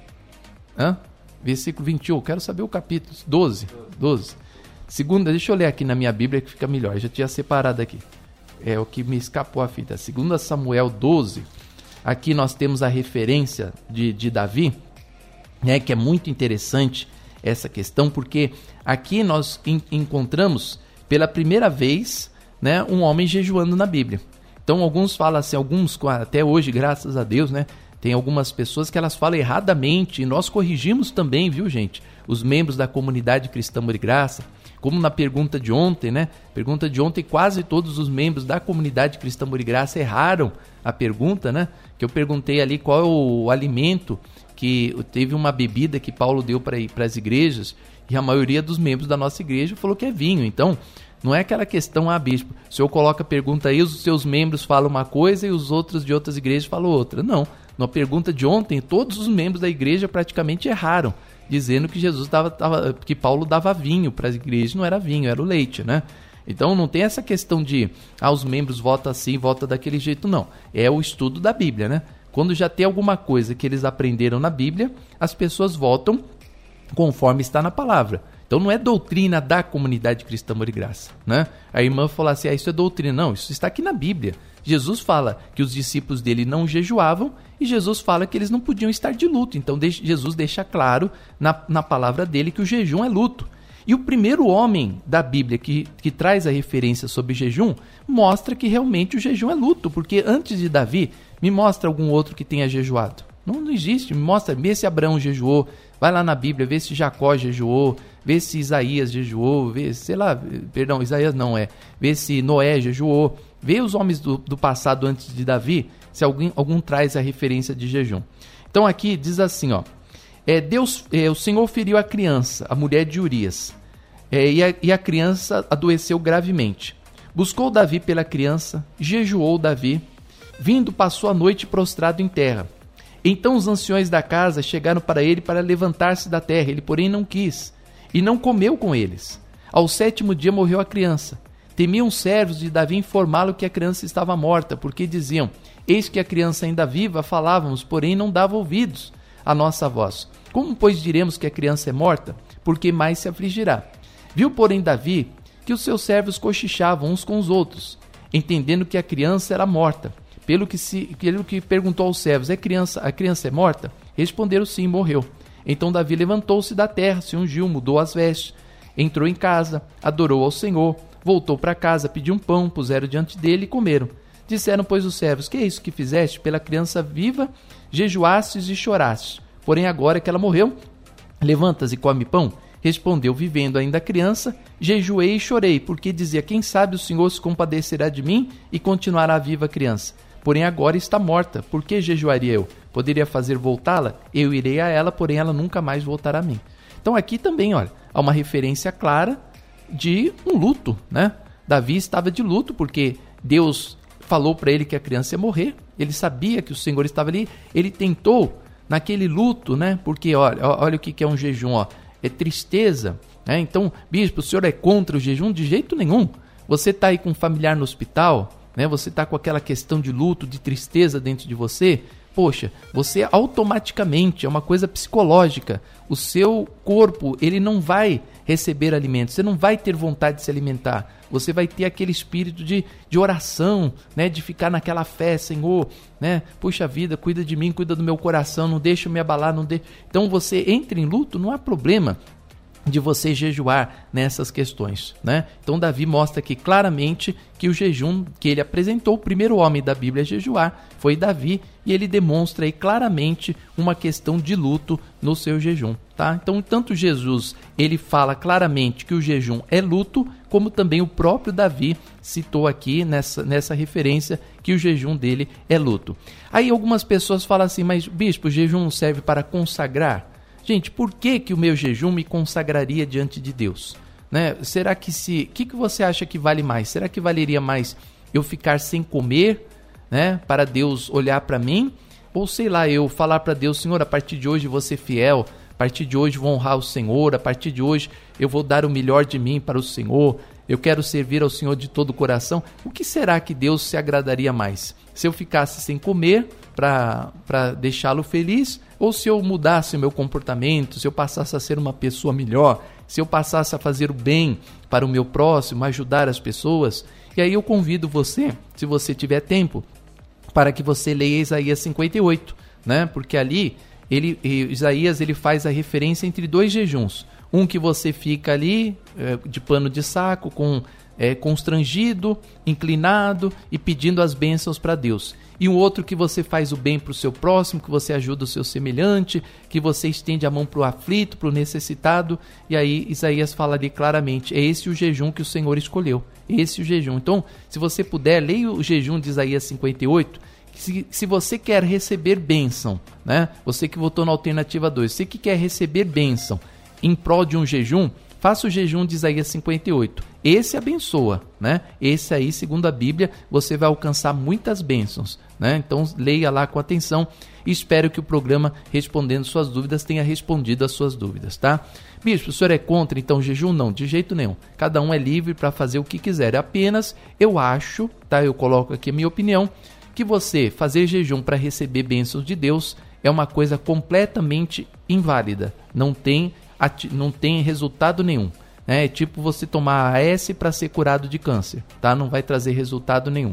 Versículo 21, quero saber o capítulo, 12. Segunda, deixa eu ler aqui na minha Bíblia que fica melhor, eu já tinha separado aqui. é o que me escapou a fita. 2 Samuel 12, aqui nós temos a referência de Davi, né, que é muito interessante essa questão, porque aqui nós encontramos pela primeira vez, né, um homem jejuando na Bíblia. Então alguns falam assim, alguns até hoje, graças a Deus, né, tem algumas pessoas que elas falam erradamente, e nós corrigimos também, viu, gente? Os membros da comunidade cristã Amor e Graça, como na pergunta de ontem, né? Pergunta de ontem, quase todos os membros da comunidade cristã Amor e Graça erraram a pergunta, né? Que eu perguntei ali qual é o alimento que teve uma bebida que Paulo deu para as igrejas, e a maioria dos membros da nossa igreja falou que é vinho. Então, não é aquela questão, bispo, o senhor coloca a pergunta aí, os seus membros falam uma coisa e os outros de outras igrejas falam outra. Não, na pergunta de ontem, todos os membros da igreja praticamente erraram, dizendo que que Paulo dava vinho para as igrejas, não era vinho, era o leite, né? Então não tem essa questão de, os membros votam assim, votam daquele jeito, não. É o estudo da Bíblia, né? Quando já tem alguma coisa que eles aprenderam na Bíblia, as pessoas votam conforme está na palavra. Então não é doutrina da comunidade cristã Amor e Graça, né? A irmã falou assim, isso é doutrina. Não, isso está aqui na Bíblia. Jesus fala que os discípulos dele não jejuavam e Jesus fala que eles não podiam estar de luto. Então Jesus deixa claro na palavra dele que o jejum é luto. E o primeiro homem da Bíblia que traz a referência sobre jejum mostra que realmente o jejum é luto, porque antes de Davi, me mostra algum outro que tenha jejuado. Não existe, me mostra, vê se Abraão jejuou, vai lá na Bíblia, vê se Jacó jejuou, vê se Isaías jejuou, vê, Isaías não vê se Noé jejuou, vê os homens do passado antes de Davi, se algum traz a referência de jejum. Então aqui diz assim, o Senhor feriu a criança, a mulher de Urias, e a criança adoeceu gravemente. Buscou Davi pela criança, jejuou Davi, vindo passou a noite prostrado em terra. Então os anciões da casa chegaram para ele para levantar-se da terra, ele porém não quis, e não comeu com eles. Ao 7º dia morreu a criança. Temiam os servos de Davi informá-lo que a criança estava morta, porque diziam, eis que a criança ainda viva, falávamos, porém não dava ouvidos à nossa voz. Como, pois, diremos que a criança é morta? Porque mais se afligirá. Viu, porém, Davi que os seus servos cochichavam uns com os outros, entendendo que a criança era morta. Pelo que perguntou aos servos, a criança é morta? Responderam sim, morreu. Então Davi levantou-se da terra, se ungiu, mudou as vestes, entrou em casa, adorou ao Senhor, voltou para casa, pediu um pão, puseram diante dele e comeram. Disseram, pois, os servos, que é isso que fizeste? Pela criança viva, jejuastes e chorastes. Porém, agora que ela morreu, levantas e come pão? Respondeu, vivendo ainda a criança, jejuei e chorei, porque dizia, quem sabe o Senhor se compadecerá de mim e continuará viva a criança. Porém, agora está morta, por que jejuaria eu? Poderia fazer voltá-la? Eu irei a ela, porém ela nunca mais voltará a mim. Então aqui também, olha, há uma referência clara de um luto, né? Davi estava de luto porque Deus falou para ele que a criança ia morrer, ele sabia que o Senhor estava ali, ele tentou naquele luto, né? Porque olha o que é um jejum, é tristeza, né? Então, bispo, o senhor é contra o jejum? De jeito nenhum. Você está aí com um familiar no hospital, né? Você está com aquela questão de luto, de tristeza dentro de você, poxa, você automaticamente, é uma coisa psicológica, o seu corpo, ele não vai receber alimento, você não vai ter vontade de se alimentar, você vai ter aquele espírito de oração, né, de ficar naquela fé, Senhor, né, puxa vida, cuida de mim, cuida do meu coração, não deixa eu me abalar, Então você entra em luto, não há problema de você jejuar nessas questões, né? Então Davi mostra aqui claramente que o jejum que ele apresentou, o primeiro homem da Bíblia a jejuar foi Davi, e ele demonstra aí claramente uma questão de luto no seu jejum, tá? Então tanto Jesus, ele fala claramente que o jejum é luto, como também o próprio Davi citou aqui nessa referência que o jejum dele é luto. Aí algumas pessoas falam assim, mas bispo, o jejum serve para consagrar? Gente, por que o meu jejum me consagraria diante de Deus? Né? Será que o que você acha que vale mais? Será que valeria mais eu ficar sem comer, né, para Deus olhar para mim? Ou sei lá, eu falar para Deus, Senhor, a partir de hoje vou ser fiel, a partir de hoje vou honrar o Senhor, a partir de hoje eu vou dar o melhor de mim para o Senhor, eu quero servir ao Senhor de todo o coração. O que será que Deus se agradaria mais? Se eu ficasse sem comer para deixá-lo feliz, ou se eu mudasse o meu comportamento, se eu passasse a ser uma pessoa melhor, se eu passasse a fazer o bem para o meu próximo, ajudar as pessoas? E aí eu convido você, se você tiver tempo, para que você leia Isaías 58, né? Porque ali, Isaías ele faz a referência entre 2 jejuns. Um que você fica ali de pano de saco, constrangido, inclinado e pedindo as bênçãos para Deus. E um outro que você faz o bem para o seu próximo, que você ajuda o seu semelhante, que você estende a mão para o aflito, para o necessitado. E aí Isaías fala ali claramente, é esse o jejum que o Senhor escolheu. Esse o jejum. Então, se você puder, leia o jejum de Isaías 58, se você quer receber bênção, né? Você que votou na alternativa 2, você que quer receber bênção em prol de um jejum, faça o jejum de Isaías 58. Esse abençoa, né? Esse aí, segundo a Bíblia, você vai alcançar muitas bênçãos, né? Então, leia lá com atenção e espero que o programa, respondendo suas dúvidas, tenha respondido as suas dúvidas, tá? Bispo, o senhor é contra, então, jejum? Não, de jeito nenhum. Cada um é livre para fazer o que quiser. Apenas, eu acho, tá? Eu coloco aqui a minha opinião, que você fazer jejum para receber bênçãos de Deus é uma coisa completamente inválida. Não tem resultado nenhum. É tipo você tomar AS para ser curado de câncer, tá? Não vai trazer resultado nenhum.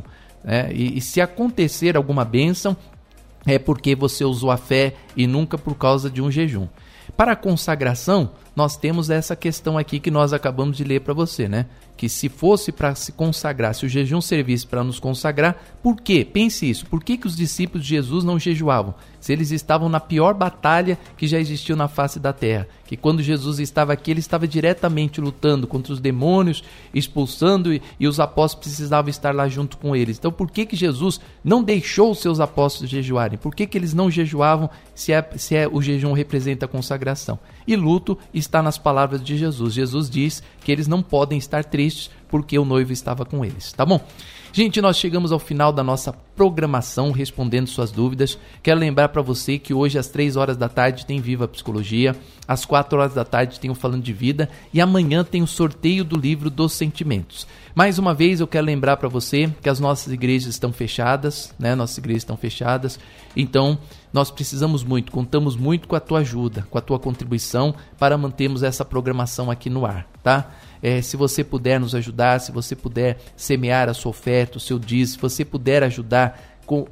E se acontecer alguma bênção, é porque você usou a fé e nunca por causa de um jejum. Para a consagração, nós temos essa questão aqui que nós acabamos de ler para você, né? Que se fosse para se consagrar, se o jejum servisse para nos consagrar, por quê? Pense isso. Por que os discípulos de Jesus não jejuavam? Se eles estavam na pior batalha que já existiu na face da terra. Que quando Jesus estava aqui, ele estava diretamente lutando contra os demônios, expulsando, e os apóstolos precisavam estar lá junto com eles. Então por que Jesus não deixou os seus apóstolos jejuarem? Por que eles não jejuavam se o jejum representa a consagração? E luto está nas palavras de Jesus. Jesus diz que eles não podem estar tristes porque o noivo estava com eles, tá bom? Gente, nós chegamos ao final da nossa programação, respondendo suas dúvidas. Quero lembrar para você que hoje às 3 horas da tarde tem Viva Psicologia, às 4 horas da tarde tem o Falando de Vida e amanhã tem o sorteio do livro dos Sentimentos. Mais uma vez eu quero lembrar para você que as nossas igrejas estão fechadas, né? Nossas igrejas estão fechadas, então nós precisamos muito, contamos muito com a tua ajuda, com a tua contribuição para mantermos essa programação aqui no ar, tá? Se você puder nos ajudar, se você puder semear a sua oferta, o seu dízimo, se você puder ajudar com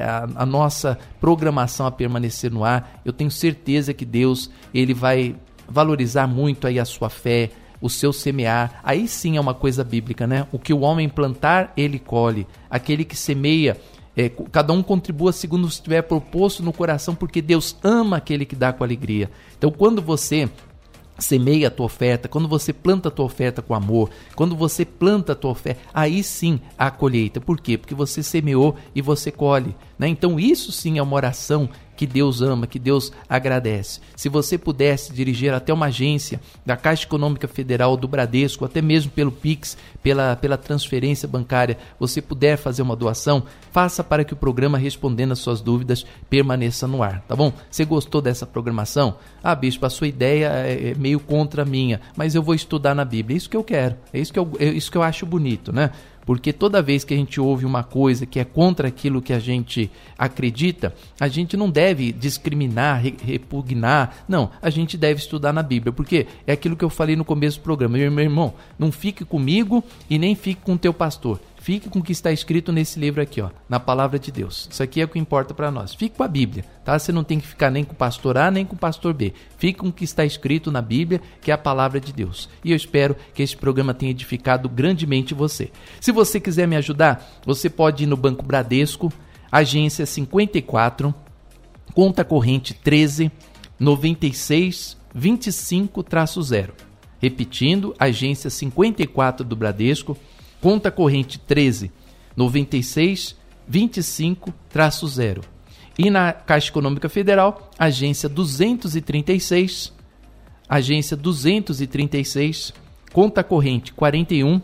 a nossa programação a permanecer no ar, eu tenho certeza que Deus ele vai valorizar muito aí a sua fé, o seu semear. Aí sim é uma coisa bíblica, né? O que o homem plantar, ele colhe. Aquele que semeia, cada um contribua segundo estiver proposto no coração, porque Deus ama aquele que dá com alegria. Então quando você semeia a tua oferta, quando você planta a tua oferta com amor, quando você planta a tua oferta, aí sim há colheita. Por quê? Porque você semeou e você colhe, né? Então isso sim é uma oração que Deus ama, que Deus agradece. Se você pudesse dirigir até uma agência da Caixa Econômica Federal, do Bradesco, até mesmo pelo Pix, pela transferência bancária, você puder fazer uma doação, faça para que o programa, respondendo as suas dúvidas, permaneça no ar, tá bom? Você gostou dessa programação? Ah, bispo, a sua ideia é meio contra a minha, mas eu vou estudar na Bíblia. É isso que eu quero, é isso que eu acho bonito, né? Porque toda vez que a gente ouve uma coisa que é contra aquilo que a gente acredita, a gente não deve discriminar, repugnar. Não, a gente deve estudar na Bíblia. Porque é aquilo que eu falei no começo do programa. Meu irmão, não fique comigo e nem fique com o teu pastor. Fique com o que está escrito nesse livro aqui, ó, na palavra de Deus. Isso aqui é o que importa para nós. Fique com a Bíblia, tá? Você não tem que ficar nem com o pastor A, nem com o pastor B. Fique com o que está escrito na Bíblia, que é a palavra de Deus. E eu espero que esse programa tenha edificado grandemente você. Se você quiser me ajudar, você pode ir no Banco Bradesco, agência 54, conta corrente 13 96 25-0. Repetindo, agência 54 do Bradesco, conta corrente 13 96 25-0. E na Caixa Econômica Federal, agência 236, conta corrente 41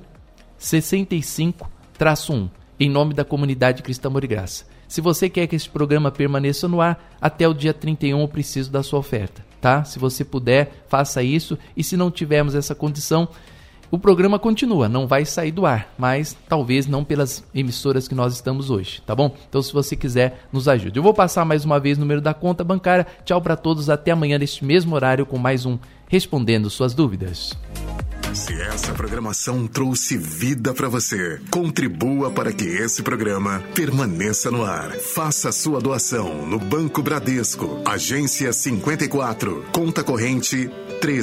65-1, em nome da comunidade Cristã Amor e Graça. Se você quer que esse programa permaneça no ar, até o dia 31 eu preciso da sua oferta, tá? Se você puder, faça isso, e se não tivermos essa condição, o programa continua, não vai sair do ar, mas talvez não pelas emissoras que nós estamos hoje, tá bom? Então, se você quiser, nos ajude. Eu vou passar mais uma vez o número da conta bancária. Tchau para todos, até amanhã neste mesmo horário com mais um Respondendo Suas Dúvidas. Se essa programação trouxe vida para você, contribua para que esse programa permaneça no ar. Faça a sua doação no Banco Bradesco, agência 54, conta corrente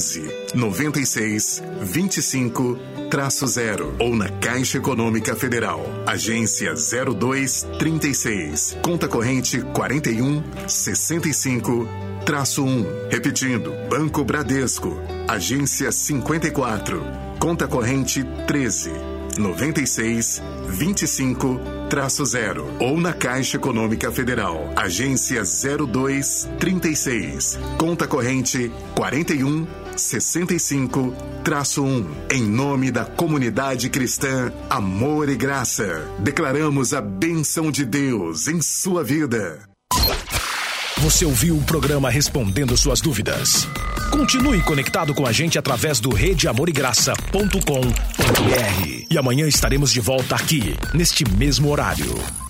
13-96-25-0 ou na Caixa Econômica Federal, agência 0236, conta corrente 41-65-1. Repetindo, Banco Bradesco, agência 54, conta corrente 13-96-25-0 ou na Caixa Econômica Federal, agência 0236, conta corrente 41-65-1. Em nome da comunidade cristã Amor e Graça, declaramos a bênção de Deus em sua vida. Você ouviu o programa Respondendo Suas Dúvidas? Continue conectado com a gente através do redeamorigraça.com.br. E amanhã estaremos de volta aqui, neste mesmo horário.